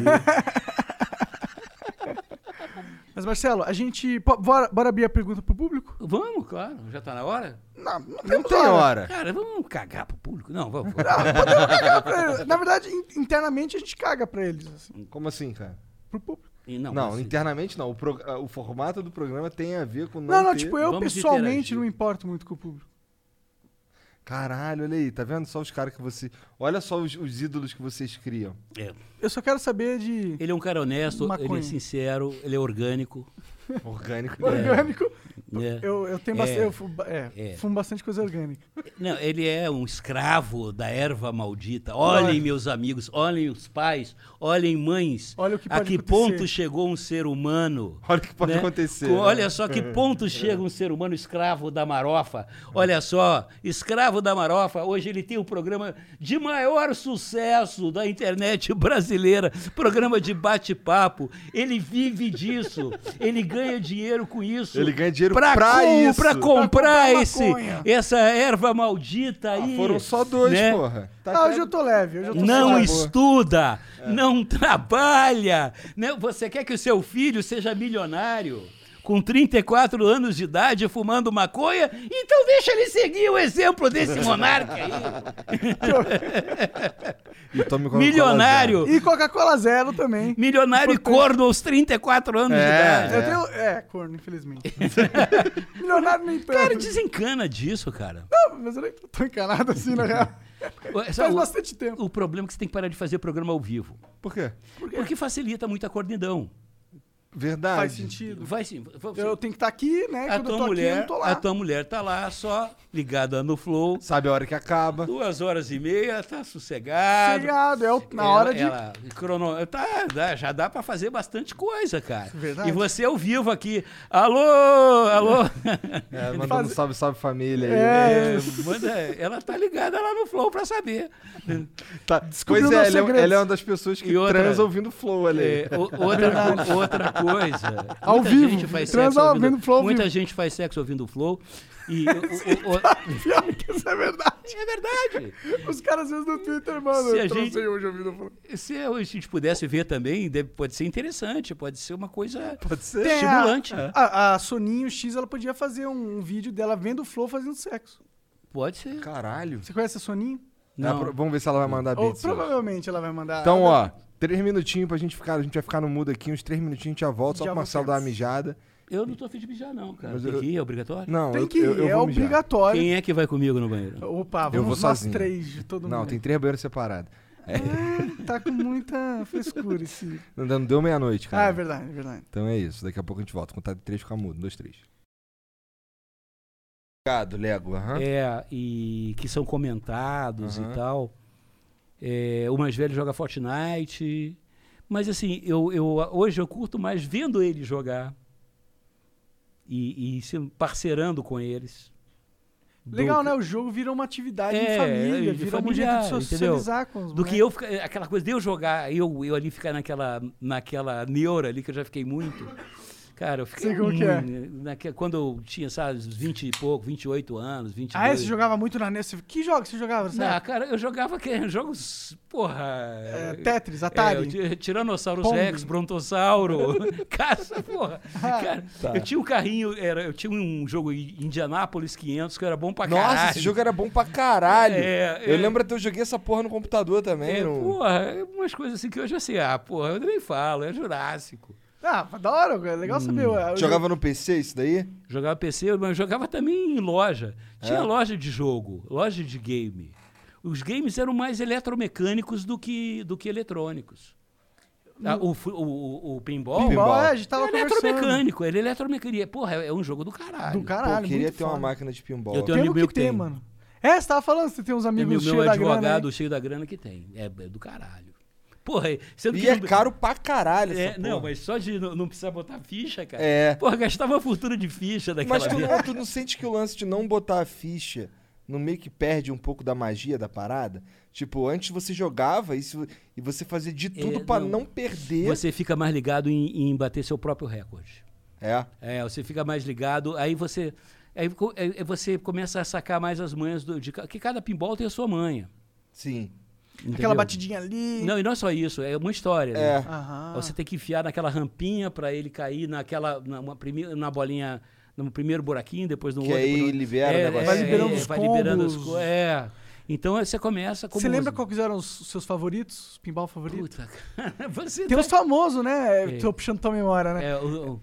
Mas, Marcelo, a gente... Bora abrir a pergunta pro público? Vamos, claro. Já tá na hora? Não tem hora. Cara, vamos cagar pro público? Não, vamos. Podemos cagar pra eles. Na verdade, internamente a gente caga pra eles. Assim. Como assim, cara? Pro público. Não, internamente não. O formato do programa tem a ver com não, tipo, eu pessoalmente não importo muito com o público. Caralho, olha aí, tá vendo só os caras que você... Olha só os ídolos que vocês criam. Eu só quero saber de... Ele é um cara honesto, ele é sincero, ele é orgânico. Orgânico? Orgânico? Eu tenho bastante... fumo bastante coisa orgânica. Não, ele é um escravo da erva maldita. Olhem, meus amigos, olhem os pais, olhem mães. Olha o que pode a que acontecer. Ponto chegou um ser humano. Olha o que pode acontecer. Olha só que ponto chega um ser humano escravo da marofa. Olha só, escravo da marofa. Hoje ele tem o programa de maior sucesso da internet brasileira. Programa de bate-papo. Ele vive disso. Ele ganha dinheiro com isso. Ele ganha dinheiro pra isso. Pra comprar essa erva maldita aí. Foram só 2, né? Porra. Hoje eu tô leve. Não estuda, não trabalha. Né? Você quer que o seu filho seja milionário? Com 34 anos de idade, fumando maconha, então deixa ele seguir o exemplo desse monarca aí. Milionário. E Coca-Cola Zero também. Milionário e corno aos 34 anos de idade. Corno, infelizmente. Milionário nem tanto. Cara, desencana disso, cara. Não, mas eu nem tô encanado assim, na real. Faz bastante tempo. O problema é que você tem que parar de fazer programa ao vivo. Por quê? Porque facilita muito a coordenadão. Verdade. Faz sentido. Vai sim. Eu tenho que estar aqui, né? Quando eu tô aqui, eu não tô lá. A tua mulher tá lá só, ligada no Flow. Sabe a hora que acaba. 2h30, tá sossegado. Na hora de... já dá pra fazer bastante coisa, cara. Verdade. E você ao vivo aqui. Alô! Mandando salve família aí. Ela tá ligada lá no Flow pra saber. Pois ela é uma das pessoas que transa ouvindo Flow ali. Outra coisa. Ao Muita vivo, gente faz transar sexo ouvindo Flow ao Muita vivo. gente faz sexo ouvindo o Flow. E Pior que isso é verdade. é verdade. Os caras às vezes no Twitter, mano, Se eu a transei gente- hoje ouvindo Flow. Se a gente pudesse ver também, pode ser interessante, pode ser uma coisa Pode ser. Tem estimulante. A Soninho X, ela podia fazer um vídeo dela vendo o Flow fazendo sexo. Pode ser. Caralho. Você conhece a Soninho? Não. Vamos ver se ela vai mandar Ou, beats. hoje. provavelmente ela vai mandar. Então, ó, 3 minutinhos pra gente ficar. A gente vai ficar no mudo aqui, uns 3 minutinhos, a gente já volta, só Já pro Marcelo dar uma voltamos. mijada. Eu não tô afim de mijar, não, cara. Mas Tem que ir, é obrigatório? Não, Tem eu, que ir, eu, eu é vou mijar. obrigatório. Quem é que vai comigo no banheiro? Opa, Eu vamos vou nós sozinho. 3 de todo mundo. Não, tem 3 banheiros separados. Tá com muita frescura esse. Não deu meia-noite, cara. Ah, é verdade, é verdade. Então é isso. Daqui a pouco a gente volta. Contar de 3 fica mudo. 2, 3. Obrigado, Lego. Aham. E que são comentados Aham. e tal. O mais velho joga Fortnite. Mas assim, hoje eu curto mais vendo ele jogar. E se parceirando com eles. Legal, né? O jogo vira uma atividade em É, família, de vira familiar, um jeito de socializar com os Do que moleques. aquela coisa de eu jogar, eu ali ficar naquela neura ali, que eu já fiquei muito. Cara, eu fiquei Sei como muito. que é. Quando eu tinha, sabe, 20 e pouco, 28 anos, 22. Ah, você jogava muito na NES? Que jogos você jogava? Não, cara, eu jogava jogos, porra... Tetris, Atari. Tiranossauro Pong. Rex, Brontossauro, caça, porra. Cara, Tá. eu tinha um carrinho, eu tinha um jogo Indianápolis 500 que era bom pra Nossa, caralho. esse jogo era bom pra caralho. Eu é. lembro até eu joguei essa porra no computador também. Porra, umas coisas assim que hoje assim, porra, eu nem falo, é Jurássico. Ah, da hora, é legal saber. Jogava no PC isso daí? Jogava PC, mas jogava também em loja. Tinha loja de jogo, loja de game. Os games eram mais eletromecânicos do que eletrônicos. O pinball, Pinball, a gente tava é eletromecânico, ele é eletromecânico. Porra, é um jogo do caralho. Do Pô, caralho, eu queria muito ter uma foda. máquina de pinball. Eu tenho um Temos amigo meu que que ter, tem. mano. Você tava falando que você tem uns amigos Meu cheios da grana, advogado né? cheio da grana que tem. É do caralho. Porra, sendo E que é caro pra caralho essa Não, porra. mas só de não precisar botar ficha, cara. É. Porra, gastava uma fortuna de ficha daquela Mas vez. tu não sente que o lance de não botar a ficha no meio que perde um pouco da magia da parada? Tipo, antes você jogava e você fazia de tudo pra não perder. Você fica mais ligado em bater seu próprio recorde. É. Você fica mais ligado, aí você começa a sacar mais as manhas que cada pinball tem a sua manha. Sim. Aquela entendeu? batidinha ali. Não, e não é só isso, é uma história. É. Né? Aham. Você tem que enfiar naquela rampinha pra ele cair na bolinha, no primeiro buraquinho, depois no Que outro. aí libera o negocinho. Vai liberando os vai liberando as combos. Então você começa como... Você lembra quais eram os seus favoritos? Os pinball favoritos? Puta, cara, você Tem tá- uns famosos, né? É. Tô puxando tua memória, né?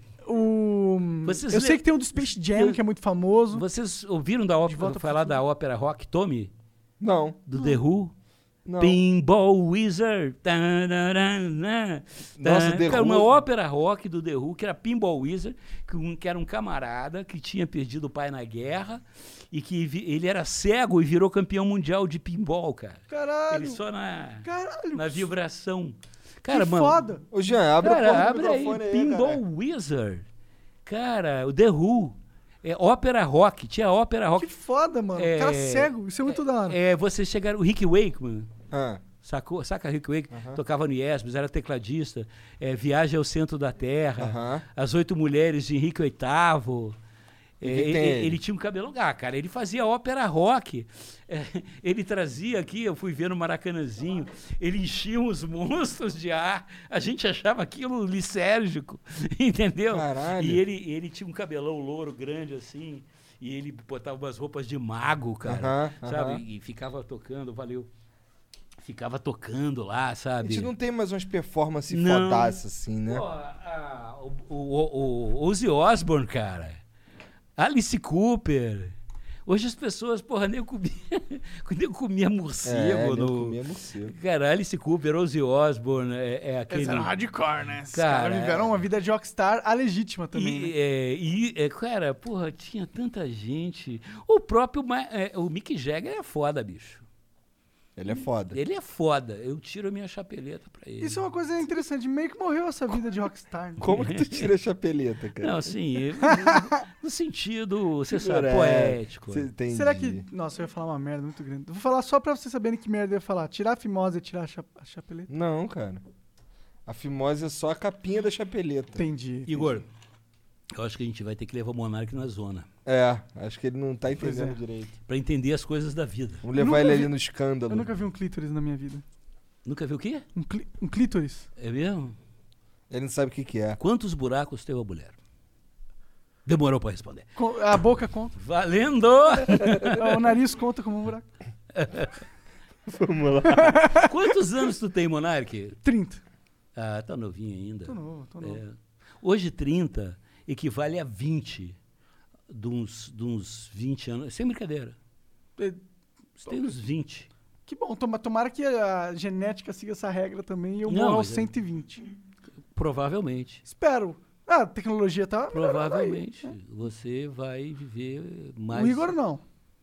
Vocês Eu le- sei que tem um do Space Jam, que é muito famoso. Vocês ouviram volta falar pro da ópera rock Tommy? Não. Do The Who? Não. Pinball Wizard. Tararana, Nossa, The Cara, Who- uma ópera rock do The Who, que era Pinball Wizard, que era um camarada que tinha perdido o pai na guerra e que ele era cego e virou campeão mundial de pinball, cara. Caralho. Ele só na Caralho. vibração. Que Cara, mano, foda. Ô, Jean, abre a porra cara, do abre aí, microfone aí, Pinball cara. Wizard. Cara, o The Who. Ópera rock, tinha ópera rock. Que foda, mano. É, Cara cego. Isso é muito da hora. Você chegar, o Rick Wakeman, Ah, saca Rick Wakeman? Tocava no Yes, era tecladista. Viagem ao Centro da Terra, Aham. As 8 Mulheres de Henrique VIII. E quem tem ele? Ele tinha um cabelão. Cara, ele fazia ópera rock. Ele trazia aqui, eu fui ver no Maracanãzinho, ele enchia uns monstros de ar. A gente achava aquilo licérgico, entendeu? Caralho. E ele tinha um cabelão louro grande assim. E ele botava umas roupas de mago, cara. Aham, sabe? aham. E ficava tocando, valeu. Ficava tocando lá, A sabe? gente não tem mais umas performances Não. fodaças assim, né? Pô, o Ozzy Osbourne, cara. Alice Cooper. Hoje as pessoas, porra, nem comia morcego. nem comia morcego. Cara, Alice Cooper, Ozzy Osbourne, aquele... Eles eram hardcore, né? Os Cara, caras viveram uma vida de rockstar a legítima também, né? Cara, porra, tinha tanta gente. O próprio o Mick Jagger é foda, bicho. Ele é foda. Ele é foda. Eu tiro a minha chapeleta pra ele. Isso é uma coisa interessante. Meio que morreu essa vida de rockstar. Né? Como que tu tira a chapeleta, cara? Não, assim, no sentido, você sabe, É, poético. cê entendi. Será que... Nossa, eu ia falar uma merda muito grande. Vou falar só pra vocês saberem que merda eu ia falar. Tirar a fimose e tirar a chapeleta. Não, cara. A fimose é só a capinha da chapeleta. Entendi. Igor, eu acho que a gente vai ter que levar o Monark na zona. Acho que ele não tá entendendo direito. Pra entender as coisas da vida. Vamos levar ele ali no escândalo. Eu nunca vi um clítoris na minha vida. Nunca viu o quê? Um clítoris. É mesmo? Ele não sabe o que é. Quantos buracos tem uma mulher? Demorou pra responder. A boca conta. Valendo! O nariz conta como um buraco. Vamos lá. Quantos anos tu tem, Monark? 30. Ah, tá novinho ainda. Tô novo. Hoje 30 equivale a 20 de uns 20 anos. Sem brincadeira. Você tem uns 20. Que bom. Tomara que a genética siga essa regra também e eu morro aos 120. Provavelmente. Espero. A tecnologia tá... Provavelmente. Você vai viver mais... O Igor não.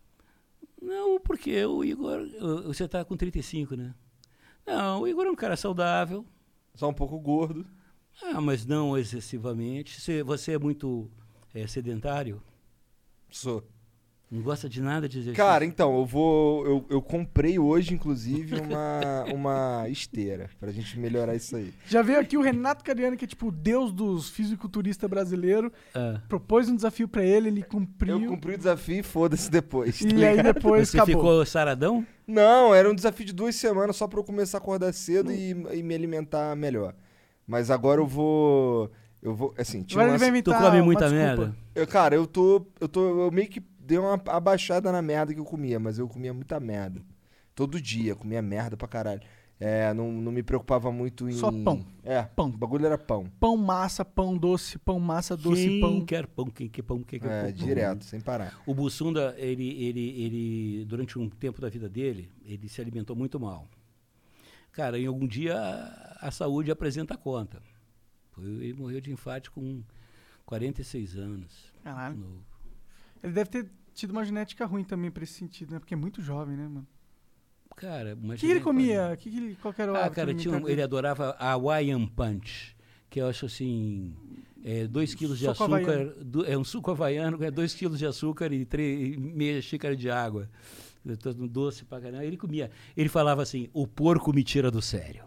Não, porque o Igor... Você tá com 35, né? Não, o Igor é um cara saudável. Só um pouco gordo. Mas não excessivamente. Você é muito sedentário? Sou. Não gosta de nada de exercício? Cara, então, eu comprei hoje, inclusive, uma esteira pra gente melhorar isso aí. Já veio aqui o Renato Cariani, que é tipo o deus dos fisiculturistas brasileiros. Propôs um desafio pra ele cumpriu. Eu cumpri o desafio e foda-se depois. E aí depois Você acabou. ficou saradão? Não, era um desafio de 2 semanas só pra eu começar a acordar cedo e me alimentar melhor. Mas agora eu vou assim, Agora ele vai inventar Tu come uma muita desculpa. merda? Eu meio que dei uma abaixada na merda que eu comia, mas eu comia muita merda. Todo dia, comia merda pra caralho. Não me preocupava muito em... Só pão. Pão. O bagulho era pão. Pão, massa, pão doce, pão, massa, doce, pão. Quem quer pão, quem quer pão, quem quer pão. Direto, sem parar. O Bussunda, ele, durante um tempo da vida dele, ele se alimentou muito mal. Cara, em algum dia a saúde apresenta conta. Ele morreu de infarto com 46 anos. Caralho. Ele deve ter tido uma genética ruim também pra esse sentido, né? Porque é muito jovem, né, mano? Cara, o que ele comia? Qual que era o hábito cara, alimentar ele adorava a Hawaiian Punch, que eu acho assim, 2 quilos de Suco açúcar, havaiano. é um suco havaiano, 2 quilos de açúcar e meia xícara de água. Doce pra caramba. Ele comia. Ele falava assim: o porco me tira do sério.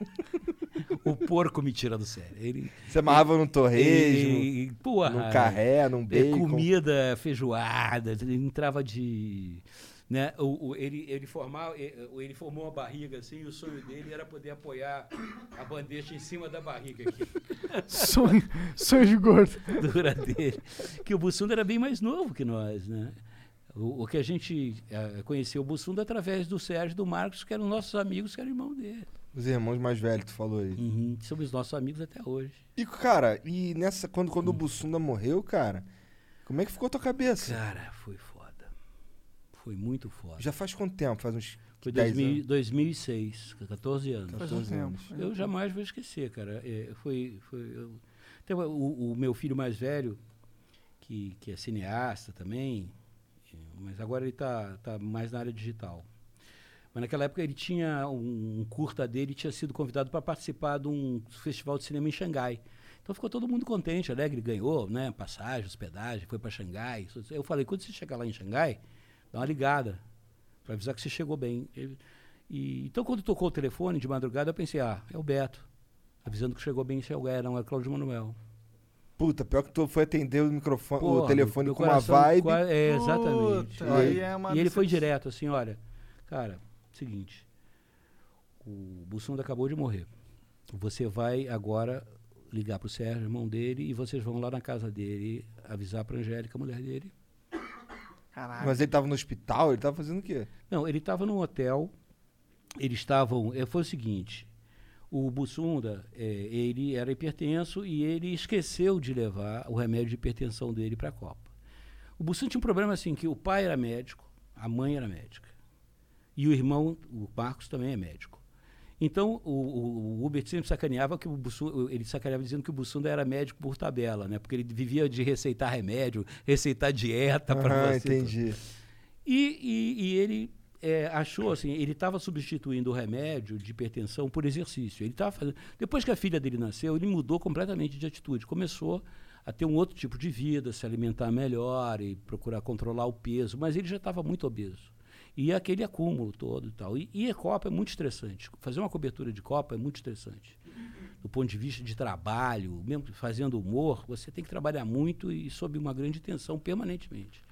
O porco me tira do sério. Você amarrava num torresmo, num carré, num bacon. Comida, feijoada, ele entrava de... Né? Ele formou uma barriga assim, e o sonho dele era poder apoiar a bandeja em cima da barriga aqui. Sonho de gordo. Dura dele. Que o Bussunda era bem mais novo que nós, né? O que a gente conheceu o Bussunda através do Sérgio e do Marcos, que eram nossos amigos, que eram irmão dele. Os irmãos mais velhos, tu falou aí. Uhum, somos nossos amigos até hoje. E, cara, quando o Bussunda morreu, cara, como é que ficou a tua cabeça? Cara, foi foda. Foi muito foda. Já faz quanto tempo? Faz uns Foi 2006, 14 anos. 14 anos. Eu jamais vou esquecer, cara. O meu filho mais velho, que é cineasta também, mas agora ele tá mais na área digital. Mas naquela época ele tinha um curta dele, tinha sido convidado para participar de um festival de cinema em Xangai. Então ficou todo mundo contente, alegre, ganhou, né, passagem, hospedagem, foi para Xangai. Eu falei, quando você chegar lá em Xangai, dá uma ligada para avisar que você chegou bem. Então quando tocou o telefone de madrugada, eu pensei, é o Beto, avisando que chegou bem em Xangai, não é Cláudio Manuel. Puta, pior que tu foi atender o microfone, o telefone com uma vibe. Exatamente. Puta, e ele foi direto, assim, olha, cara, seguinte, o Bussunda acabou de morrer. Você vai agora ligar pro Sérgio, irmão dele, e vocês vão lá na casa dele avisar pra Angélica, a mulher dele. Caralho. Mas ele tava no hospital? Ele tava fazendo o quê? Não, ele tava num hotel. Eles estavam... foi o seguinte, o Bussunda, ele era hipertenso e ele esqueceu de levar o remédio de hipertensão dele pra Copa. O Bussunda tinha um problema assim, que o pai era médico, a mãe era médica. E o irmão, o Marcos, também é médico. Então, o Hubert sempre sacaneava que ele sacaneava dizendo que o Bussunda era médico por tabela, né? Porque ele vivia de receitar remédio, receitar dieta para você. Entendi. E ele achou assim, ele estava substituindo o remédio de hipertensão por exercício. Ele estava fazendo. Depois que a filha dele nasceu, ele mudou completamente de atitude. Começou a ter um outro tipo de vida, se alimentar melhor e procurar controlar o peso, mas ele já estava muito obeso. E aquele acúmulo todo e tal. E a Copa é muito estressante. Fazer uma cobertura de Copa é muito estressante. Do ponto de vista de trabalho, mesmo fazendo humor, você tem que trabalhar muito e sob uma grande tensão permanentemente.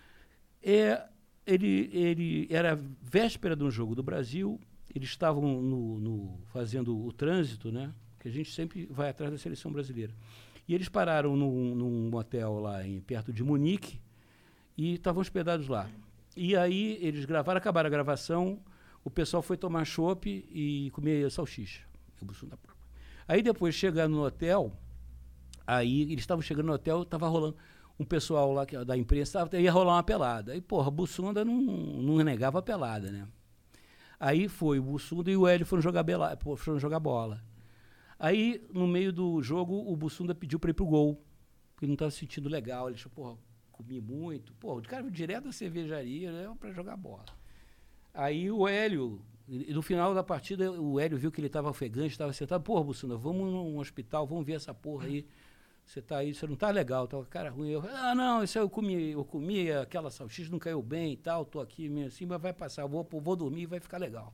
Ele era véspera de um jogo do Brasil, eles estavam fazendo o trânsito, né? Que a gente sempre vai atrás da seleção brasileira. E eles pararam num hotel lá perto de Munique e estavam hospedados lá. E aí eles acabaram a gravação, o pessoal foi tomar chopp e comer salsicha. Aí depois, chegando no hotel, eles estavam chegando no hotel, estava rolando um pessoal lá da imprensa, ia rolar uma pelada. Aí, porra, Bussunda não negava a pelada, né? Aí foi o Bussunda e o Hélio foram jogar bola. Aí, no meio do jogo, o Bussunda pediu para ir pro gol, porque ele não estava se sentindo legal. Ele achou, porra, comi muito. Pô, o cara direto da cervejaria, né, para jogar bola. Aí o Hélio, no final da partida, o Hélio viu que ele estava ofegante, estava sentado. Porra, Bussunda, vamos num hospital, vamos ver essa porra aí. Você tá aí, você não tá legal, tá com cara ruim. Não, isso aí eu comi aquela salsicha, não caiu bem e tal, tô aqui meio assim, mas vai passar, vou dormir e vai ficar legal.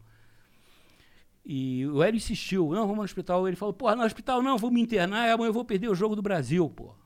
E o Hélio insistiu, não, vamos no hospital. Ele falou, porra, no hospital não, vou me internar, amanhã eu vou perder o jogo do Brasil, porra.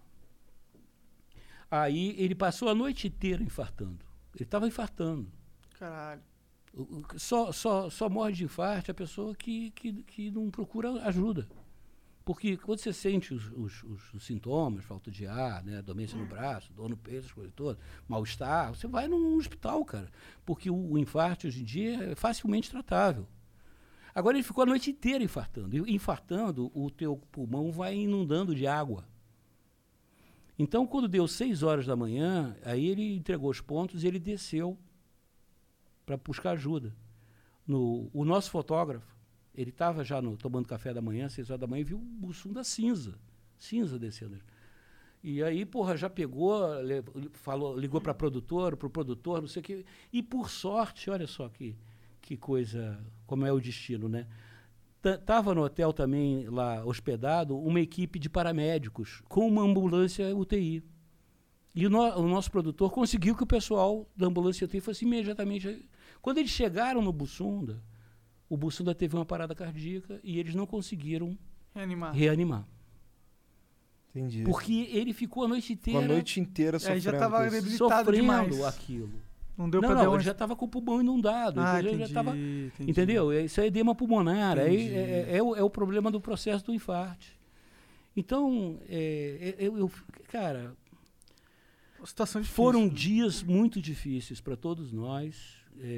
Aí ele passou a noite inteira infartando. Ele estava infartando. Caralho. Só morre de infarto a pessoa que não procura ajuda. Porque quando você sente os sintomas, falta de ar, né, dormência no braço, dor no peito, as coisas todas, mal-estar, você vai num hospital, cara. Porque o infarto hoje em dia é facilmente tratável. Agora ele ficou a noite inteira infartando. E infartando, o teu pulmão vai inundando de água. Então, quando deu 6 horas da manhã, aí ele entregou os pontos e ele desceu para buscar ajuda. O nosso fotógrafo, ele estava já tomando café da manhã, 6 horas da manhã, e viu o Bussunda cinza descendo. E aí, porra, já pegou, ligou para pro produtor, não sei o quê. E por sorte, olha só que coisa, como é o destino, né? Estava no hotel também, lá hospedado, uma equipe de paramédicos com uma ambulância UTI. E o nosso produtor conseguiu que o pessoal da ambulância UTI fosse imediatamente... Quando eles chegaram no Bussunda, o Bussunda teve uma parada cardíaca e eles não conseguiram reanimar. Entendi. Porque ele ficou a noite inteira... A noite inteira sofrendo. Já estava debilitado demais. Aquilo. Não deu para ele já estava com o pulmão inundado. Entendi, já tava, entendeu? Isso é edema pulmonar. Aí é o problema do processo do infarto. Então, cara, situação difícil, foram dias muito difíceis para todos nós.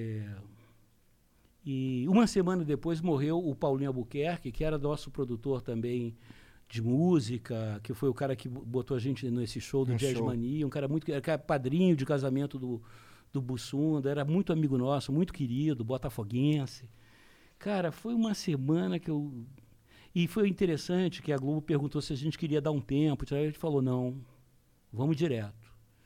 E uma semana depois morreu o Paulinho Albuquerque, que era nosso produtor também de música, que foi o cara que botou a gente nesse show do Jazz Mania, um cara era padrinho de casamento do Bussunda, era muito amigo nosso, muito querido, botafoguense. Cara, foi uma semana que eu... E foi interessante que a Globo perguntou se a gente queria dar um tempo, a gente falou, não, vamos direto.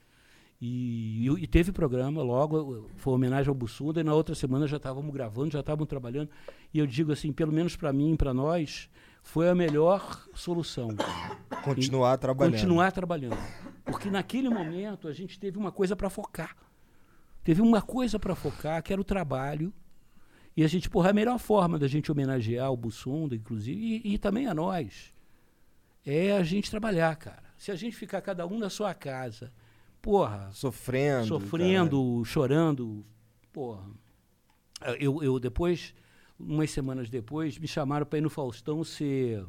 E teve programa logo, foi homenagem ao Bussunda, e na outra semana já estávamos gravando, já estávamos trabalhando, e eu digo assim, pelo menos para mim, para nós, foi a melhor solução. Continuar trabalhando. Porque naquele momento a gente teve uma coisa para focar. Teve uma coisa para focar, que era o trabalho. E a gente, porra, a melhor forma da gente homenagear o Bussunda, inclusive, e também a nós, é a gente trabalhar, cara. Se a gente ficar cada um na sua casa, porra... Sofrendo, chorando, porra. Eu depois, umas semanas depois, me chamaram para ir no Faustão ser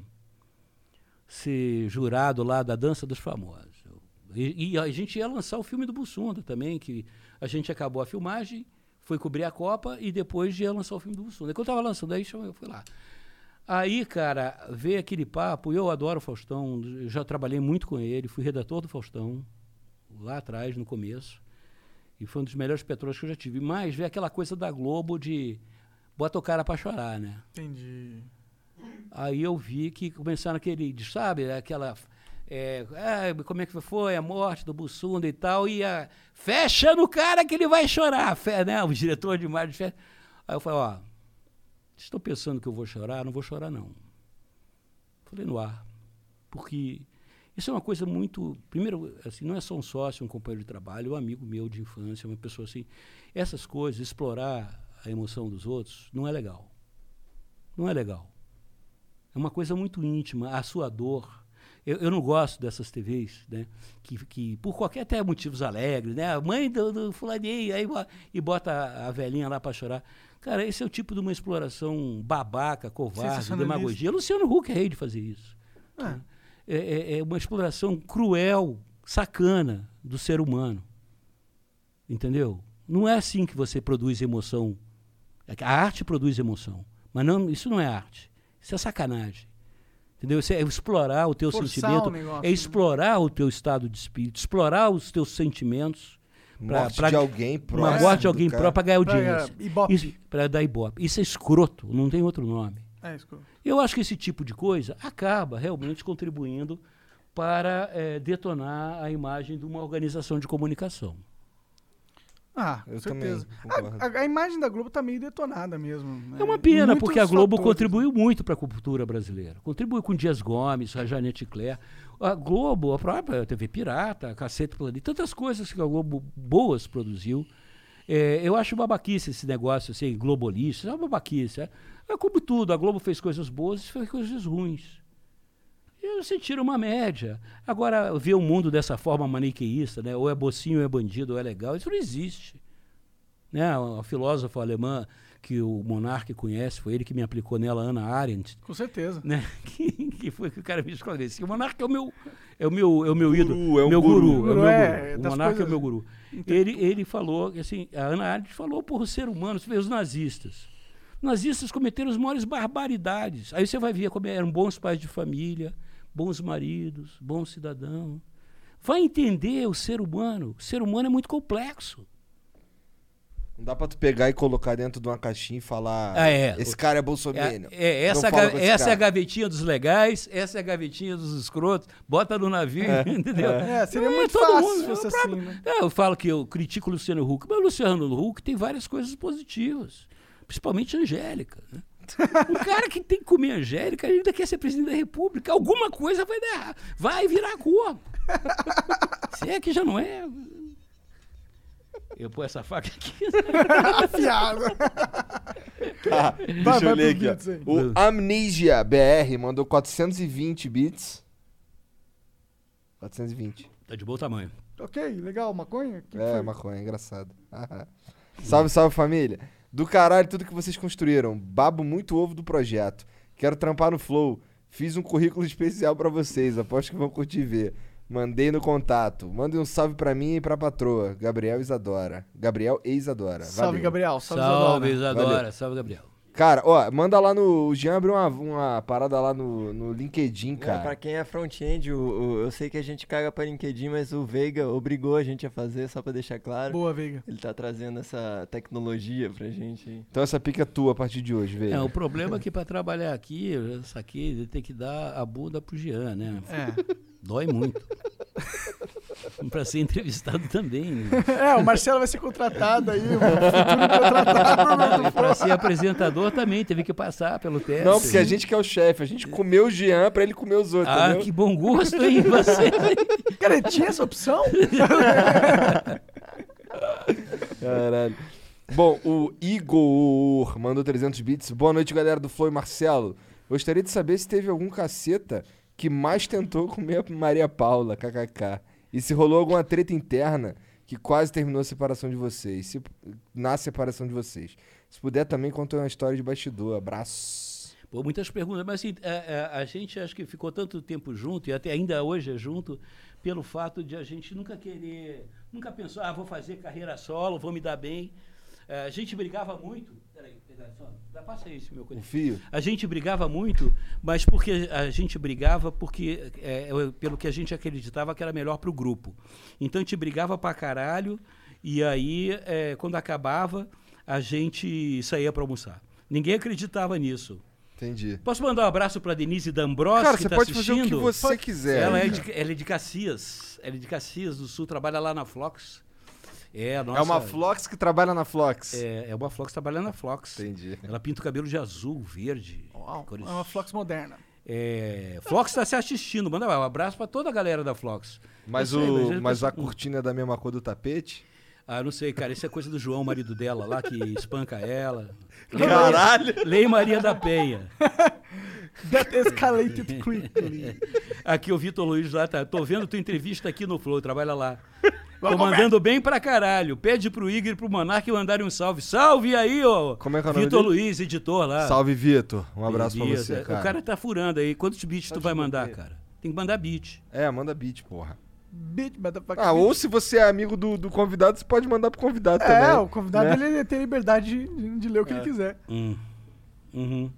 jurado lá da Dança dos Famosos. E a gente ia lançar o filme do Bussunda também, que a gente acabou a filmagem, foi cobrir a Copa e depois ia lançar o filme do Bussunda. Quando eu estava lançando, aí eu fui lá. Aí, cara, veio aquele papo, eu adoro o Faustão, eu já trabalhei muito com ele, fui redator do Faustão, lá atrás, no começo, e foi um dos melhores petróleo que eu já tive. Mas veio aquela coisa da Globo de bota o cara para chorar, né? Entendi. Aí eu vi que começaram sabe, aquela... como é que foi a morte do Bussunda e tal, e fecha no cara que ele vai chorar, né? O diretor de imagem fecha. Aí eu falei, vocês estão pensando que eu vou chorar? Não vou chorar, não. Falei no ar. Porque Isso é uma coisa muito... Primeiro, assim, não é só um sócio, um companheiro de trabalho, um amigo meu de infância, uma pessoa assim. Essas coisas, explorar a emoção dos outros, não é legal. Não é legal. É uma coisa muito íntima, a sua dor. Eu não gosto dessas TVs, né, que por qualquer até motivos alegres, né, a mãe do fulaninho, aí e bota a velhinha lá para chorar. Cara, esse é o tipo de uma exploração babaca, covarde, demagogia. Luciano Huck é rei de fazer isso. É uma exploração cruel, sacana do ser humano. Entendeu? Não é assim que você produz emoção. A arte produz emoção, mas não, isso não é arte. Isso é sacanagem. Entendeu? Isso é explorar o teu sentimento, é explorar o teu estado de espírito, explorar os teus sentimentos. Morte de alguém próximo. Uma morte de alguém próximo para ganhar audiência. Para dar ibope. Isso é escroto, não tem outro nome. É escroto. Eu acho que esse tipo de coisa acaba realmente contribuindo para detonar a imagem de uma organização de comunicação. Com certeza. A imagem da Globo tá meio detonada mesmo. Né? É uma pena, porque a Globo contribuiu muito para a cultura brasileira. Contribuiu com Dias Gomes, a Janete Claire. A Globo, a própria TV Pirata, Cacete Planeta, tantas coisas que a Globo boas produziu. Eu acho babaquice esse negócio, assim, globalista, é uma babaquice. É como tudo, a Globo fez coisas boas e fez coisas ruins. E você tira uma média. Agora, ver o mundo dessa forma maniqueísta, né? Ou é mocinho, ou é bandido, ou é legal, isso não existe. Né? A filósofa alemã que o Monark conhece, foi ele que me aplicou nela, Hannah Arendt. Com certeza. Né? Que foi que o cara me esclareceu. O Monark é o meu ídolo. É o meu guru. O Monark é o meu guru. Ele falou, assim, a Hannah Arendt falou, porra, o ser humano, você vê os nazistas. Os nazistas cometeram as maiores barbaridades. Aí você vai ver como eram bons pais de família, bons maridos, bons cidadãos. Vai entender o ser humano. O ser humano é muito complexo. Não dá pra tu pegar e colocar dentro de uma caixinha e falar esse cara é bolsominion. Essa é a gavetinha dos legais, essa é a gavetinha dos escrotos, bota no navio, entendeu? Seria muito fácil se fosse assim, né? Eu falo que eu critico o Luciano Huck, mas o Luciano Huck tem várias coisas positivas, principalmente a Angélica, né? Um cara que tem que comer Angélica ainda quer ser presidente da República. Alguma coisa vai dar errado. Vai virar corpo. Se é que já não é. Eu pôr essa faca aqui. Afiado. Deixa eu ler aqui. O Amnesia BR mandou 420 bits. 420. Tá de bom tamanho. Ok, legal. Maconha? Maconha, engraçado. Salve, salve família. Do caralho, tudo que vocês construíram. Babo muito ovo do projeto. Quero trampar no Flow. Fiz um currículo especial pra vocês. Aposto que vão curtir ver. Mandei no contato. Mandem um salve pra mim e pra patroa. Gabriel e Isadora. Salve, Gabriel. Salve, Isadora. Salve, Gabriel. Cara, manda lá no... O Jean abriu uma parada lá no LinkedIn, cara. Pra quem é front-end, eu sei que a gente caga pra LinkedIn, mas o Veiga obrigou a gente a fazer, só pra deixar claro. Boa, Veiga. Ele tá trazendo essa tecnologia pra gente. Então essa pica é tua a partir de hoje, Veiga. O problema é que pra trabalhar aqui, isso aqui, ele tem que dar a bunda pro Jean, né? Dói muito. Pra ser entrevistado também, né? O Marcelo vai ser contratado aí, o futuro contratado. Pra ser apresentador também, teve que passar pelo teste. Não, porque a gente que é o chefe, a gente comeu o Jean pra ele comer os outros, entendeu? Que bom gosto, hein, você. Cara, tinha essa opção? Caralho. Bom, o Igor mandou 300 bits. Boa noite, galera do Flow e Marcelo. Gostaria de saber se teve algum caceta que mais tentou comer a Maria Paula, kkk. E se rolou alguma treta interna que quase terminou a separação de vocês. Na separação de vocês. Se puder também contar uma história de bastidor. Abraço. Pô, muitas perguntas, mas assim, a gente acho que ficou tanto tempo junto, e até ainda hoje é junto, pelo fato de a gente nunca pensou, vou fazer carreira solo, vou me dar bem. A gente brigava muito. Peraí, passa isso, meu coisa. O fio. A gente brigava muito, mas porque a gente brigava pelo que a gente acreditava que era melhor pro grupo. Então a gente brigava pra caralho, e aí, quando acabava, a gente saía pra almoçar. Ninguém acreditava nisso. Entendi. Posso mandar um abraço pra Denise D'Ambros, cara, que tá pode assistindo? fazer o que você quiser. Ela é de Caxias. Ela é de Caxias do Sul, trabalha lá na Flox. É uma Flox que trabalha na Flox. É uma Flox que trabalha na Flox. Entendi. Ela pinta o cabelo de azul, verde. Uau, é uma Flox moderna. Flox está se assistindo. Manda um abraço para toda a galera da Flox. Mas a cortina é da mesma cor do tapete? Ah, não sei, cara. Isso é coisa do João, marido dela, lá que espanca ela. Caralho! Lei Maria da Penha. That escalated quickly. Aqui o Vitor Luiz lá tá. Tô vendo tua entrevista aqui no Flow, trabalha lá. Tô mandando bem pra caralho. Pede pro Igor e pro Monark mandarem um salve. Salve aí, ó. Como é que é o nome Vitor dele? Luiz, editor lá. Salve, Vitor. Um abraço pra você, cara. O cara tá furando aí. Quantos beats tu vai mandar, cara? Tem que mandar beat. Manda beat, porra. Beat. Ou se você é amigo do convidado, você pode mandar pro convidado também. O convidado ele tem liberdade de ler o que ele quiser. Uhum.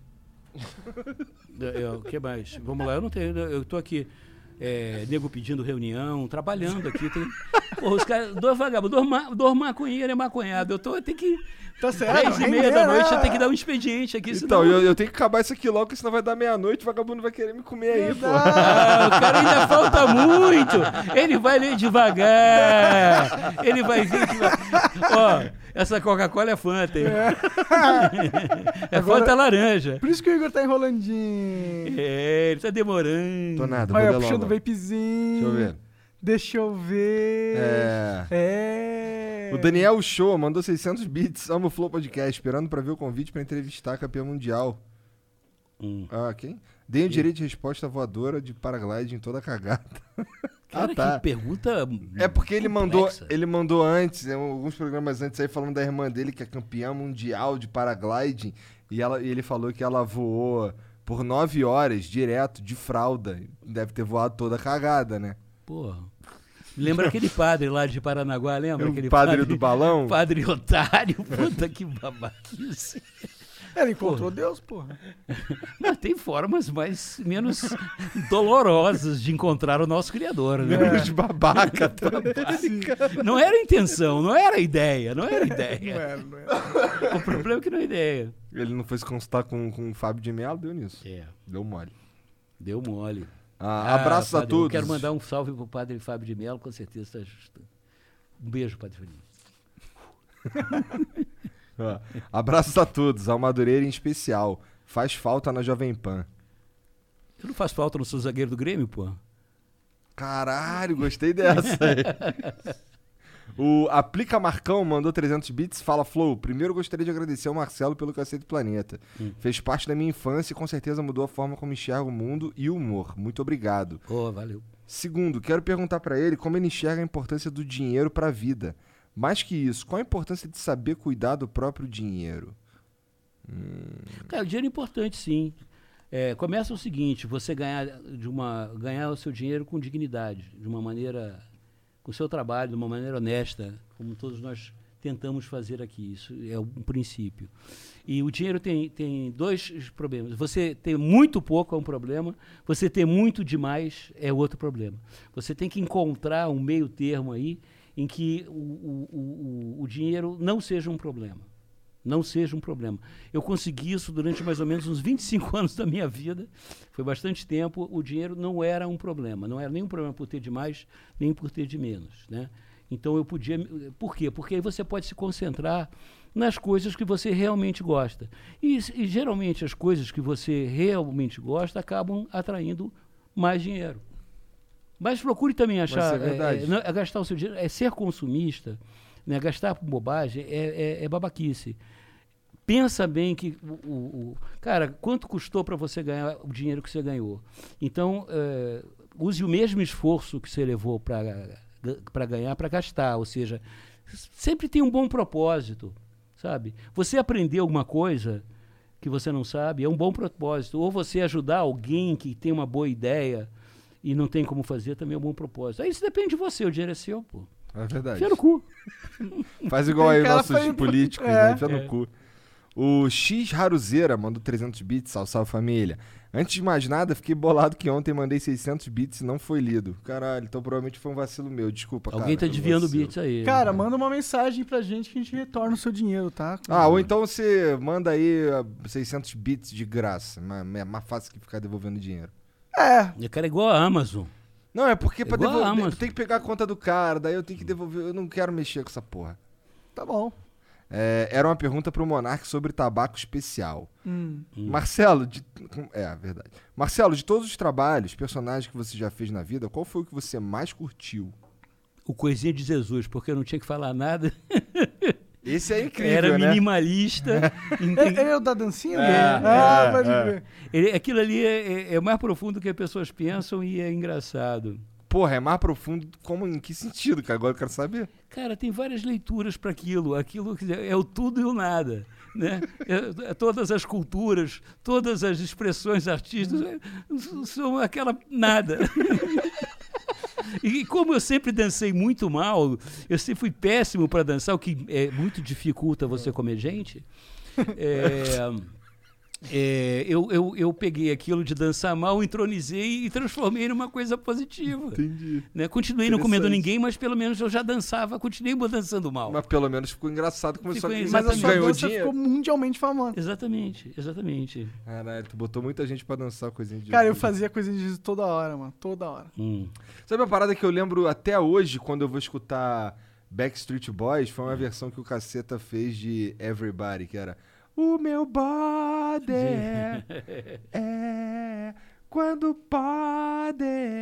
O que mais? Vamos lá, eu tô aqui. Nego pedindo reunião, trabalhando aqui. Porra, os caras, dois vagabundos, dois maconheiros maconhado. Eu tenho que. Tá certo. 10h30 da noite, eu tenho que dar um expediente aqui. Então, eu tenho que acabar isso aqui logo, porque senão vai dar meia-noite, o vagabundo vai querer me comer aí, pô. O cara ainda falta muito. Ele vai ler devagar. Ele vai ver devagar. Essa Coca-Cola é Fanta, hein? Fanta laranja. Por isso que o Igor tá enrolandinho. Ele tá demorando. Tô nada, olha, puxando o vapezinho. Deixa eu ver. Deixa eu ver. O Daniel Show mandou 600 bits. Amo o Flow Podcast, esperando pra ver o convite pra entrevistar a campeã mundial. Quem? Dei o direito de resposta voadora de paraglide em toda a cagada. Cara, que pergunta. É porque ele mandou antes, alguns programas antes aí, falando da irmã dele, que é campeã mundial de paragliding. E ele falou que ela voou por 9 horas direto, de fralda. Deve ter voado toda cagada, né? Porra. Lembra aquele padre lá de Paranaguá, lembra? Aquele padre do balão? Padre otário, puta que babaquice. Ele encontrou Deus, porra. Mas tem formas menos dolorosas de encontrar o nosso Criador, né? De babaca também. Não era a intenção, não era a ideia, não era. Não. O problema é que não é ideia. Ele não foi se consultar com o Fábio de Mello, deu nisso. Deu mole. Abraços a todos. Eu quero mandar um salve pro padre Fábio de Mello, com certeza está justo. Um beijo, padre Fábio. Abraços a todos, ao Madureira em especial. Faz falta na Jovem Pan. Eu não faço falta no seu zagueiro do Grêmio, pô? Caralho, gostei dessa aí. O Aplica Marcão mandou 300 bits. Fala, Flow. Primeiro gostaria de agradecer ao Marcelo pelo Cacete Planeta. Fez parte da minha infância e com certeza mudou a forma como enxergo o mundo e o humor. Muito obrigado. Valeu. Segundo, quero perguntar pra ele como ele enxerga a importância do dinheiro pra vida. Mais que isso, qual a importância de saber cuidar do próprio dinheiro? Cara, o dinheiro é importante, sim. Começa o seguinte, você ganhar o seu dinheiro com dignidade, de uma maneira, com o seu trabalho, de uma maneira honesta, como todos nós tentamos fazer aqui. Isso é um princípio. E o dinheiro tem dois problemas. Você ter muito pouco é um problema, você ter muito demais é outro problema. Você tem que encontrar um meio termo aí, em que o dinheiro não seja um problema. Não seja um problema. Eu consegui isso durante mais ou menos uns 25 anos da minha vida. Foi bastante tempo. O dinheiro não era um problema. Não era nem um problema por ter de mais, nem por ter de menos, né? Então eu podia... Por quê? Porque aí você pode se concentrar nas coisas que você realmente gosta. E geralmente as coisas que você realmente gosta acabam atraindo mais dinheiro. Mas procure também achar, gastar o seu dinheiro, ser consumista, né, gastar por bobagem, é babaquice. Pensa bem que, cara, quanto custou para você ganhar o dinheiro que você ganhou? Então, use o mesmo esforço que você levou para ganhar, para gastar. Ou seja, sempre tem um bom propósito, sabe? Você aprender alguma coisa que você não sabe, é um bom propósito. Ou você ajudar alguém que tem uma boa ideia e não tem como fazer, também é um bom propósito. Aí isso depende de você, o dinheiro é seu, pô. É verdade. Enfia no cu. Faz igual aí nossos políticos, né? Enfia no cu. O X Haruzeira mandou 300 bits, salve família. Antes de mais nada, fiquei bolado que ontem mandei 600 bits e não foi lido. Caralho, então provavelmente foi um vacilo meu, desculpa, cara. Alguém tá desviando bits aí. Cara, manda uma mensagem pra gente que a gente retorna o seu dinheiro, tá? Ou então você manda aí 600 bits de graça. É mais fácil que ficar devolvendo dinheiro. O cara é igual a Amazon. Não, é porque pra devolver, tem que pegar a conta do cara, daí eu tenho que devolver, eu não quero mexer com essa porra. Tá bom. Era uma pergunta pro Monark sobre tabaco especial. Marcelo, verdade. Marcelo, de todos os trabalhos, personagens que você já fez na vida, qual foi o que você mais curtiu? O Coisinha de Jesus, porque eu não tinha que falar nada. Esse é incrível, Era né? minimalista. Ele é o da dancinha? Pode ver. Aquilo ali é mais profundo do que as pessoas pensam e é engraçado. Porra, é mais profundo em que sentido, cara? Agora eu quero saber. Cara, tem várias leituras para aquilo. Aquilo é o tudo e o nada. Né? Todas as culturas, todas as expressões artísticas são aquela nada. E como eu sempre dancei muito mal, eu sempre fui péssimo para dançar, o que muito dificulta você comer gente. Eu peguei aquilo de dançar mal, entronizei e transformei numa coisa positiva. Entendi. Né? Continuei não comendo ninguém, mas pelo menos eu já dançava, continuei dançando mal. Mas pelo menos ficou engraçado, começou Mas a sua dança ficou mundialmente famosa. Exatamente. Caralho, tu botou muita gente pra dançar coisinha de Jesus. Cara, eu fazia coisinha de Jesus toda hora, mano. Toda hora. Sabe uma parada que eu lembro até hoje, quando eu vou escutar Backstreet Boys? Foi uma versão que o Caceta fez de Everybody, que era... O meu body é quando pode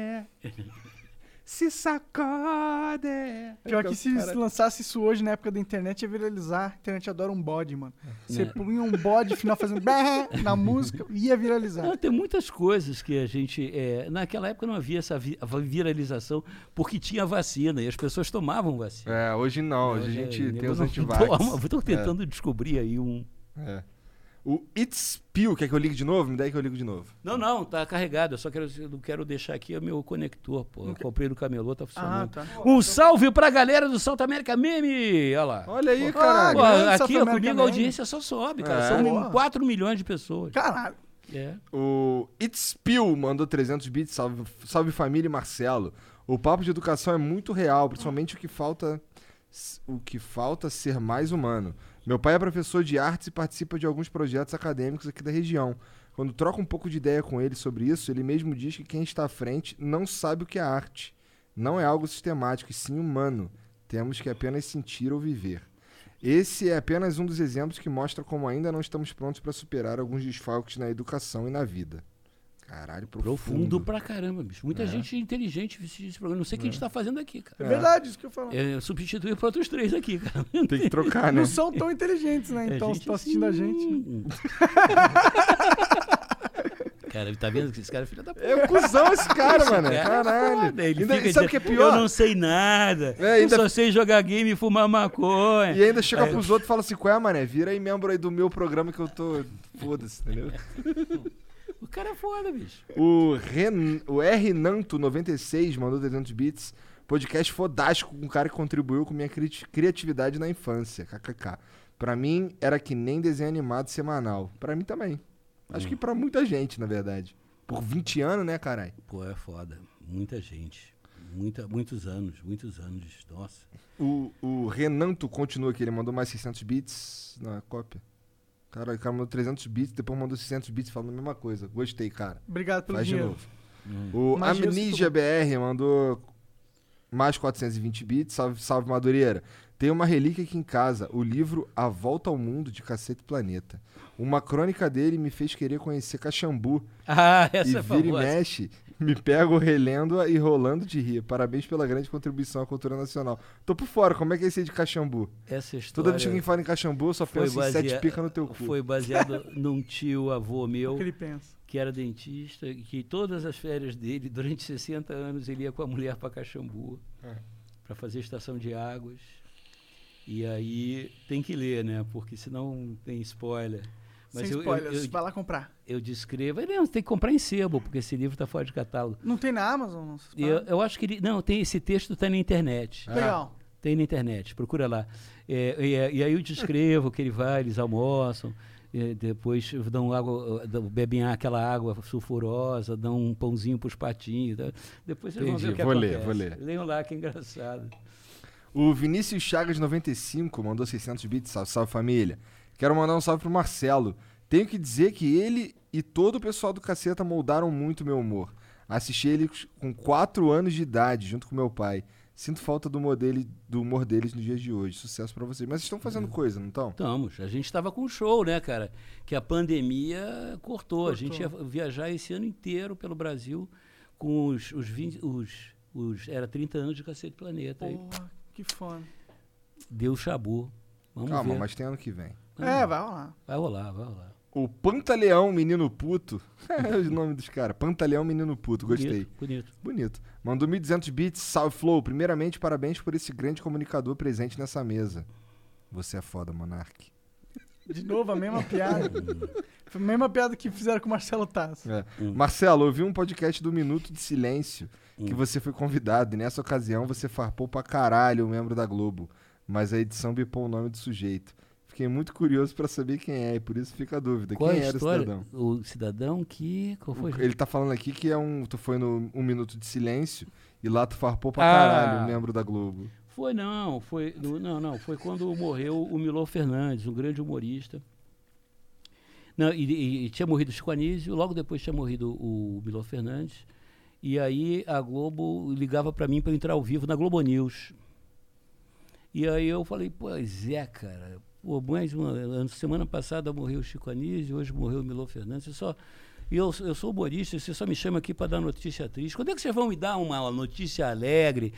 se sacode. Pior que se lançasse isso hoje na época da internet ia viralizar. A internet adora um bode, mano. Você punha um bode final fazendo na música, ia viralizar. Não, tem muitas coisas que a gente... naquela época não havia essa viralização porque tinha vacina e as pessoas tomavam vacina. Hoje não. Hoje a gente tem os antivax. Estou tentando descobrir aí um... O It's Pill, quer que eu ligue de novo? Me dá aí que eu ligo de novo. Não, tá carregado. Eu só quero deixar aqui o meu conector, pô. Eu comprei no camelô, tá funcionando. Tá. Um salve pra galera do South America Meme! Olha lá. Olha aí, caralho. Aqui comigo a audiência só sobe, cara. São 4 milhões de pessoas. Caralho. O It's Pill mandou 300 bits. Salve família e Marcelo. O papo de educação é muito real, principalmente o que falta ser mais humano. Meu pai é professor de artes e participa de alguns projetos acadêmicos aqui da região. Quando troco um pouco de ideia com ele sobre isso, ele mesmo diz que quem está à frente não sabe o que é arte. Não é algo sistemático, e sim humano. Temos que apenas sentir ou viver. Esse é apenas um dos exemplos que mostra como ainda não estamos prontos para superar alguns desfalques na educação e na vida. Caralho, profundo pra caramba, bicho. Muita gente inteligente esse programa. Não sei o que a gente tá fazendo aqui, cara. É verdade, isso que eu falo. Substituir por outros 3 aqui, cara. Tem que trocar, né? Não são tão inteligentes, né? Então, se tá assistindo a gente. Cara, tá vendo que esse cara é filho da puta? É um cuzão esse cara, mano. Caralho. Ele fica sabe o que é pior? Eu não sei nada. Eu só sei jogar game e fumar maconha. E ainda chega pros outros e fala assim, qual é, mané? Vira aí membro aí do meu programa que eu tô... Foda-se, entendeu? O cara é foda, bicho. O Rnanto96 mandou 300 bits. Podcast fodástico com um cara que contribuiu com minha criatividade na infância. KKK. Pra mim, era que nem desenho animado semanal. Pra mim também. Acho que pra muita gente, na verdade. Por 20 anos, né, caralho? Pô, é foda. Muita gente. Muitos anos. Nossa. O Renanto continua aqui. Ele mandou mais 600 bits na cópia. Cara, o cara mandou 300 bits, depois mandou 600 bits falando a mesma coisa. Gostei, cara. Obrigado pelo dinheiro. Faz de novo. O Amnesia BR mandou mais 420 bits. Salve Madureira. Tem uma relíquia aqui em casa, o livro A Volta ao Mundo de Cacete Planeta. Uma crônica dele me fez querer conhecer Caxambu. Essa é famosa. Vira e mexe, me pego relendo e rolando de rir. Parabéns pela grande contribuição à cultura nacional. Tô por fora, como é que é esse aí de Caxambu? Essa história... Toda vez que alguém fala em Caxambu, eu só penso em 7 pica no teu cu. Foi baseado num tio-avô meu, o que ele pensa? Que era dentista, que todas as férias dele, durante 60 anos, ele ia com a mulher para Caxambu, para fazer estação de águas. E aí tem que ler, né? Porque senão tem spoiler. Mas sem spoilers, vai lá comprar. Eu descrevo. Não, você tem que comprar em sebo, porque esse livro está fora de catálogo. Não tem na Amazon? Eu acho que não, tem esse texto, está na internet. Legal. Tem na internet, procura lá. E aí eu descrevo que ele vai, eles almoçam, depois dão água, bebem aquela água sulfurosa, dão um pãozinho para os patinhos. Tá? Depois vocês vão ver o que acontece. Vou ler. Leiam lá, que engraçado. O Vinícius Chagas 95 mandou 600 bits. Salve família. Quero mandar um salve pro Marcelo. Tenho que dizer que ele e todo o pessoal do Caceta moldaram muito meu humor. Assisti ele com 4 anos de idade, junto com meu pai. Sinto falta do humor deles nos dias de hoje. Sucesso pra vocês. Mas vocês estão fazendo coisa, não estão? Estamos. A gente estava com um show, né, cara? Que a pandemia cortou. A gente ia viajar esse ano inteiro pelo Brasil com era 30 anos de Cacete Planeta. Porra, que foda. Deu chabu. Vamos ver. Calma, mas tem ano que vem. Vai rolar. Vai rolar. O Pantaleão Menino Puto. É o nome dos caras. Pantaleão Menino Puto. Gostei. Bonito. Mandou 1.200 bits. Salve, Flow. Primeiramente, parabéns por esse grande comunicador presente nessa mesa. Você é foda, Monark. De novo, a mesma piada. Foi a mesma piada que fizeram com o Marcelo Tasso. Marcelo, eu vi um podcast do Minuto de Silêncio que você foi convidado. E nessa ocasião você farpou pra caralho o membro da Globo. Mas a edição bipou o nome do sujeito. Fiquei muito curioso pra saber quem é, e por isso fica a dúvida. Qual quem era o cidadão? O cidadão que... Qual foi? Ele tá falando aqui que tu foi no 1 Minuto de Silêncio e lá tu farpou pra caralho o membro da Globo. Foi quando morreu o Milor Fernandes, um grande humorista. Não, e tinha morrido o Chico Anísio, logo depois tinha morrido o Milor Fernandes. E aí a Globo ligava pra mim pra eu entrar ao vivo na Globo News. E aí eu falei, pois é, cara... Pô, semana passada morreu o Chico Anísio, hoje morreu o Milor Fernandes. Eu sou humorista, você só me chama aqui para dar notícia triste. Quando é que vocês vão me dar uma notícia alegre,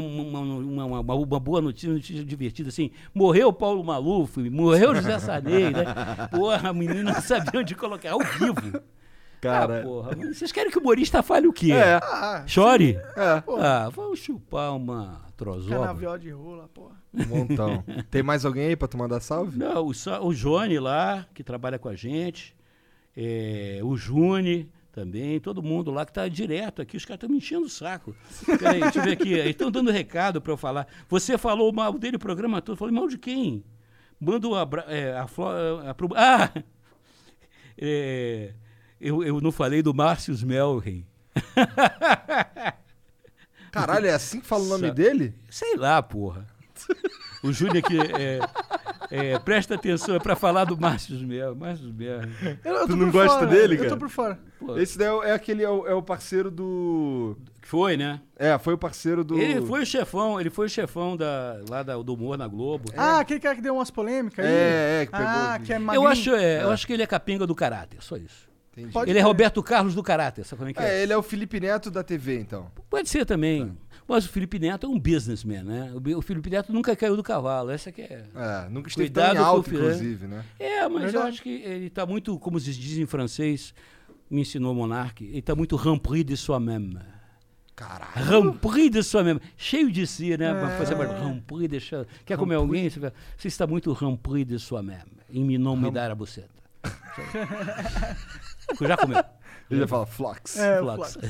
uma boa notícia divertida, assim? Morreu o Paulo Maluf, morreu o José Sarney, né? Porra, a menina não sabia onde colocar, ao vivo. Cara. Porra, vocês querem que o humorista fale o quê? Chore? Vamos chupar uma trozoba. Canavial de rola, porra. Um montão. Tem mais alguém aí pra tu mandar salve? Não, o Johnny lá, que trabalha com a gente, o Juni também, todo mundo lá que tá direto aqui, os caras estão me enchendo o saco. Peraí, deixa eu ver aqui, eles estão dando recado pra eu falar. Você falou mal dele o programa todo, eu falei, mal de quem? Manda eu não falei do Márcio Melren. Caralho, é assim que fala o nome dele? Sei lá, porra. O Júnior aqui, presta atenção, é pra falar do Márcio Melren. Tu não gosta dele, cara? Eu tô por fora. Pô. Esse daí é o parceiro do... Foi, né? Foi o parceiro do... Ele foi o chefão do humor na Globo. Aquele cara que deu umas polêmicas aí? Que pegou... Que é magrinho. Eu acho que ele é capenga do caráter, só isso. Ele ser. É Roberto Carlos do caráter, sabe como é que é? Ele é o Felipe Neto da TV, então. Pode ser também. Mas o Felipe Neto é um businessman, né? O Felipe Neto nunca caiu do cavalo, essa que é... nunca esteve tão em alto, inclusive, né? Mas eu acho que ele tá muito, como se diz em francês, me ensinou o Monark, ele tá muito rempli de soi-même. Caralho. Rempli de soi-même. Cheio de si, né? Fazer rempli de soi-même. Quer comer alguém? Você está muito rempli de soi-même. Em me não me dar a buceta. Já comeu. Ele já fala Flox. Flox.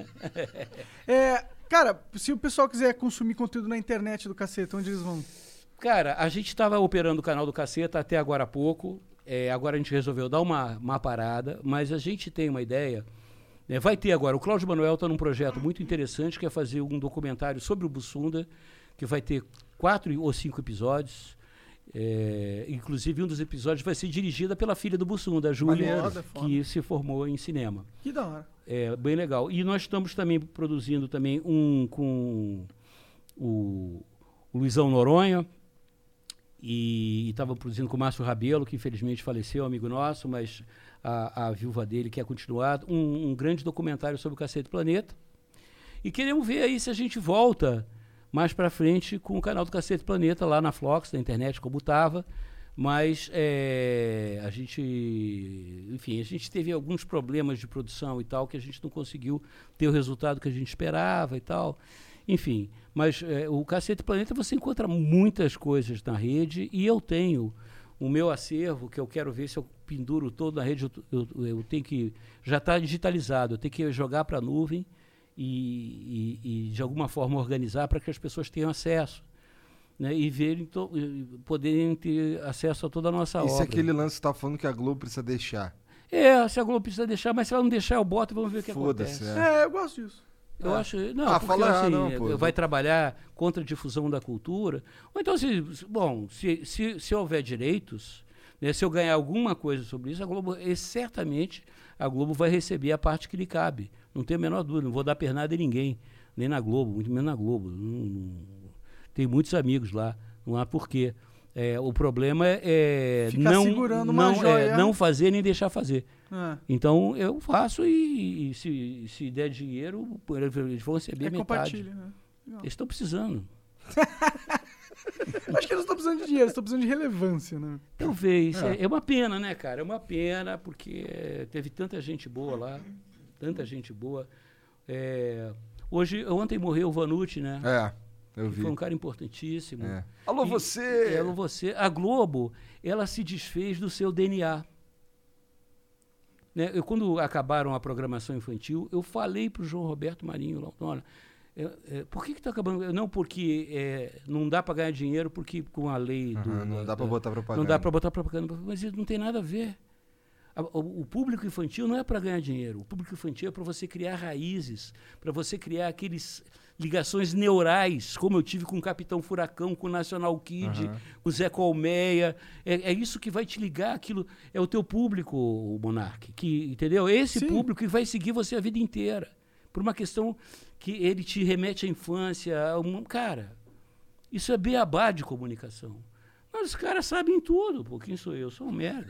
Cara, se o pessoal quiser consumir conteúdo na internet do Caceta, onde eles vão? Cara, a gente estava operando o canal do Caceta até agora há pouco. Agora a gente resolveu dar uma parada, mas a gente tem uma ideia. Vai ter agora. O Cláudio Manuel está num projeto muito interessante, que é fazer um documentário sobre o Bussunda, que vai ter 4 ou 5 episódios. Inclusive, um dos episódios vai ser dirigida pela filha do Bussunda, a Júlia, que se formou em cinema. Que da hora. Bem legal. E nós estamos também produzindo também um com o Luizão Noronha, e estava produzindo com o Márcio Rabelo, que infelizmente faleceu, amigo nosso, mas a viúva dele quer continuar, um grande documentário sobre o Cacete Planeta. E queremos ver aí se a gente volta mais para frente com o canal do Cacete Planeta lá na Flox, na internet, como estava. Mas a gente teve alguns problemas de produção e tal, que a gente não conseguiu ter o resultado que a gente esperava e tal. Enfim, mas o Cacete Planeta você encontra muitas coisas na rede, e eu tenho o meu acervo, que eu quero ver se eu penduro todo na rede, eu tenho que... Já está digitalizado, eu tenho que jogar para a nuvem e de alguma forma organizar para que as pessoas tenham acesso. Né, e verem, poderem ter acesso a toda a nossa obra. Isso é aquele lance que você está falando que a Globo precisa deixar. Se a Globo precisa deixar, mas se ela não deixar, eu boto e vamos ver o que acontece. Eu gosto disso. Eu acho... Não, porque assim, vai trabalhar contra a difusão da cultura. Ou então, se houver direitos, né, se eu ganhar alguma coisa sobre isso, a Globo, certamente, a Globo vai receber a parte que lhe cabe. Não tenho a menor dúvida, não vou dar pernada em ninguém. nem na Globo, muito menos na Globo. Tem muitos amigos lá, não há porquê. O problema é não fazer nem deixar fazer. Então eu faço e se der dinheiro, eles vão receber metade. Né? Eles estão precisando. Acho que eles estão precisando de dinheiro, estão precisando de relevância, né? Talvez. É uma pena, né, cara? É uma pena, porque teve tanta gente boa lá, tanta gente boa. Ontem morreu o Vanucci, né? Eu vi. Foi um cara importantíssimo. Alô, você! Alô, você. A Globo, ela se desfez do seu DNA. Né? Quando acabaram a programação infantil, eu falei para o João Roberto Marinho lá, olha, por que está acabando? Não, porque não dá para ganhar dinheiro, porque com a lei não dá para botar propaganda. Não dá para botar propaganda, mas isso não tem nada a ver. O público infantil não é para ganhar dinheiro. O público infantil é para você criar raízes, para você criar aqueles ligações neurais, como eu tive com o Capitão Furacão, com o National Kid, com o Zé Colmeia. É isso que vai te ligar, aquilo é o teu público, o Monark, entendeu? Esse público que vai seguir você a vida inteira, por uma questão que ele te remete à infância. Cara, isso é beabá de comunicação. Mas os caras sabem tudo, pô. Quem sou eu? Sou um merda.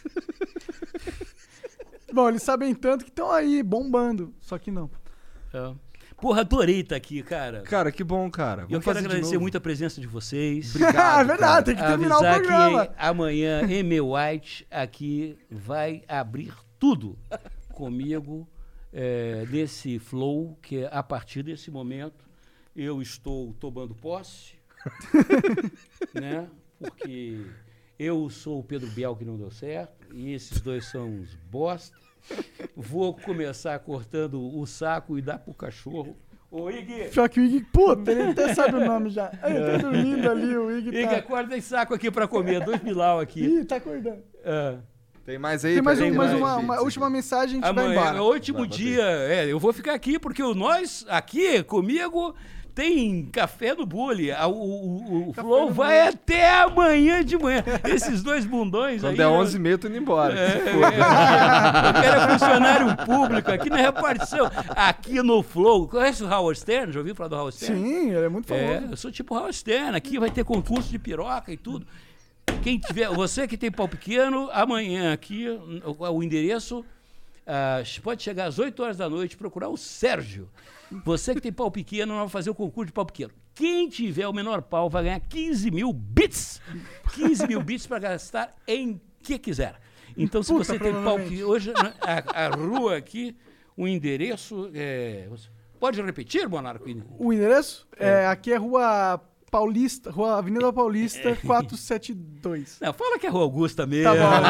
Bom, eles sabem tanto que estão aí bombando, só que não. Porra, adorei estar aqui, cara. Cara, que bom, cara. Eu quero agradecer muito a presença de vocês. Obrigado, é verdade, tem que terminar o programa. Que amanhã, Amy White aqui vai abrir tudo comigo nesse flow, que a partir desse momento eu estou tomando posse, né? Porque eu sou o Pedro Bial que não deu certo, e esses dois são uns bosta. Vou começar cortando o saco e dar pro cachorro. Ô, Ig! Pior que o Ig, puta, ele até sabe o nome já. Ele tá dormindo ali, o Ig tá... Ig, acorda esse saco aqui pra comer, 2 milau aqui. Ih, tá acordando. Tem mais aí? Tem mais uma última mensagem, a gente vai embora. É o último dia, eu vou ficar aqui, porque nós, aqui, comigo... Tem café no Bully. O Flow vai até amanhã de manhã. Esses dois bundões Quando aí... Quando é 11h30, eu tô indo embora. Eu quero funcionário público aqui na repartição. Aqui no Flow. Conhece o Howard Stern? Já ouviu falar do Howard Stern? Sim, ele é muito famoso. Eu sou tipo Howard Stern. Aqui vai ter concurso de piroca e tudo. Quem tiver, você que tem pau pequeno, amanhã aqui, o endereço... pode chegar às 8 horas da noite, procurar o Sérgio. Você que tem pau pequeno, vai fazer o concurso de pau pequeno. Quem tiver o menor pau vai ganhar 15 mil bits. 15 mil bits para gastar em que quiser. Então, se você tem pau pequeno... Hoje, a rua aqui, o endereço... Pode repetir, Monarco? O endereço? Aqui é Rua Paulista, Avenida Paulista, 472. Não, fala que é Rua Augusta mesmo. Tá bom.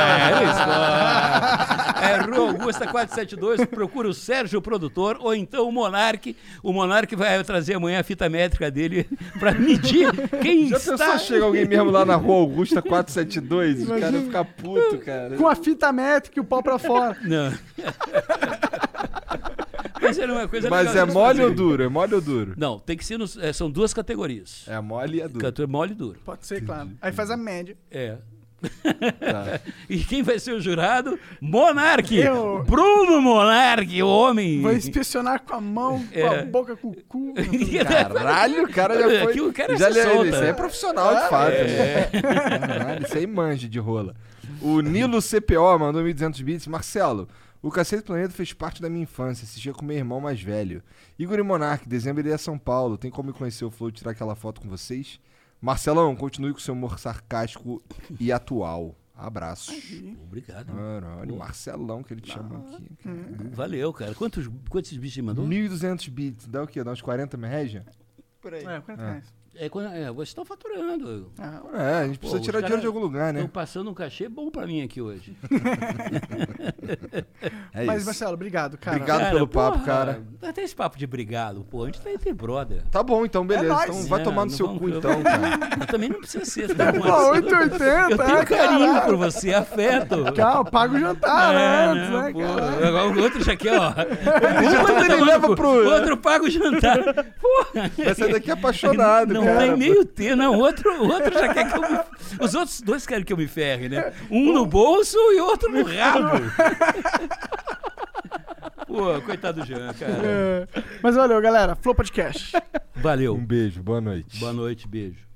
É Rua Augusta 472, procura o Sérgio, o produtor, ou então o Monark. O Monark vai trazer amanhã a fita métrica dele pra medir quem Já está... Já pensou chega alguém mesmo lá na Rua Augusta 472? Os caras ficam putos, cara. Com a fita métrica e o pau pra fora. Não. Mas é mole ou duro? É mole ou duro? Não, tem que ser são duas categorias. É a mole e a duro. Mole e duro. Pode ser, claro. Aí faz a média. Tá. E quem vai ser o jurado? Monark! Bruno Monark, o homem. Vai inspecionar com a mão, com a boca, com o cu. Caralho, o cara já foi. O cara já solta. Isso aí é profissional, de fato. Caralho, isso aí manja de rola. O Nilo CPO mandou 1.200 bits. Marcelo, o Cacete do Planeta fez parte da minha infância. Assistia com meu irmão mais velho. Igor e Monark, dezembro ele é São Paulo. Tem como me conhecer o Flow e tirar aquela foto com vocês? Marcelão, continue com seu humor sarcástico e atual. Abraços. Obrigado. Caralho, Marcelão que ele te chama aqui. Valeu, cara. Quantos bits você mandou? 1.200 bits. Dá o quê? Dá uns 40 reais? Por aí. 40 reais. Vocês estão faturando. A gente precisa tirar dinheiro de algum lugar, né? Estão passando um cachê bom pra mim aqui hoje. Mas, Marcelo, obrigado, cara. Obrigado pelo papo, cara. Até esse papo de obrigado, pô. A gente tá entre brother. Tá bom, então, beleza. Então vai tomar no seu cu, então, cara. Eu também não precisa ser. Pô, 8,80. Eu tenho carinho por você, afeto. Calma, paga o jantar, antes, né, cara? O outro já quer, ó. Ele leva pro... O outro paga o jantar. Porra. Vai sair daqui apaixonado, não cara. Tem meio termo, não. O outro já quer que eu me... Os outros dois querem que eu me ferre, né? Um no bolso e outro no rabo. Pô, coitado do Jean, cara. Mas valeu, galera. Flow Podcast. Valeu. Um beijo, boa noite. Boa noite, beijo.